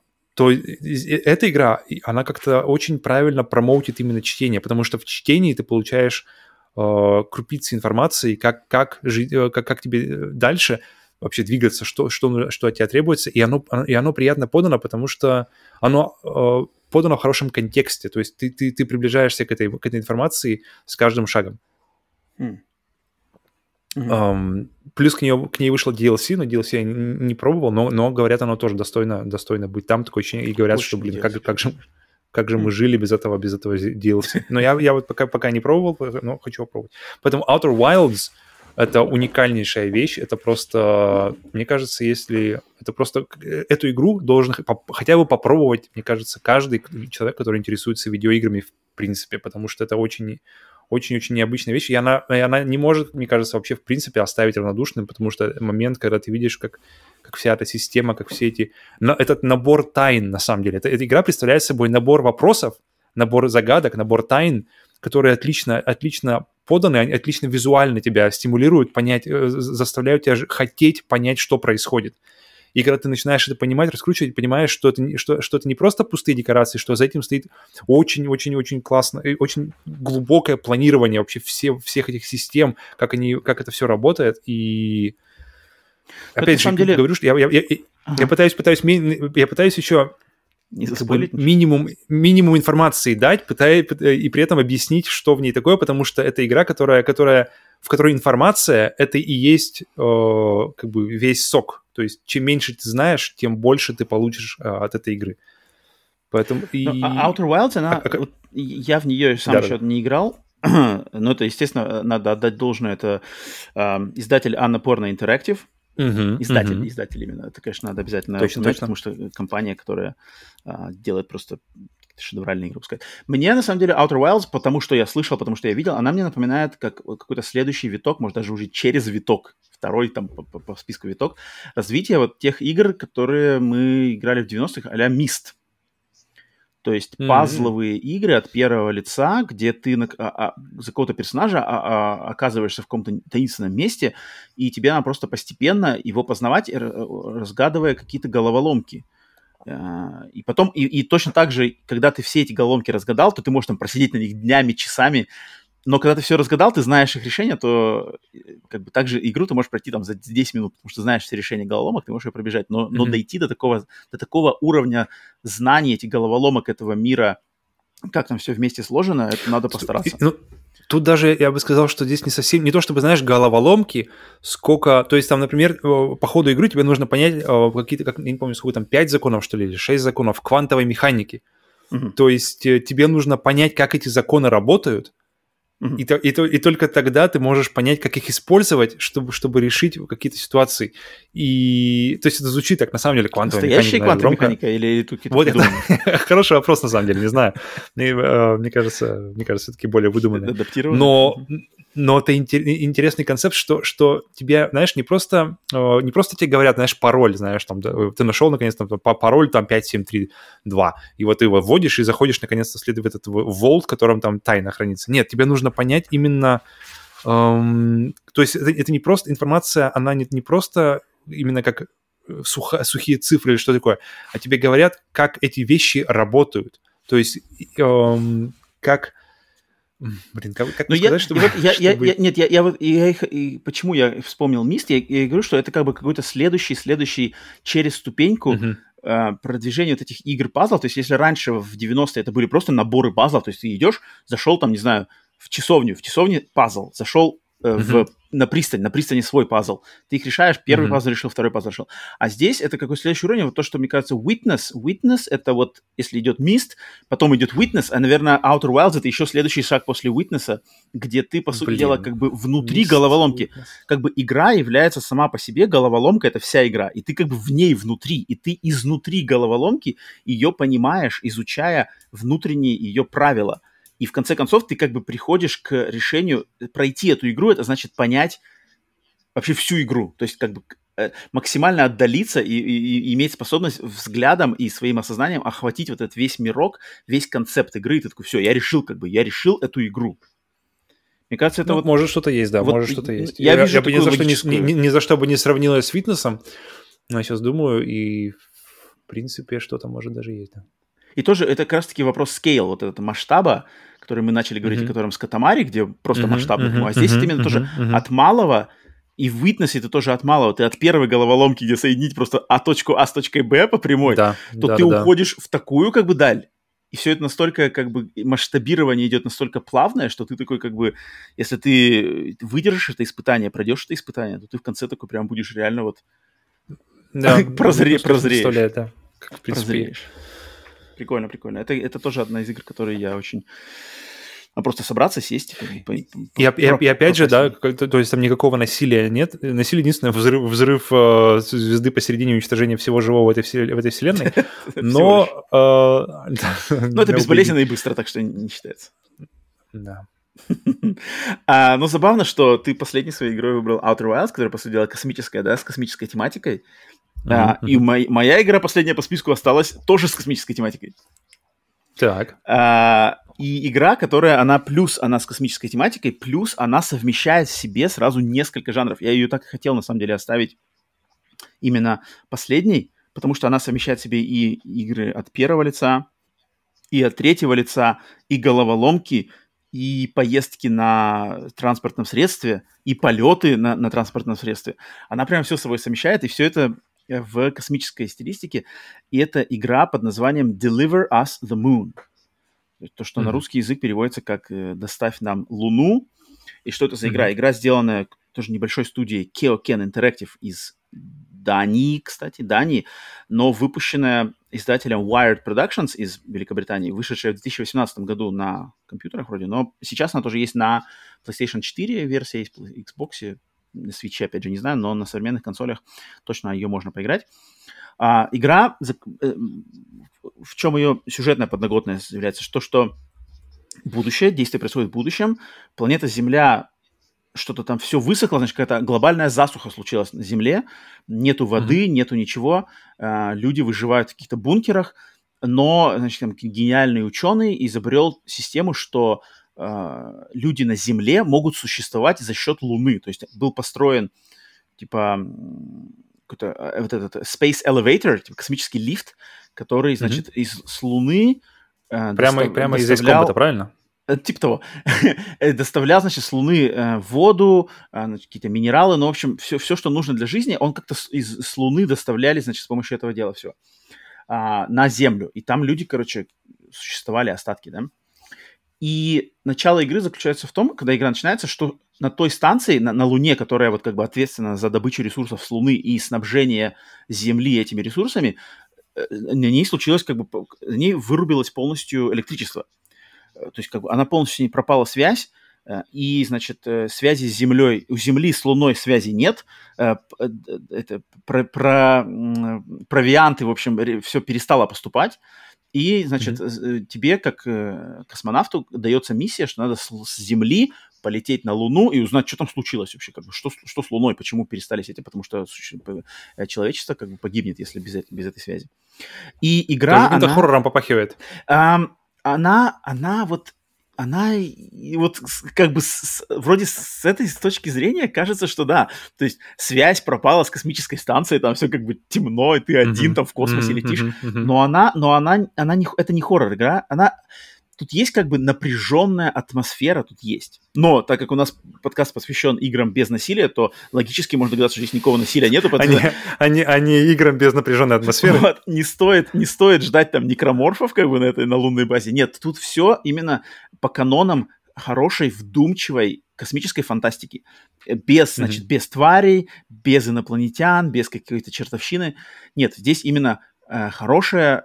эта игра, она как-то очень правильно промоутит именно чтение, потому что в чтении ты получаешь крупицы информации, как, как, жить, как, как тебе дальше вообще двигаться, что, что, что от тебя требуется, и оно, и оно приятно подано, потому что оно э, подано в хорошем контексте, то есть ты, ты, ты приближаешься к этой, к этой информации с каждым шагом. Mm. Mm-hmm. Um, плюс к, нее, к ней вышло ди эл си, но ди эл си я не, не пробовал, но, но говорят, оно тоже достойно, достойно быть там, такое ощущение, и говорят, Очень что, блин, как, как же... Как же мы жили без этого, без этого ди эл си. Но я, я вот пока, пока не пробовал, но хочу попробовать. Поэтому Outer Wilds — это уникальнейшая вещь. Это просто, мне кажется, если... Это просто... Эту игру должен хотя бы попробовать, мне кажется, каждый человек, который интересуется видеоиграми в принципе, потому что это очень... Очень-очень необычная вещь, и она, и она не может, мне кажется, вообще в принципе оставить равнодушным, потому что момент, когда ты видишь, как, как вся эта система, как все эти... Но этот набор тайн, на самом деле, это, эта игра представляет собой набор вопросов, набор загадок, набор тайн, которые отлично, отлично поданы, они отлично визуально тебя стимулируют, понять, заставляют тебя хотеть понять, что происходит. И когда ты начинаешь это понимать, раскручивать, понимаешь, что это, что, что это не просто пустые декорации, что за этим стоит очень-очень-очень классное, очень глубокое планирование вообще все, всех этих систем, как, они, как это все работает. И Но опять же, деле... говорю, что я, я, я, ага. я, пытаюсь, пытаюсь, я пытаюсь еще как бы, минимум, минимум информации дать, пытаюсь, и при этом объяснить, что в ней такое, потому что это игра, которая, которая, в которой информация — это и есть э, как бы весь сок. То есть чем меньше ты знаешь, тем больше ты получишь а, от этой игры. Поэтому и... Но, Outer Wilds, она... А, вот, я в нее сам да, еще да. не играл, но это, естественно, надо отдать должное. Это э, издатель Annapurna Interactive. Uh-huh, издатель, uh-huh. издатель именно. Это, конечно, надо обязательно точно, упомянуть, точно. потому что компания, которая а, делает просто шедевральные игры, пускай. Мне, на самом деле, Outer Wilds, потому что я слышал, потому что я видел, она мне напоминает как какой-то следующий виток, может, даже уже через виток, второй там по, по, по списку виток, развитие вот тех игр, которые мы играли в девяностых, а-ля Myst. То есть mm-hmm. пазловые игры от первого лица, где ты на, а, а, за какого-то персонажа а, а, оказываешься в каком-то таинственном месте, и тебе надо просто постепенно его познавать, разгадывая какие-то головоломки. И потом, и, и точно так же, когда ты все эти головоломки разгадал, то ты можешь там просидеть на них днями, часами, но когда ты все разгадал, ты знаешь их решения, то как бы также игру ты можешь пройти там за десять минут, потому что знаешь все решения головоломок, ты можешь ее пробежать, но, но mm-hmm. дойти до такого, до такого уровня знаний этих головоломок этого мира, как там все вместе сложено, это надо постараться. Ну, тут даже я бы сказал, что здесь не совсем, не то чтобы, знаешь, головоломки, сколько, то есть там, например, по ходу игры тебе нужно понять какие-то, как, я не помню, сколько там, пять законов, что ли, или шесть законов квантовой механики. Mm-hmm. То есть тебе нужно понять, как эти законы работают, Mm-hmm. И, то, и, то, и только тогда ты можешь понять, как их использовать, чтобы, чтобы решить какие-то ситуации. И то есть это звучит так, на самом деле, квантовая Настоящая механика. Настоящая квантовая механика или тут какие-то вот это хороший вопрос, на самом деле, не знаю. Мне, мне кажется, мне кажется, все-таки более выдуманный. Но, но это интересный концепт, что, что тебе, знаешь, не просто, не просто тебе говорят, знаешь, пароль, знаешь, там, ты нашел, наконец-то, пароль там пять семь три два, и вот ты его вводишь и заходишь, наконец-то, в этот волт, в котором там тайна хранится. Нет, тебе нужно понять именно, эм, то есть это, это не просто информация, она не, не просто именно как сухо, сухие цифры или что такое, а тебе говорят, как эти вещи работают. То есть эм, как... Блин, как, как сказать, я, чтобы... Вот я, чтобы... Я, я, нет, я, я, вот, я, я, я, почему я вспомнил Myst, я, я говорю, что это как бы какой-то следующий, следующий через ступеньку uh-huh. э, продвижения вот этих игр-пазлов. То есть если раньше в девяностые это были просто наборы пазлов, то есть ты идешь, зашел там, не знаю, в часовню, в часовне пазл, зашел э, uh-huh. в, на пристань, на пристани свой пазл. Ты их решаешь, первый uh-huh. пазл решил, второй пазл решил. А здесь это какой следующий уровень, вот то, что, мне кажется, Witness. Witness — это вот, если идет Myst, потом идет Witness, а, наверное, Outer Wilds — это еще следующий шаг после Witness, где ты, по сути Блин. дела, как бы внутри Myst, головоломки. Witness. Как бы игра является сама по себе, головоломка — это вся игра, и ты как бы в ней внутри, и ты изнутри головоломки ее понимаешь, изучая внутренние ее правила. И в конце концов ты как бы приходишь к решению, пройти эту игру, это значит понять вообще всю игру. То есть как бы максимально отдалиться и, и, и иметь способность взглядом и своим осознанием охватить вот этот весь мирок, весь концепт игры, и ты такой, все, я решил, как бы, я решил эту игру. Мне кажется, это ну, вот... Может, что-то есть, да, вот, может, что-то есть. Я, я вижу я бы ни за, что, логическую... ни, ни, ни за что бы не сравнила с фитнесом, но я сейчас думаю, и в принципе что-то может даже есть, да. И тоже это как раз-таки вопрос scale, вот этого масштаба, который мы начали говорить, uh-huh. о котором с Катамари, где просто uh-huh, масштабно. Uh-huh, а здесь uh-huh, именно uh-huh, тоже uh-huh. от малого, и в Witness это тоже от малого. Ты от первой головоломки, где соединить просто А точку А с точкой Б по прямой, да, то да, ты да, уходишь да. в такую как бы даль. И все это настолько, как бы, масштабирование идет настолько плавное, что ты такой, как бы, если ты выдержишь это испытание, пройдешь это испытание, то ты в конце такой прям будешь реально вот да, прозре- прозреешь. Это, как, в принципе... Прозреешь. Прикольно, прикольно. Это, это тоже одна из игр, которые я очень... А просто собраться, сесть. И, по, и, и, и опять же, да, то, то есть там никакого насилия нет. Насилие единственное взрыв, взрыв э, звезды посередине, уничтожения всего живого в этой, в этой вселенной. Но... Ну, это безболезненно и быстро, так что не считается. Да. а, но забавно, что ты последней своей игрой выбрал Outer Wilds, которая, по сути дела, космическая, да, с космической тематикой. Uh-huh, а, uh-huh. И мой, моя игра последняя по списку осталась тоже с космической тематикой. Так. А, и игра, которая, она плюс, она с космической тематикой, плюс она совмещает в себе сразу несколько жанров. Я ее так и хотел, на самом деле, оставить именно последней, потому что она совмещает в себе и игры от первого лица, и от третьего лица, и головоломки, и поездки на транспортном средстве, и полеты на, на транспортном средстве. Она прям все с собой совмещает, и все это в космической стилистике. И это игра под названием Deliver Us the Moon. То, что mm-hmm. на русский язык переводится как «Доставь нам Луну». И что это за игра? Mm-hmm. Игра, сделанная тоже небольшой студией Keoken Interactive из Дании, кстати, Дании, но выпущенная издателем Wired Productions из Великобритании, вышедшая в две тысячи восемнадцатом году на компьютерах вроде, но сейчас она тоже есть на PlayStation четыре версия, есть в Xbox, на Switch, опять же, не знаю, но на современных консолях точно ее можно поиграть. А, игра, в чем ее сюжетная подноготная является, что, что будущее, действие происходит в будущем, планета Земля, что-то там все высохло, значит, какая-то глобальная засуха случилась на Земле, нету воды, mm-hmm. нету ничего, а, люди выживают в каких-то бункерах, но, значит, там, гениальный ученый изобрел систему, что э, люди на Земле могут существовать за счет Луны. То есть был построен, типа, какой-то вот этот Space Elevator, типа, космический лифт, который, значит, mm-hmm. из, с Луны э, Прямо, достав, прямо доставлял... из комната, правильно? Типа того. Доставлял, значит, с Луны э, воду, э, значит, какие-то минералы, ну, в общем, все, все, что нужно для жизни, он как-то с, из, с Луны доставляли, значит, с помощью этого дела все. На Землю. И там люди, короче, существовали, остатки, да. И начало игры заключается в том, когда игра начинается, что на той станции, на, на Луне, которая вот как бы ответственна за добычу ресурсов с Луны и снабжение Земли этими ресурсами, на ней случилось как бы, на ней вырубилось полностью электричество. То есть как бы она полностью не пропала связь, и, значит, связи с Землей, у Земли с Луной связи нет, это, про, про, провианты, в общем, все перестало поступать, и, значит, mm-hmm. тебе, как космонавту, дается миссия, что надо с, с Земли полететь на Луну и узнать, что там случилось вообще, как бы, что, что с Луной, почему перестали сети, потому что человечество как бы погибнет, если без, без этой связи. И игра, она... Это хоррором попахивает. А, она, она вот... Она вот как бы с, вроде с этой с точки зрения кажется, что да, то есть связь пропала с космической станцией, там все как бы темно, и ты один mm-hmm. там в космосе mm-hmm. летишь, mm-hmm. но она, но она, она не, это не хоррор-игра, она, тут есть как бы напряженная атмосфера, тут есть. Но так как у нас подкаст посвящен играм без насилия, то логически можно догадаться, что здесь никакого насилия нету. Потому... Они, они, они играм без напряженной атмосферы. Вот, не стоит, не стоит ждать там некроморфов как бы на этой на лунной базе. Нет, тут все именно по канонам хорошей, вдумчивой космической фантастики. Без, значит, mm-hmm. без тварей, без инопланетян, без какой-то чертовщины. Нет, здесь именно э, хорошая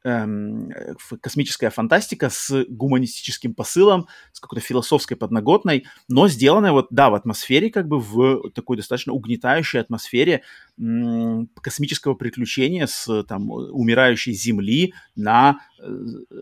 космическая фантастика с гуманистическим посылом, с какой-то философской подноготной, но сделанная вот, да, в атмосфере, как бы в такой достаточно угнетающей атмосфере м- космического приключения с там умирающей Земли на э,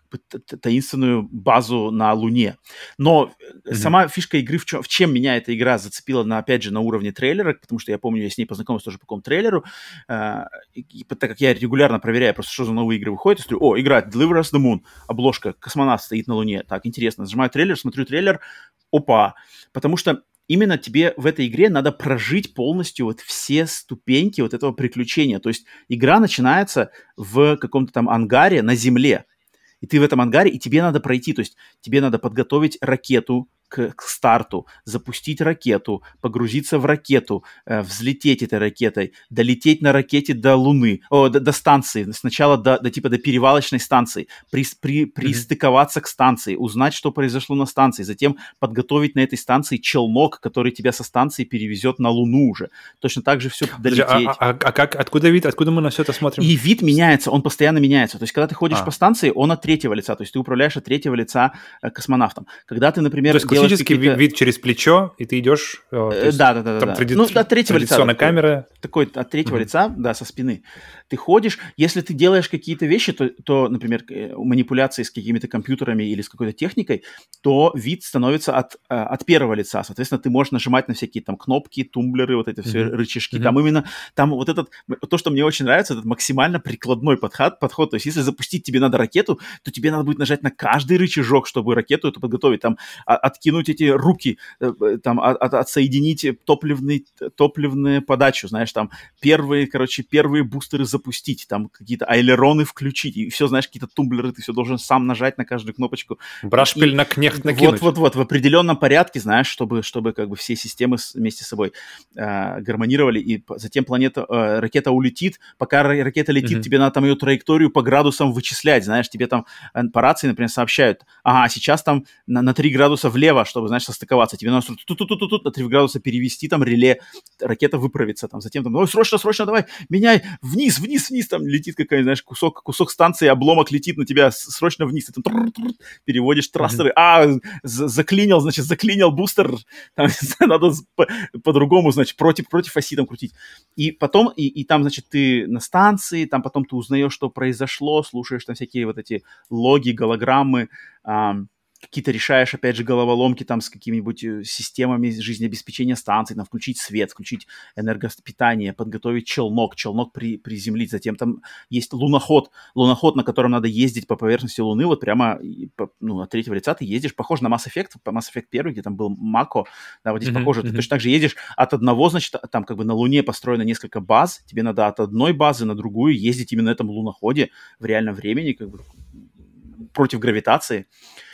таинственную базу на Луне. Но mm-hmm. сама фишка игры, в чем, в чем меня эта игра зацепила, на, опять же, на уровне трейлера, потому что я помню, я с ней познакомился тоже по какому-то трейлеру, э, и, и, так как я регулярно проверяю просто, что за новые игры выходят, я смотрю, о, игра Deliver Us the Moon, обложка, космонавт стоит на Луне, так, интересно, нажимаю трейлер, смотрю трейлер, опа, потому что именно тебе в этой игре надо прожить полностью вот все ступеньки вот этого приключения. То есть игра начинается в каком-то там ангаре на Земле, и ты в этом ангаре, и тебе надо пройти, то есть тебе надо подготовить ракету к, к старту, запустить ракету, погрузиться в ракету, э, взлететь этой ракетой, долететь на ракете до Луны, о, до, до станции, сначала до, до типа до перевалочной станции, при, при, пристыковаться mm-hmm. к станции, узнать, что произошло на станции, затем подготовить на этой станции челнок, который тебя со станции перевезет на Луну уже. Точно так же все долететь. А, а, а как, откуда вид, откуда мы на все это смотрим? И вид меняется, он постоянно меняется. То есть, когда ты ходишь а. по станции, он от третьего лица, то есть ты управляешь от третьего лица э, космонавтом. Когда ты, например, то есть классический вид, вид через плечо, и ты идешь... Э, да, да, да, да. Тради... Ну, от третьего лица. камера. Такой от третьего mm-hmm. лица, да, со спины. Ты ходишь, если ты делаешь какие-то вещи, то, то, например, манипуляции с какими-то компьютерами или с какой-то техникой, то вид становится от, от первого лица. Соответственно, ты можешь нажимать на всякие там кнопки, тумблеры, вот эти все mm-hmm. рычажки. Mm-hmm. Там именно, там вот этот, то, что мне очень нравится, этот максимально прикладной подход, подход. То есть, если запустить тебе надо ракету, то тебе надо будет нажать на каждый рычажок, чтобы ракету эту подготовить. Там, откинуть эти руки, там, от, от, отсоединить топливный, топливную подачу, знаешь, там, первые, короче, первые бустеры запустить, там, какие-то айлероны включить, и все, знаешь, какие-то тумблеры, ты все должен сам нажать на каждую кнопочку. Брашпиль на кнехт накинуть. Вот-вот-вот, в определенном порядке, знаешь, чтобы, чтобы как бы все системы вместе с собой э, гармонировали, и затем планета, э, ракета улетит, пока ракета летит, mm-hmm. тебе надо там ее траекторию по градусам вычислять, знаешь, тебе там по рации, например, сообщают, ага, сейчас там на, на три градуса влево, чтобы, знаешь, состыковаться, тебе надо тут-тут-тут-тут на три градуса перевести, там, реле, ракета выправится, там, затем там, ой, срочно, срочно, давай, меняй, вниз, вниз, вниз, там летит какая-нибудь, знаешь, кусок, кусок станции, обломок летит на тебя срочно вниз, ты там переводишь трассеры, mm-hmm. а, заклинил, значит, заклинил бустер, там, надо по- по-другому, значит, против, против оси там крутить. И потом, и, и там, значит, ты на станции, там потом ты узнаешь, что произошло, слушаешь там всякие вот эти логи, голограммы, ам, какие-то решаешь, опять же, головоломки там с какими-нибудь системами жизнеобеспечения станций, там, включить свет, включить энергопитание, подготовить челнок, челнок при, приземлить. Затем там есть луноход, луноход, на котором надо ездить по поверхности Луны, вот прямо по, ну, от третьего лица ты ездишь, похож на Mass Effect, по Mass Effect один, где там был Мако, да, вот здесь mm-hmm, похоже, mm-hmm. ты точно так же едешь от одного, значит, там как бы на Луне построено несколько баз, тебе надо от одной базы на другую ездить именно на этом луноходе в реальном времени, как бы против гравитации.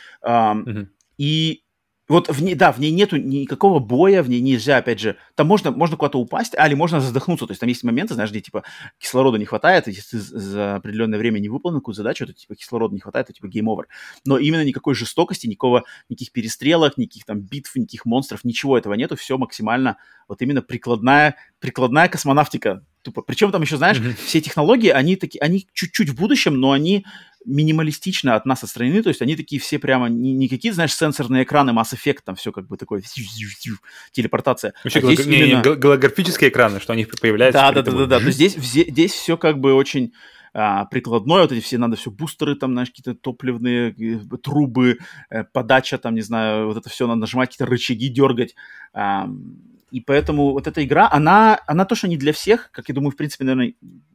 Um, uh-huh. И вот в ней, да, в ней нету никакого боя, в ней нельзя, опять же, там можно, можно куда-то упасть, а, или можно задохнуться, то есть там есть моменты, знаешь, где, типа, кислорода не хватает, и если ты за определенное время не выполнил какую-то задачу, то, типа, кислорода не хватает, то, типа, гейм-овер. Но именно никакой жестокости, никакого, никаких перестрелок, никаких там битв, никаких монстров, ничего этого нету, все максимально вот именно прикладная, прикладная космонавтика. Тупо. Причем там еще, знаешь, mm-hmm. все технологии, они, таки, они чуть-чуть в будущем, но они минималистично от нас отстранены, то есть они такие все прямо, не, не какие, знаешь, сенсорные экраны Mass Effect, там все как бы такое, телепортация. Вообще, а гол- не, именно... не, голографические экраны, что они появляются. Да-да-да, то есть здесь, здесь все как бы очень а, прикладное, вот эти все, надо все бустеры, там, знаешь, какие-то топливные трубы, э, подача, там, не знаю, вот это все надо нажимать, какие-то рычаги дергать. А, и поэтому вот эта игра, она, она точно не для всех, как я думаю, в принципе, наверное,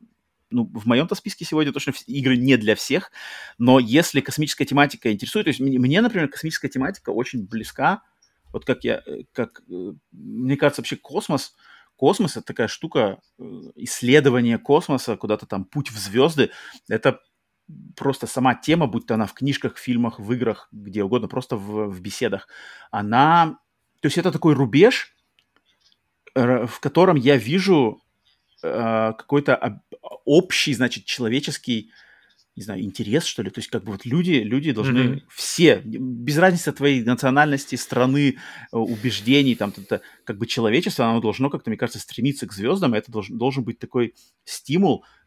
ну, в моем-то списке сегодня точно игры не для всех, но если космическая тематика интересует, то есть мне, например, космическая тематика очень близка, вот как я, как, мне кажется, вообще космос, космос — это такая штука, исследование космоса, куда-то там путь в звезды, это просто сама тема, будь то она в книжках, фильмах, в играх, где угодно, просто в, в беседах, она, то есть это такой рубеж, в котором я вижу какой-то общий, значит, человеческий, не знаю, интерес, что ли. То есть как бы вот люди, люди должны mm-hmm. все, без разницы от твоей национальности, страны, убеждений, там, это, как бы человечество, оно должно как-то, мне кажется, стремиться к звездам, и это должен, должен быть такой стимул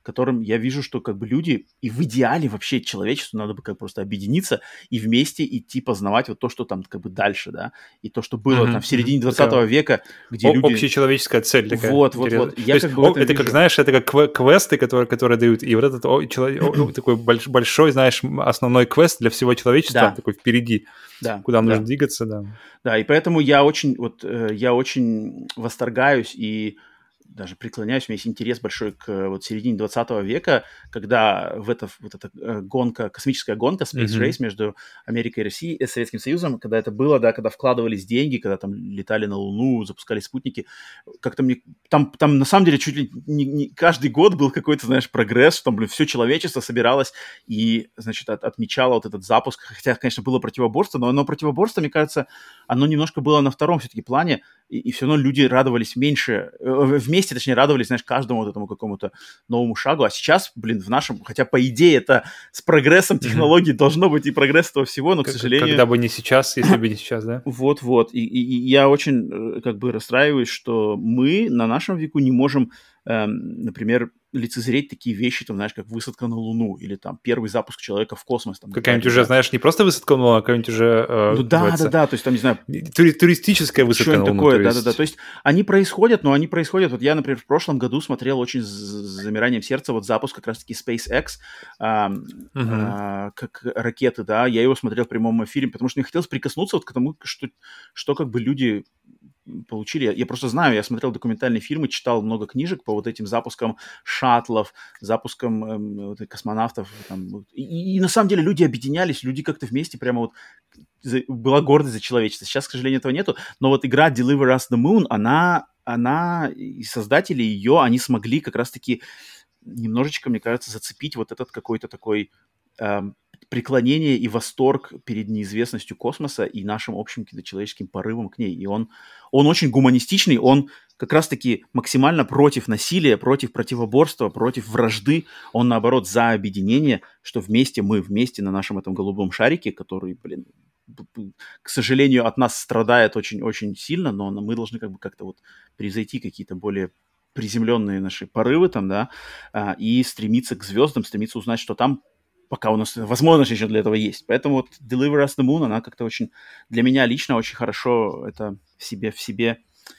которым я вижу, что как бы люди, и в идеале вообще человечеству надо бы как просто объединиться и вместе идти познавать вот то, что там как бы дальше, да, и то, что было там Мгм, в мгм. середине двадцатого Такая века, где о- люди... общечеловеческая цель такая Вот, вот, интересная. вот. То Я есть как бы в о, этом это как, вижу... знаешь, это как кве- квесты, которые, которые дают, и вот этот о, чело- о, о, такой больш- большой, знаешь, м, основной квест для всего человечества, Да, такой впереди, да, куда нужно да. двигаться, да. Да, и поэтому я очень, вот, э, я очень восторгаюсь и даже преклоняюсь, у меня есть интерес большой к э, вот середине двадцатого века, когда в это, вот эта э, гонка, космическая гонка, Space Race Мгм. между Америкой и Россией, э, Советским Союзом, когда это было, да, когда вкладывались деньги, когда там летали на Луну, запускали спутники, как-то мне, там, там на самом деле чуть ли не, не каждый год был какой-то, знаешь, прогресс, там, блин, все человечество собиралось и, значит, от- отмечало вот этот запуск, хотя, конечно, было противоборство, но оно противоборство, мне кажется, оно немножко было на втором все-таки плане, и, и все равно люди радовались меньше, э, вместе, точнее, радовались, знаешь, каждому вот этому какому-то новому шагу. А сейчас, блин, в нашем, хотя по идее это с прогрессом Мгм. технологий должно быть и прогресс этого всего, но, к К- к- сожалению, Когда бы не сейчас, если бы не сейчас, да? вот-вот. И, и- и я очень э, как бы расстраиваюсь, что мы на нашем веку не можем, эм, например, лицезреть такие вещи, там, знаешь, как высадка на Луну или там первый запуск человека в космос, там, Какая-нибудь Гагарин, уже, да. знаешь, не просто высадка на Луну, а какая-нибудь уже, э, Ну как да, да, называется, да, то есть там, не знаю, тури- туристическая высадка на что-нибудь Луну, то такое, да-да-да. То есть... есть они происходят, но они происходят. Вот я, например, в прошлом году смотрел очень с с замиранием сердца вот запуск как раз-таки SpaceX, ам, Мгм. а, как ракеты, да. Я его смотрел в прямом эфире, потому что мне хотелось прикоснуться вот к тому, что, что как бы люди получили. Я, я просто знаю, я смотрел документальные фильмы, читал много книжек по вот этим запускам шаттлов, запускам эм, вот, и космонавтов. Там, вот. и, и- и на самом деле люди объединялись, люди как-то вместе прямо вот за- была гордость за человечество. Сейчас, к сожалению, этого нету. Но вот игра Deliver Us the Moon, она, она и создатели ее, они смогли как раз-таки немножечко, мне кажется, зацепить вот этот какой-то такой эм, преклонение и восторг перед неизвестностью космоса и нашим общим каким-то человеческим порывом к ней. И он, он очень гуманистичный, он как раз-таки максимально против насилия, против противоборства, против вражды. Он, наоборот, за объединение, что вместе мы, вместе на нашем этом голубом шарике, который, блин, б- б- к сожалению, от нас страдает очень-очень сильно, но мы должны как бы как-то вот превзойти какие-то более приземленные наши порывы там, да, а, и стремиться к звездам, стремиться узнать, что там, пока у нас возможность еще для этого есть. Поэтому вот Deliver Us the Moon, она как-то очень, для меня лично очень хорошо это в себе, в себе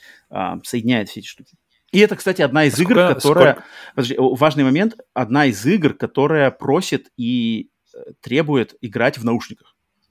а, соединяет все эти штуки. И это, кстати, одна А из игр, сколько, которая... сколько... Подожди, о, важный момент. Одна из игр, которая просит и э, требует играть в наушниках.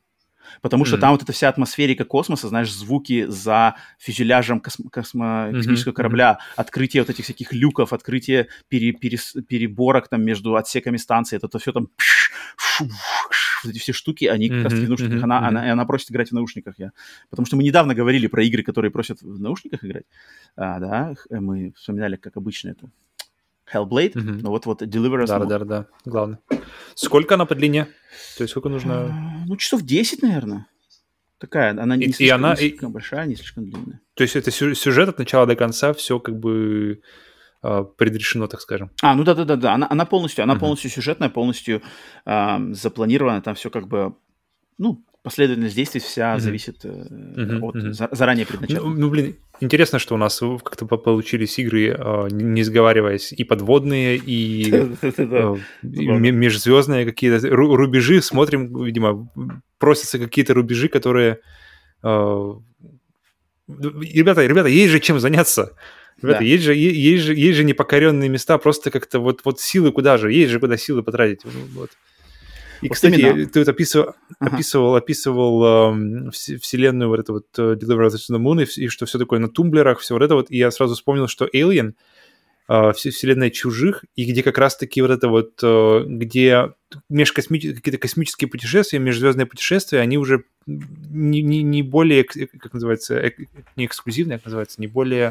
Потому что там М. вот эта вся атмосферика космоса, знаешь, звуки за фюзеляжем косм- космо- Мгм, космического мгм. корабля, открытие вот этих всяких люков, открытие пере- перес- переборок там между отсеками станции, это все там пш, шу, ш, вот эти все штуки, они как раз-таки в Мгм, наушниках, мгм, она, она, мгм. и она просит играть в наушниках. Я. Потому что мы недавно говорили про игры, которые просят в наушниках играть. А, да, х- мы вспоминали, как обычно, эту Hellblade, Мгм. но вот, вот Deliver Us Да, the да, Moon. да, да, главное. Сколько она по длине? То есть сколько нужно... А, Ну, часов десять, наверное. Такая, она И, не и слишком, она... не слишком и- большая, не слишком длинная. то есть это сю- сюжет от начала до конца, все как бы а, предрешено, так скажем. А, ну да-да-да-да, она, она полностью, она Мгм. полностью сюжетная, полностью ам, запланирована, там все как бы, ну, последовательность действий вся Мгм. зависит э, Мгм. от Мгм. за- заранее Ну, предначертанных. ну, блин, интересно, что у нас в- как-то по- получились игры, а, не не сговариваясь, и подводные, и, Да-да-да, а, и ме- забавно. межзвездные какие-то ру- рубежи. Смотрим, видимо, просятся какие-то рубежи, которые... а, ну, Ребята, ребята, есть же чем заняться. Ребята, Да. есть же, е- есть же, есть же непокоренные места, просто как-то вот, вот силы куда же, есть же куда силы потратить. Ну, вот. И, Вот кстати, именно. я- ты вот описывал, Ага. описывал, описывал ам, вс- вселенную вот это вот э, Deliver Us to the Moon, и, вс- и что все такое на тумблерах, все вот это вот, и я сразу вспомнил, что Alien, а, вс- вселенная чужих, и где как раз-таки вот это вот, э, где межкосмические, какие-то космические путешествия, межзвездные путешествия, они уже не, не, не более, эк- э, как называется, эк- не эксклюзивные, как называется, не более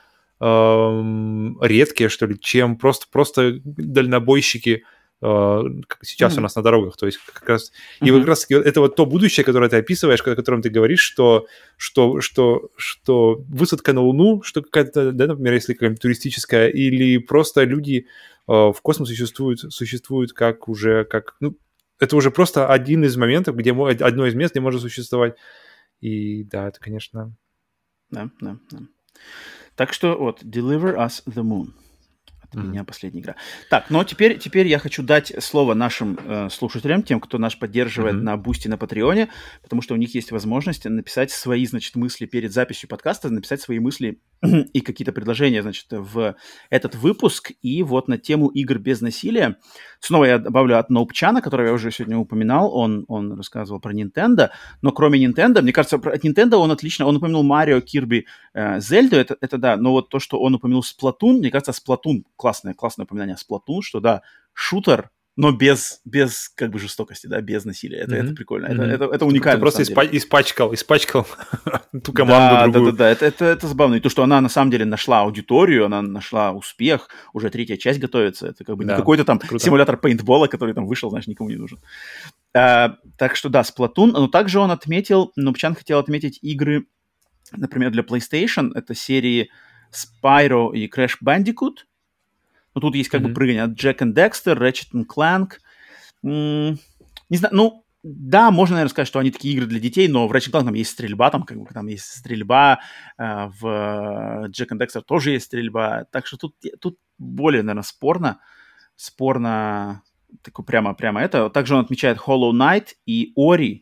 ам, редкие, что ли, чем просто, просто дальнобойщики, э, как сейчас у Мгм. нас на дорогах. То есть как раз... И вот как Мгм. раз это вот то будущее, которое ты описываешь, о котором ты говоришь, что, что, что, что высадка на Луну, что какая-то, да, например, если какая-нибудь туристическая, или просто люди э, в космосе существуют, существуют как уже, как, ну, это уже просто один из моментов, где мо- одно из мест, где можно существовать. И да, это, конечно... Да, да, да. Так что вот, Deliver Us the Moon. От mm-hmm. меня последняя игра. Так, ну теперь, теперь я хочу дать слово нашим э, слушателям, тем, кто нас поддерживает mm-hmm. на Бусти, на Патреоне, потому что у них есть возможность написать свои, значит, мысли перед записью подкаста, написать свои мысли и какие-то предложения, значит, в этот выпуск. И вот на тему игр без насилия. Снова я добавлю от Ноупчана, которого я уже сегодня упоминал. Он, он рассказывал про Nintendo. Но кроме Nintendo, мне кажется, от Nintendo он отлично... Он упомянул Марио, Кирби, э, Зельду, это, это да. Но вот то, что он упомянул Splatoon, мне кажется, Splatoon, классное, классное упоминание Splatoon, что да, шутер, но без, без как бы жестокости, да, без насилия. Это, mm-hmm. это прикольно, mm-hmm. это, это, это уникально. Ты просто испа- испачкал, испачкал ту команду да, другую. Да, да, да, это, это, это забавно. И то, что она на самом деле нашла аудиторию, она нашла успех, уже третья часть готовится. Это как бы да, не какой-то там симулятор пейнтбола, который там вышел, знаешь, никому не нужен. А, так что да, Splatoon. Но также он отметил, Нупчан хотел отметить игры, например, для PlayStation. Это серии Spyro и Crash Bandicoot. Ну, тут есть как mm-hmm. бы прыгание от Jack and Dexter, Ratchet and Clank. М- не знаю, ну, да, можно, наверное, сказать, что они такие игры для детей, но в Ratchet and Clank там есть стрельба, там как бы там есть стрельба, э, в Jack and Dexter тоже есть стрельба. Так что тут, тут более, наверное, спорно. Спорно, такое прямо, прямо это. Также он отмечает Hollow Knight и Ori.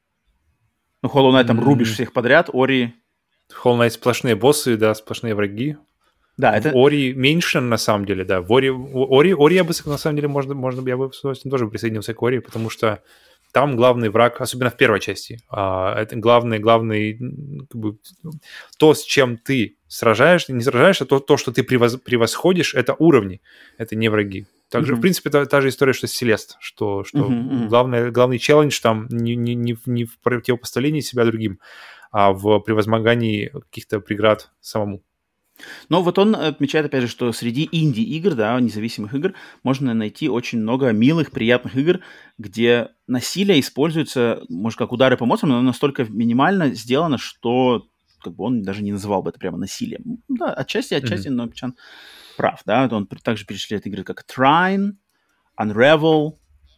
Ну, Hollow Knight там mm-hmm. рубишь всех подряд, Ori... Hollow Knight сплошные боссы, да, сплошные враги. Да, в это... Ori меньше, на самом деле, да. В Ori, Ori, Ori я бы, на самом деле, можно, можно, я бы с удовольствием тоже присоединился к Ori, потому что там главный враг, особенно в первой части, а, это главный, главный, как бы, то, с чем ты сражаешься, не сражаешься, то, то что ты превос, превосходишь, это уровни, это не враги. Также, mm-hmm. в принципе, та, та же история, что с Селест, что, что mm-hmm. главный, главный челлендж там не, не, не, не в противопоставлении себя другим, а в превозмогании каких-то преград самому. Но вот он отмечает, опять же, что среди инди-игр, да, независимых игр, можно найти очень много милых, приятных игр, где насилие используется, может, как удары по монстрам, но оно настолько минимально сделано, что как бы он даже не называл бы это прямо насилием. Да, отчасти, отчасти, mm-hmm. но Пичан прав, да. Он также перечисляет игры, как Trine, Unravel,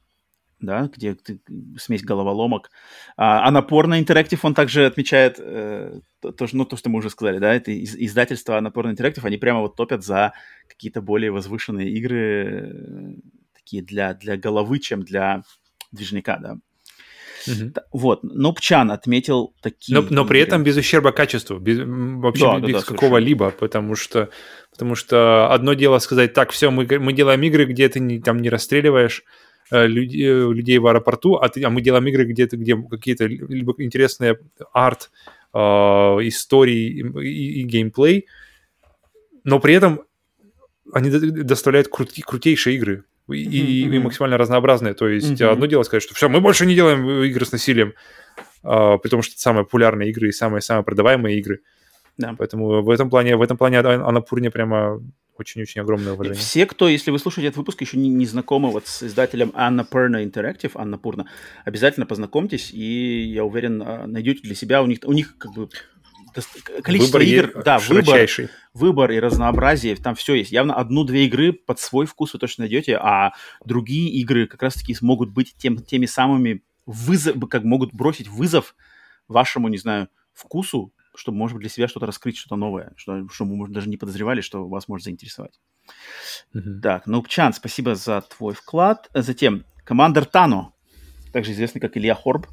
да, где ты, смесь головоломок. А, а напорно Interactive он также отмечает э, то, то, ну, то, что мы уже сказали, да, это из, издательство напорно Interactive, они прямо вот топят за какие-то более возвышенные игры, э, такие для, для головы, чем для движника, да. Mm-hmm. Т- вот, Нупчан отметил такие но, но при этом без ущерба качеству, без, вообще да, без, да, без да, какого-либо, потому что, потому что одно дело сказать, так, все, мы, мы делаем игры, где ты не, там не расстреливаешь Людей, людей в аэропорту, а, ты, а мы делаем игры, где, где какие-то либо интересные арт, э, истории и, и геймплей, но при этом они доставляют крути, крутейшие игры и, mm-hmm. и максимально разнообразные. То есть mm-hmm. одно дело сказать, что все, мы больше не делаем игры с насилием, э, при том, что это самые популярные игры и самые-самые продаваемые игры. Да. Поэтому в этом плане, в этом плане Анапурне прямо очень-очень огромное уважение. Все, кто, если вы слушаете этот выпуск, еще не, не знакомы вот с издателем Annapurna Interactive, Annapurna, обязательно познакомьтесь, и, я уверен, найдете для себя, у них, у них как бы количество выбор игр, е- да, выбор, выбор и разнообразие, там все есть. Явно одну-две игры под свой вкус вы точно найдете, а другие игры как раз-таки могут быть тем, теми самыми вызов, как могут бросить вызов вашему, не знаю, вкусу, чтобы, может быть, для себя что-то раскрыть, что-то новое, что, что мы, может, даже не подозревали, что вас может заинтересовать. Mm-hmm. Так, Нупчан, спасибо за твой вклад. Затем Командер Тано, также известный как Илья Хорб,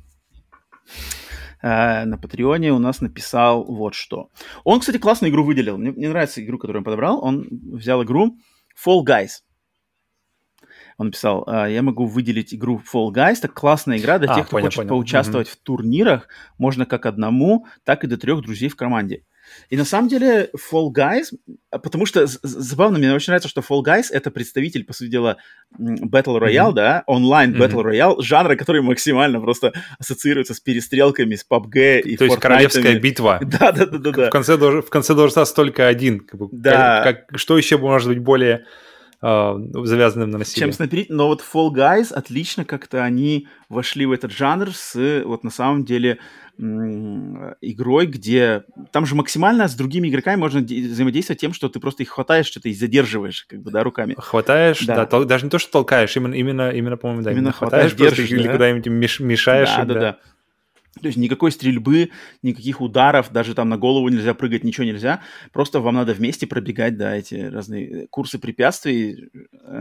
э, на Патреоне у нас написал вот что. Он, кстати, классную игру выделил. Мне, мне нравится игру, которую он подобрал. Он взял игру Fall Guys. Он написал, я могу выделить игру Fall Guys, так классная игра для а, тех, кто понял, хочет понял. поучаствовать mm-hmm. в турнирах, можно как одному, так и до трех друзей в команде. И на самом деле Fall Guys, потому что забавно, мне очень нравится, что Fall Guys — это представитель, по сути дела, Battle Royale, mm-hmm. да, онлайн mm-hmm. Battle Royale, жанра, который максимально просто ассоциируется с перестрелками, с пабг и То есть королевская битва. Да-да-да. В конце, в конце должна стать только один. Как бы, да. Как, что еще может быть более... завязанным на насилие. Чем снайперить, но вот Fall Guys отлично как-то они вошли в этот жанр с, вот на самом деле, м- игрой, где там же максимально с другими игроками можно де- взаимодействовать тем, что ты просто их хватаешь, что-то и задерживаешь, как бы, да, руками. Хватаешь, да, да тол- даже не то, что толкаешь, именно, именно, именно по-моему, да, именно хватаешь, хватаешь, держишь, или да? куда-нибудь меш- мешаешь. Да, им, да, да, да. То есть никакой стрельбы, никаких ударов, даже там на голову нельзя прыгать, ничего нельзя. Просто вам надо вместе пробегать, да, эти разные курсы препятствий.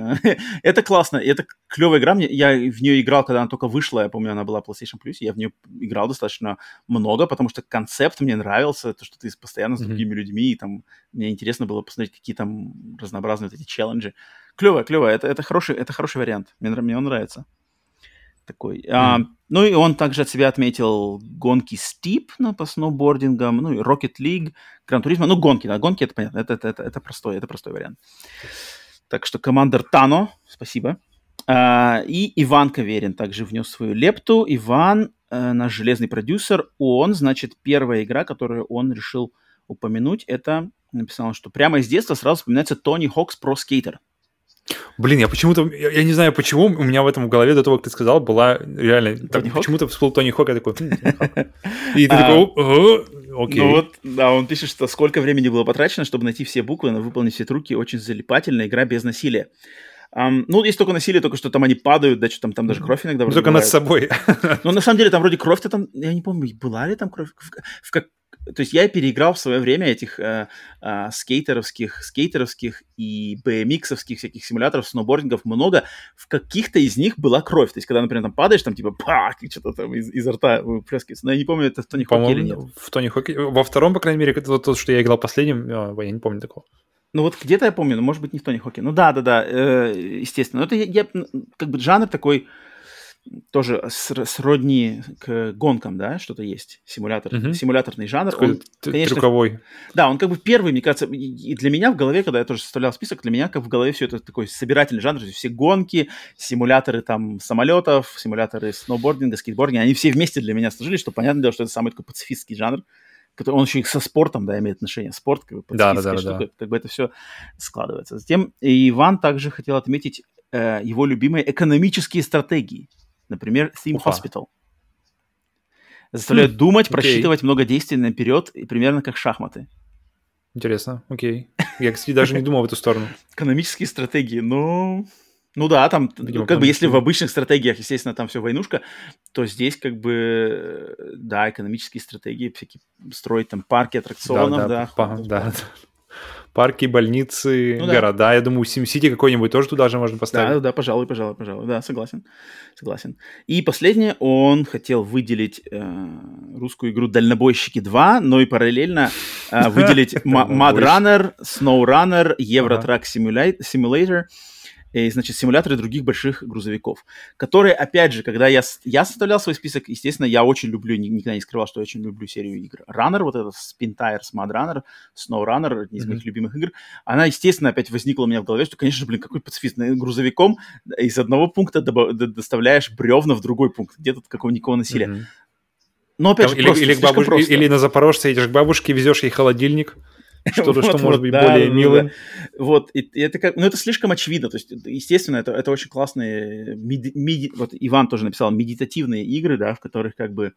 Это классно, это клевая игра. Я в нее играл, когда она только вышла, я помню, она была PlayStation Plus, я в нее играл достаточно много, потому что концепт мне нравился, то, что ты постоянно с другими mm-hmm. людьми, и там мне интересно было посмотреть, какие там разнообразные вот эти челленджи. Клевая, клевая, это, это, хороший, это хороший вариант, мне, мне он нравится. Такой. Mm. А, ну и он также от себя отметил гонки Steep ну, по сноубордингам, ну и Rocket League, Gran Turismo. Ну, гонки, да, гонки, это понятно, это, это, это, это, простой, это простой вариант. Так что Commander Tano, спасибо. А, и Иван Каверин также внес свою лепту. Иван, а, наш железный продюсер, он, значит, первая игра, которую он решил упомянуть, это, написал, что прямо из детства сразу вспоминается Tony Hawk's Pro Skater. Блин, я почему-то, я, я не знаю почему, у меня в этом в голове до того, как ты сказал, была реально, так, почему-то всплыл Тони Хок, я такой, и ты такой, окей. Ну вот, да, он пишет, что сколько времени было потрачено, чтобы найти все буквы, но выполнить все трюки, очень залипательная игра без насилия. Um, ну, есть только насилие, только что там они падают, да, что там, там даже кровь иногда вроде только бывает. Над собой. Ну, на самом деле, там вроде кровь-то там, я не помню, была ли там кровь, в, в, как... То есть я переиграл в свое время этих э, э, скейтеровских, скейтеровских и би эм икс-овских всяких симуляторов, сноубордингов много. В каких-то из них была кровь. То есть когда, например, там падаешь, там типа пак, и что-то там из, изо рта выплескивается. Но я не помню, это в Тони Хоке или нет. В Тони Хоке. Во втором, по крайней мере, это то, что я играл последним, я не помню такого. Ну вот где-то я помню, но может быть не в Тони Хоке. Ну да, да, да, э, естественно. Но это я, я, как бы жанр такой тоже сродни к гонкам, да, что-то есть. Симулятор, mm-hmm. симуляторный жанр. Он, конечно, трюковой. Да, он как бы первый, мне кажется, и для меня в голове, когда я тоже составлял список, для меня как в голове все это такой собирательный жанр, все гонки, симуляторы там самолетов, симуляторы сноубординга, скейтбординга, они все вместе для меня сложились, что понятное дело, что это самый такой пацифистский жанр, который, он еще и со спортом, да, имеет отношение. Спорт, как бы, пацифистская да, да, штука, да. Как бы это все складывается. Затем Иван также хотел отметить э, его любимые экономические стратегии. Например, Theme Уха. Hospital. Заставляют хм, думать, просчитывать окей. много действий наперед, и примерно как шахматы. Интересно, окей. Я, кстати, даже не думал в эту сторону. Экономические стратегии, ну... Ну да, там, Видимо, как бы, если в обычных стратегиях, естественно, там все войнушка, то здесь, как бы, да, экономические стратегии, всякие, строить там парки аттракционов, да. да, па- да. Парки, больницы, ну, города. Да. Я думаю, SimCity какой-нибудь тоже туда же можно поставить. Да, да, пожалуй, пожалуй, пожалуй. Да, согласен. Согласен. И последнее, он хотел выделить э, русскую игру «Дальнобойщики два», но и параллельно э, выделить Mud Runner, Snow Runner, Euro Truck Simulator, и, значит, симуляторы других больших грузовиков, которые, опять же, когда я, я составлял свой список, естественно, я очень люблю, никогда не скрывал, что я очень люблю серию игр. Runner, вот этот Spin Tires, Mud Runner, Snow Runner, одни из mm-hmm. моих любимых игр, она, естественно, опять возникла у меня в голове, что, конечно же, блин, какой пацифист, грузовиком из одного пункта до, до, доставляешь бревна в другой пункт, где тут какого никакого насилия. Mm-hmm. Но, опять Там, же, или, просто, или, к бабуш... просто. Или на Запорожце едешь к бабушке, везешь ей холодильник. Что-то, вот, что вот, может быть да, более да, милым. Да. Вот, и, и это как, ну, это слишком очевидно. То есть, естественно, это, это очень классные, меди, меди, вот Иван тоже написал, медитативные игры, да, в которых как бы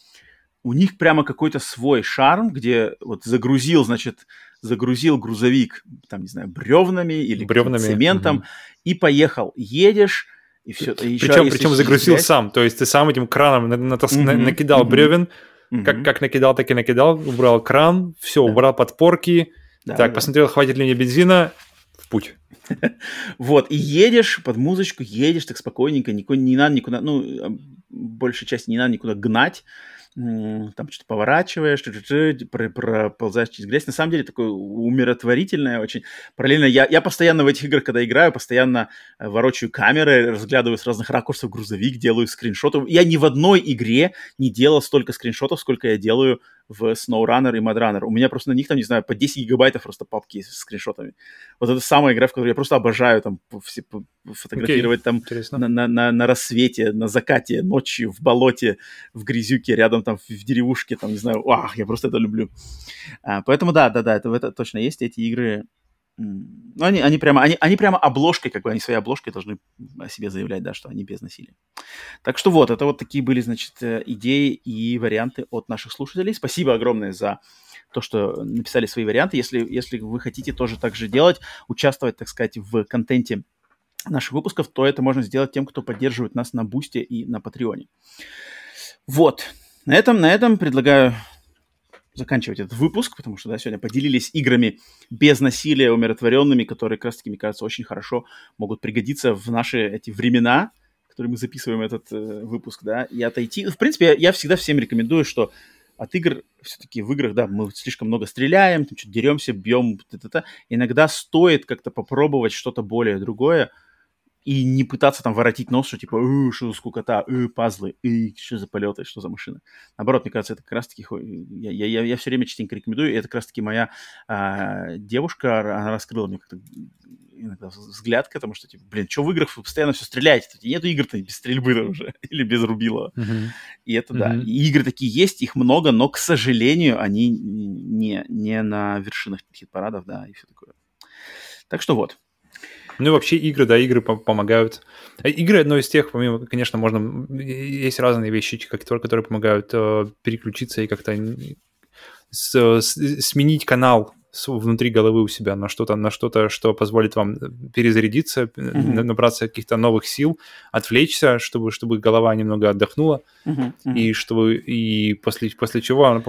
у них прямо какой-то свой шарм, где вот загрузил, значит, загрузил грузовик, там, не знаю, бревнами или бревнами. цементом, угу. и поехал. Едешь, и все. И еще, причем причем загрузил взять... сам, то есть ты сам этим краном натас... угу. накидал угу. бревен, Mm-hmm. Как, как накидал, так и накидал, убрал кран, все, да. убрал подпорки, да, так, да. посмотрел, хватит ли мне бензина, в путь. Вот, и едешь под музычку, едешь так спокойненько, не надо никуда, ну, большей части не надо никуда гнать, там что-то поворачиваешь, проползаешь через грязь. На самом деле такое умиротворительное очень. Параллельно я, я постоянно в этих играх, когда играю, постоянно ворочаю камеры, разглядываю с разных ракурсов грузовик, делаю скриншоты. Я ни в одной игре не делал столько скриншотов, сколько я делаю в SnowRunner и MudRunner. У меня просто на них там, не знаю, по десять гигабайтов просто папки с скриншотами. Вот это самая игра, в которой я просто обожаю там все фотографировать okay. там на, на, на, на рассвете, на закате, ночью, в болоте, в грязюке, рядом там в деревушке, там, не знаю, ах, я просто это люблю. А, поэтому да, да, да, это, это точно есть, эти игры, ну, они, они, прямо, они, они прямо обложкой, как бы, они своей обложкой должны о себе заявлять, да, что они без насилия. Так что вот, это вот такие были, значит, идеи и варианты от наших слушателей. Спасибо огромное за то, что написали свои варианты. Если, если вы хотите тоже так же делать, участвовать, так сказать, в контенте наших выпусков, то это можно сделать тем, кто поддерживает нас на Бусте и на Патреоне. Вот. на этом, на этом предлагаю заканчивать этот выпуск, потому что, да, сегодня поделились играми без насилия, умиротворенными, которые, как раз таки, мне кажется, очень хорошо могут пригодиться в наши эти времена, в которые мы записываем этот э, выпуск, да, и отойти. В принципе, я, я всегда всем рекомендую, что от игр, все-таки в играх, да, мы слишком много стреляем, там, что-то деремся, бьем, т-т-т. Иногда стоит как-то попробовать что-то более другое, и не пытаться там воротить нос, что типа, э, что за скукота, э, пазлы, э, что за полеты, что за машина. Наоборот, мне кажется, это как раз-таки, я, я, я все время частенько рекомендую, и это как раз-таки моя а, девушка, она раскрыла мне как-то иногда взгляд к этому, что типа, блин, что в играх вы постоянно все стреляете? Тут нету игр-то без стрельбы уже, или без рубила. Uh-huh. И это uh-huh. да. И игры такие есть, их много, но, к сожалению, они не, не на вершинах хит-парадов, да, и все такое. Так что вот. Ну и вообще игры, да, игры помогают. Игры одно из тех, помимо, конечно, можно... Есть разные вещи, которые, которые помогают э, переключиться и как-то с, с, сменить канал внутри головы у себя на что-то, на что-то, что позволит вам перезарядиться, mm-hmm. набраться каких-то новых сил, отвлечься, чтобы, чтобы голова немного отдохнула, mm-hmm. Mm-hmm. и чтобы и после, после чего она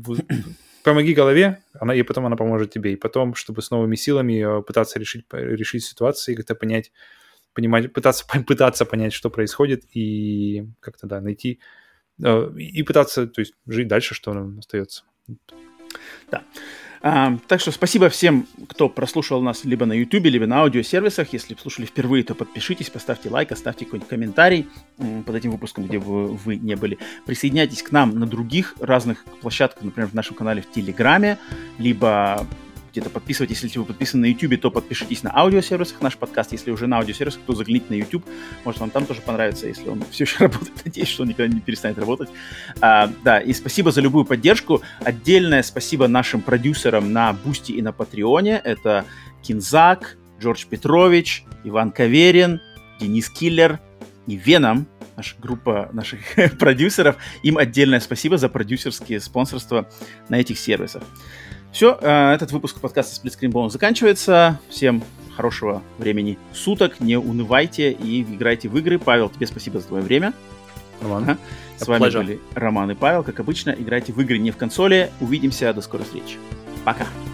помоги голове, она, и потом она поможет тебе, и потом, чтобы с новыми силами пытаться решить, решить ситуации, как-то понять, понимать, пытаться, пытаться понять, что происходит, и как-то, да, найти, и пытаться, то есть, жить дальше, что нам остается. Да. А, так что спасибо всем, кто прослушал нас либо на YouTube, либо на аудиосервисах. Если слушали впервые, то подпишитесь, поставьте лайк, оставьте какой-нибудь комментарий под этим выпуском, где вы, вы не были. Присоединяйтесь к нам на других разных площадках, например, в нашем канале в Телеграме, либо где-то подписывайтесь, если вы подписаны на YouTube, то подпишитесь на аудиосервисах наш подкаст. Если уже на аудиосервисах, то загляните на YouTube. Может, вам там тоже понравится, если он все еще работает. Надеюсь, что он никогда не перестанет работать. А, да, и спасибо за любую поддержку. Отдельное спасибо нашим продюсерам на Бусти и на Патреоне. Это Кинзак, Джордж Петрович, Иван Каверин, Денис Киллер и Веном, наша группа наших продюсеров. Им отдельное спасибо за продюсерские спонсорства на этих сервисах. Все, этот выпуск подкаста Splitscreen Bonus заканчивается. Всем хорошего времени суток, не унывайте и играйте в игры. Павел, тебе спасибо за твое время. Роман. С вами были Роман и Павел. Как обычно, играйте в игры не в консоли. Увидимся, до скорой встречи. Пока.